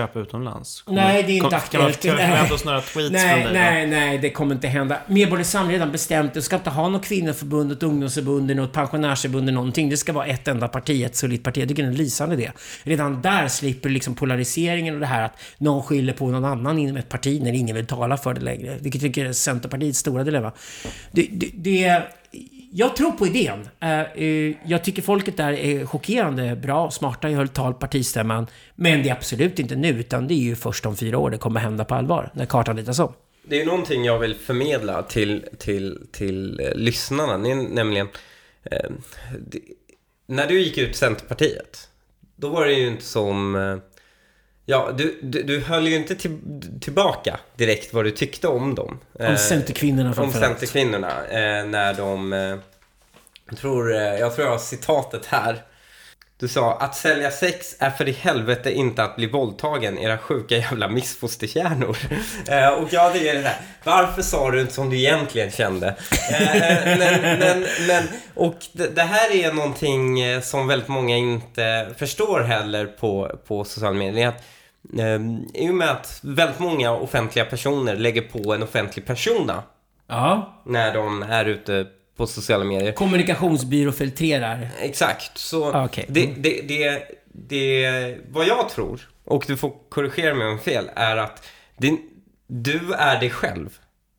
utomlands? Kommer, nej, det är inte aktuellt. Kan vi förvänta oss några tweets nej, från dig? Nej, nej, det kommer inte hända. Medborgerlig Samling redan bestämt. Det ska inte ha något kvinnoförbund, ett ungdomsförbund, något pensionärsförbund, någonting. Det ska vara ett enda parti, ett solitt parti. Jag tycker det är en lysande det. Redan där slipper liksom polariseringen och det här att någon skyller på någon annan inom ett parti när ingen vill tala för det längre. Vilket jag tycker är Centerpartiets stora dilemma. Det, det, det jag tror på idén. Jag tycker folket där är chockerande bra, smarta. Jag höll tal partistämman. Men det är absolut inte nu, utan det är ju först om fyra år det kommer hända på allvar, när kartan ritas om. Det är ju någonting jag vill förmedla till, till, till eh, lyssnarna. Det är nämligen, eh, det, när du gick ut Centerpartiet, då var det ju inte som... Eh, ja, du, du, du höll ju inte till, tillbaka direkt vad du tyckte om dem. Eh, om Centerkvinnorna framförallt. Om Centerkvinnorna, eh, när de... Eh, jag, tror, eh, jag tror jag har citatet här. Du sa, att sälja sex är för i helvete inte att bli våldtagen, era sjuka jävla missfosterkärnor. eh, och jag det är det här, varför sa du inte som du egentligen kände? Eh, men, men, men, och det, det här är någonting som väldigt många inte förstår heller på, på sociala medier. Att, eh, i och med att väldigt många offentliga personer lägger på en offentlig persona. Ja. När de är ute på sociala medier. Kommunikationsbyrå filtrerar. Exakt. Så ah, okay. det, det, det, det, vad jag tror, och du får korrigera mig om fel, är att din, du är dig själv.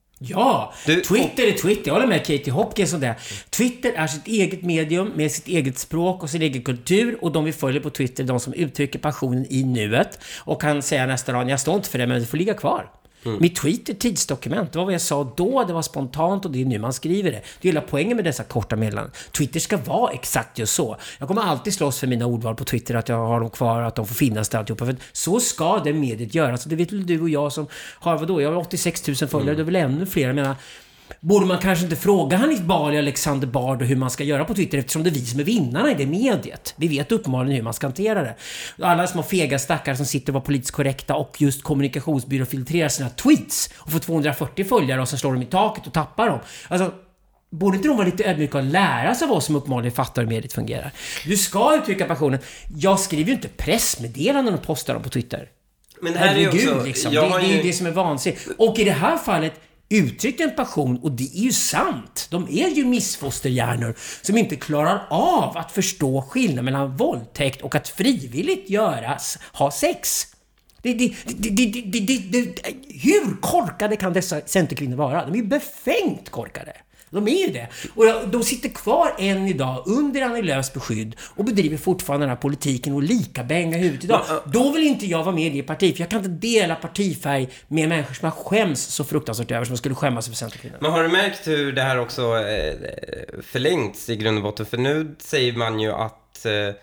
Ja, du, Twitter är Twitter. Jag håller med Katie Hopkins om det. Twitter är sitt eget medium med sitt eget språk och sin egen kultur, och de vi följer på Twitter är de som uttrycker passionen i nuet och kan säga nästa dag, jag står inte för det, men det får ligga kvar. Mm. Mitt tweet är tidsdokument. Det var vad jag sa då, det var spontant och det är nu man skriver det. Det är hela poängen med dessa korta meddelanden. Twitter ska vara exakt just så. Jag kommer alltid slåss för mina ordval på Twitter, att jag har dem kvar, att de får finnas där alltihopa. För så ska det mediet göra. Så det vet väl du och jag som har, vadå, jag har åttiosex tusen följare, mm. det är väl ännu fler. Jag menar, borde man kanske inte fråga Hanif Bali och Alexander Bard hur man ska göra på Twitter, eftersom det är vi som är vinnarna i det mediet. Vi vet uppenbarligen hur man ska hantera det. Alla små fega stackare som sitter och var politiskt korrekta och just kommunikationsbyrå filtrerar sina tweets och får tvåhundrafyrtio följare och så slår de i taket och tappar dem. Alltså, borde inte de vara lite ödmjuka och lära sig vad som uppenbarligen fattar hur mediet fungerar? Du ska uttrycka passionen. Jag skriver ju inte pressmeddelanden och postar dem på Twitter. Men det här är ju också... Liksom. Det, det är ju det som är vansinnigt. Och i det här fallet uttryckt en passion, och det är ju sant. De är ju missfosterhjärnor som inte klarar av att förstå skillnaden mellan våldtäkt och att frivilligt göras, ha sex. Det, det, det, det, det, det, det, hur korkade kan dessa centerkvinnor vara? De är ju befängt korkade. De är ju det. Och de sitter kvar än idag under Annie Lööfs beskydd och bedriver fortfarande den här politiken och lika bänga huvudet idag. Då vill inte jag vara med i parti, för jag kan inte dela partifärg med människor som jag skäms så fruktansvärt över, som skulle skämmas för Centerkvinnor. Men har du märkt hur det här också förlängts i grund och botten? För nu säger man ju att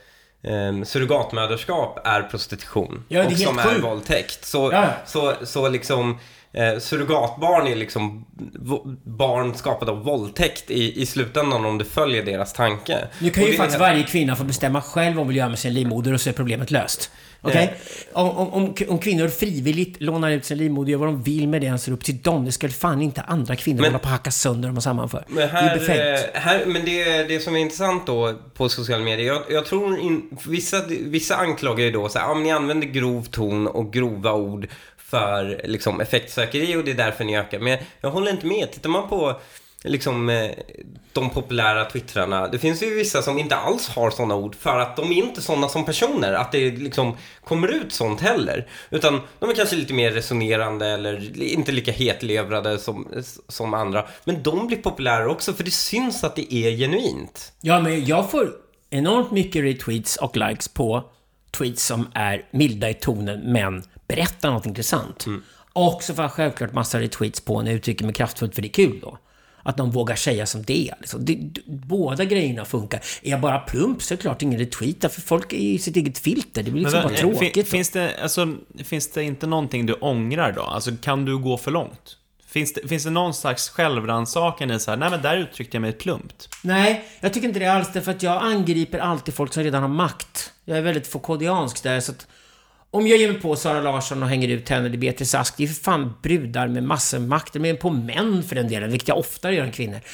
Um, surrogatmöderskap är prostitution, ja, det är och som sjuk. är våldtäkt. Så, ja. så, så liksom eh, surrogatbarn är liksom v- barn skapade av våldtäkt i, i slutändan, om du följer deras tanke. Nu kan ju det, faktiskt varje kvinna få bestämma själv om vill göra med sin livmoder, och så är problemet löst. Okej? Okay? Om, om, om, om kvinnor frivilligt lånar ut sin livmoder och gör vad de vill med det, ens upp till dem. Det ska fan inte andra kvinnor men, hålla på att hacka sönder dem och sammanför. Men här, det är befängt. Här, men det, det som är intressant då på sociala medier, jag, jag tror in, vissa, vissa anklagar ju då så här, ja, men ni använder grov ton och grova ord för liksom effektsökeri, och det är därför ni ökar. Men jag, jag håller inte med. Tittar man på liksom de populära twittrarna, det finns ju vissa som inte alls har sådana ord, för att de är inte sådana som personer, att det liksom kommer ut sånt heller, utan de är kanske lite mer resonerande eller inte lika hetlevrade som, som andra, men de blir populära också för det syns att det är genuint. Ja, men jag får enormt mycket retweets och likes på tweets som är milda i tonen men berättar något intressant. Mm. Och så får jag självklart massa retweets på när jag uttrycker mig kraftfullt, för det är kul då. Att de vågar säga som det är. Liksom. Det, d- båda grejerna funkar. Är jag bara plump så är det klart ingen retweetar, för folk är i sitt eget filter. Det blir liksom men, bara tråkigt. Fin, finns, det, alltså, finns det inte någonting du ångrar då? Alltså, kan du gå för långt? Finns det, finns det någon slags självrannsakan i så här, nej men där uttryckte jag mig plumpt? Nej, jag tycker inte det alls, för att jag angriper alltid folk som redan har makt. Jag är väldigt foucauldiansk där, så att om jag ger mig på Sara Larsson och hänger ut henne eller Beatrice Ask, det är för fan brudar med massor makt, men på män för den delen, vilket jag ofta gör än kvinnor.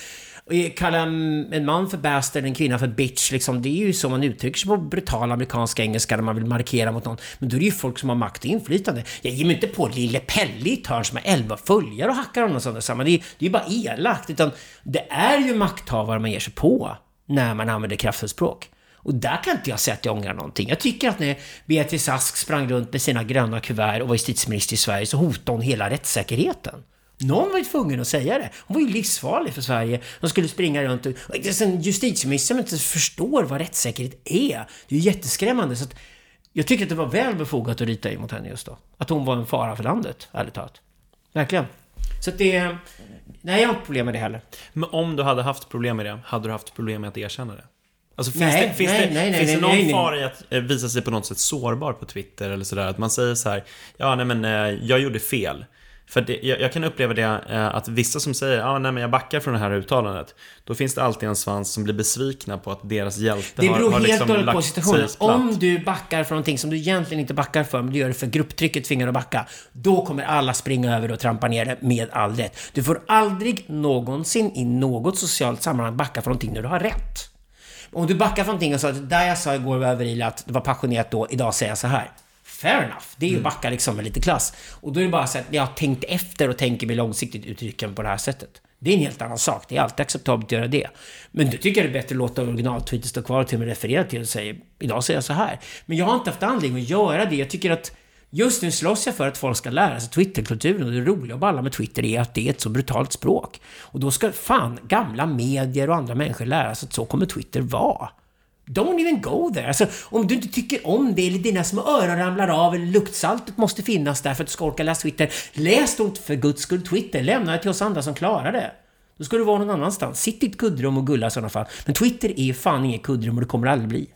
Och kalla en man för bastard, en kvinna för bitch, liksom, det är ju så man uttrycker sig på brutal amerikansk engelska när man vill markera mot någon. Men då är det ju folk som har makt och inflytande. Jag ger mig inte på Lille Pelle i ett hörn som har elva följare och hackar honom och sånt där. Det är, det är ju bara elakt. Utan det är ju makthavare man ger sig på när man använder kraftfullt språk. Och där kan inte jag säga att jag ångrar någonting. Jag tycker att när Beatrice Ask sprang runt med sina gröna kuvert och var justitieminister i Sverige så hotade hon hela rättssäkerheten. Någon var ju tvungen att säga det. Hon var ju livsfarlig för Sverige. De skulle springa runt och... En justitieminister som inte förstår vad rättssäkerhet är. Det är ju jätteskrämmande. Så att jag tycker att det var väl befogat att rita in mot henne just då. Att hon var en fara för landet, ärligt talat. Verkligen. Så att det... Nej, jag har inte problem med det heller. Men om du hade haft problem med det, hade du haft problem med att erkänna det? Alltså, finns nej, det, finns nej, det, nej, finns nej, det någon nej, nej. fara i att eh, visa sig på något sätt sårbar på Twitter eller sådär? Att man säger så här, ja nej men eh, jag gjorde fel. För det, jag, jag kan uppleva det eh, att vissa som säger, ja nej men jag backar från det här uttalandet. Då finns det alltid en svans som blir besvikna på att deras hjälte har, har Det beror liksom helt lagt på situationen. sig platt. Om du backar för någonting som du egentligen inte backar för, men du gör det för grupptrycket tvingar att backa, då kommer alla springa över och trampa ner det med all rätt. Du får aldrig någonsin i något socialt sammanhang backa för någonting när du har rätt. Om du backar för någonting och sa att där jag sa igår var över att det var passionerat då, idag säger jag så här. Fair enough. Det är ju backa liksom med lite klass. Och då är det bara så att jag har tänkt efter och tänker mig långsiktigt uttrycka på det här sättet. Det är en helt annan sak. Det är alltid acceptabelt att göra det. Men du tycker jag det är bättre att låta originaltweetet stå kvar och till och med referera till och säga idag säger jag så här. Men jag har inte haft anledning att göra det. Jag tycker att just nu slåss jag för att folk ska lära sig Twitterkulturen, och det roliga och balla med Twitter är att det är ett så brutalt språk. Och då ska fan gamla medier och andra människor lära sig att så kommer Twitter vara. Don't even go there. Alltså, om du inte tycker om det eller dina små öron ramlar av eller luktsaltet måste finnas där för att du ska orka läsa Twitter. Läs då för guds skull Twitter. Lämna det till oss andra som klarar det. Då ska du vara någon annanstans. Sitt i ett kuddrum och gulla i sådana fall. Men Twitter är ju fan inget kuddrum och det kommer aldrig bli.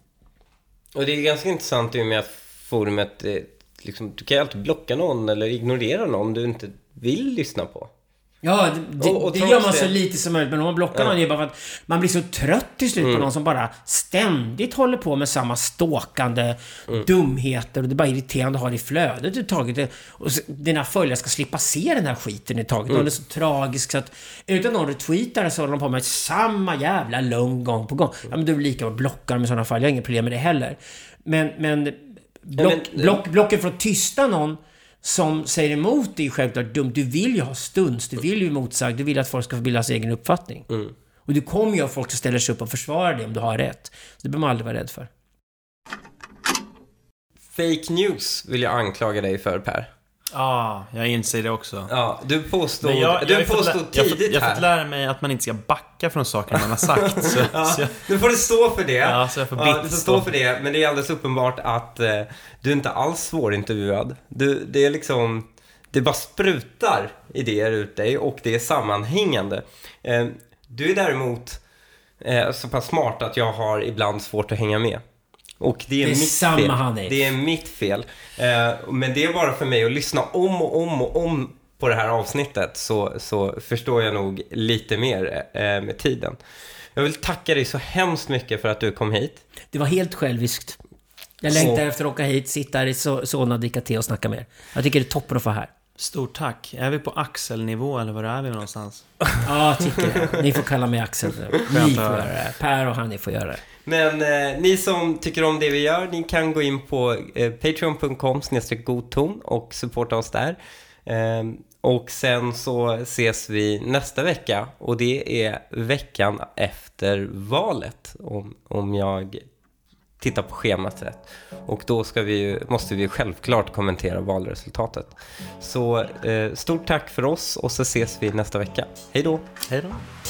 Och det är ganska intressant i och med att forumet liksom, du kan ju alltid blocka någon eller ignorera någon du inte vill lyssna på. Ja, det, det, och, och det gör man det. Så lite som möjligt. Men om man blockar ja. någon, det är bara för att man blir så trött till slut mm. på någon som bara ständigt håller på med samma ståkande mm. dumheter. Och det är bara irriterande att ha det i flödet uttaget. Och så, dina följare ska slippa se den här skiten i taget. Mm. Och det är så tragiskt så att utan någon retweetar så håller de på med samma jävla lugn gång på gång. Ja, men du är lika att blocka dem i sådana fall. Jag har inga problem med det heller. Men, men, block, ja, men block, blocken för att tysta någon som säger emot det är självklart dumt. Du vill ju ha stunds, du vill ju motsagt, du vill att folk ska få bilda sin egen uppfattning. Mm. Och du kommer ju ha folk som ställer sig upp och försvarar det om du har rätt. Så det behöver man aldrig vara rädd för. Fake news vill jag anklaga dig för, Per. Ja, ah, jag inser det också. Ja, du påstod, jag, du jag påstod fått, tidigt jag fått, jag här. har fått lära mig att man inte ska backa från saker man har sagt. Så, ja, så jag, nu får du stå för det. Ja, så jag får ja, du får stå för det. Men det är alldeles uppenbart att eh, du är inte alls svårintervjuad. Du, det är liksom... Det bara sprutar idéer ut dig och det är sammanhängande. Eh, du är däremot eh, så pass smart att jag har ibland svårt att hänga med. Och det är, det är mitt samma fel. Hanif. Det är mitt fel. Eh, men det är bara för mig att lyssna om och om och om på det här avsnittet så, så förstår jag nog lite mer eh, med tiden. Jag vill tacka dig så hemskt mycket för att du kom hit. Det var helt själviskt. Jag längtar så. efter att åka hit, sitta här i Solna, dricka te och snacka med er. Jag tycker det är toppen att få här. Stort tack. Är vi på Axel-nivå eller var är vi någonstans? Ja, tycker det. Ni får kalla mig Axel. Ni får göra det. Per och Hanni får göra det. Men eh, ni som tycker om det vi gör, ni kan gå in på eh, patreon punkt com slash godton och supporta oss där. Eh, och sen så ses vi nästa vecka och det är veckan efter valet om, om jag tittar på schemat rätt. Och då ska vi ju, måste vi självklart kommentera valresultatet. Så eh, stort tack för oss och så ses vi nästa vecka. Hej då! Hej då!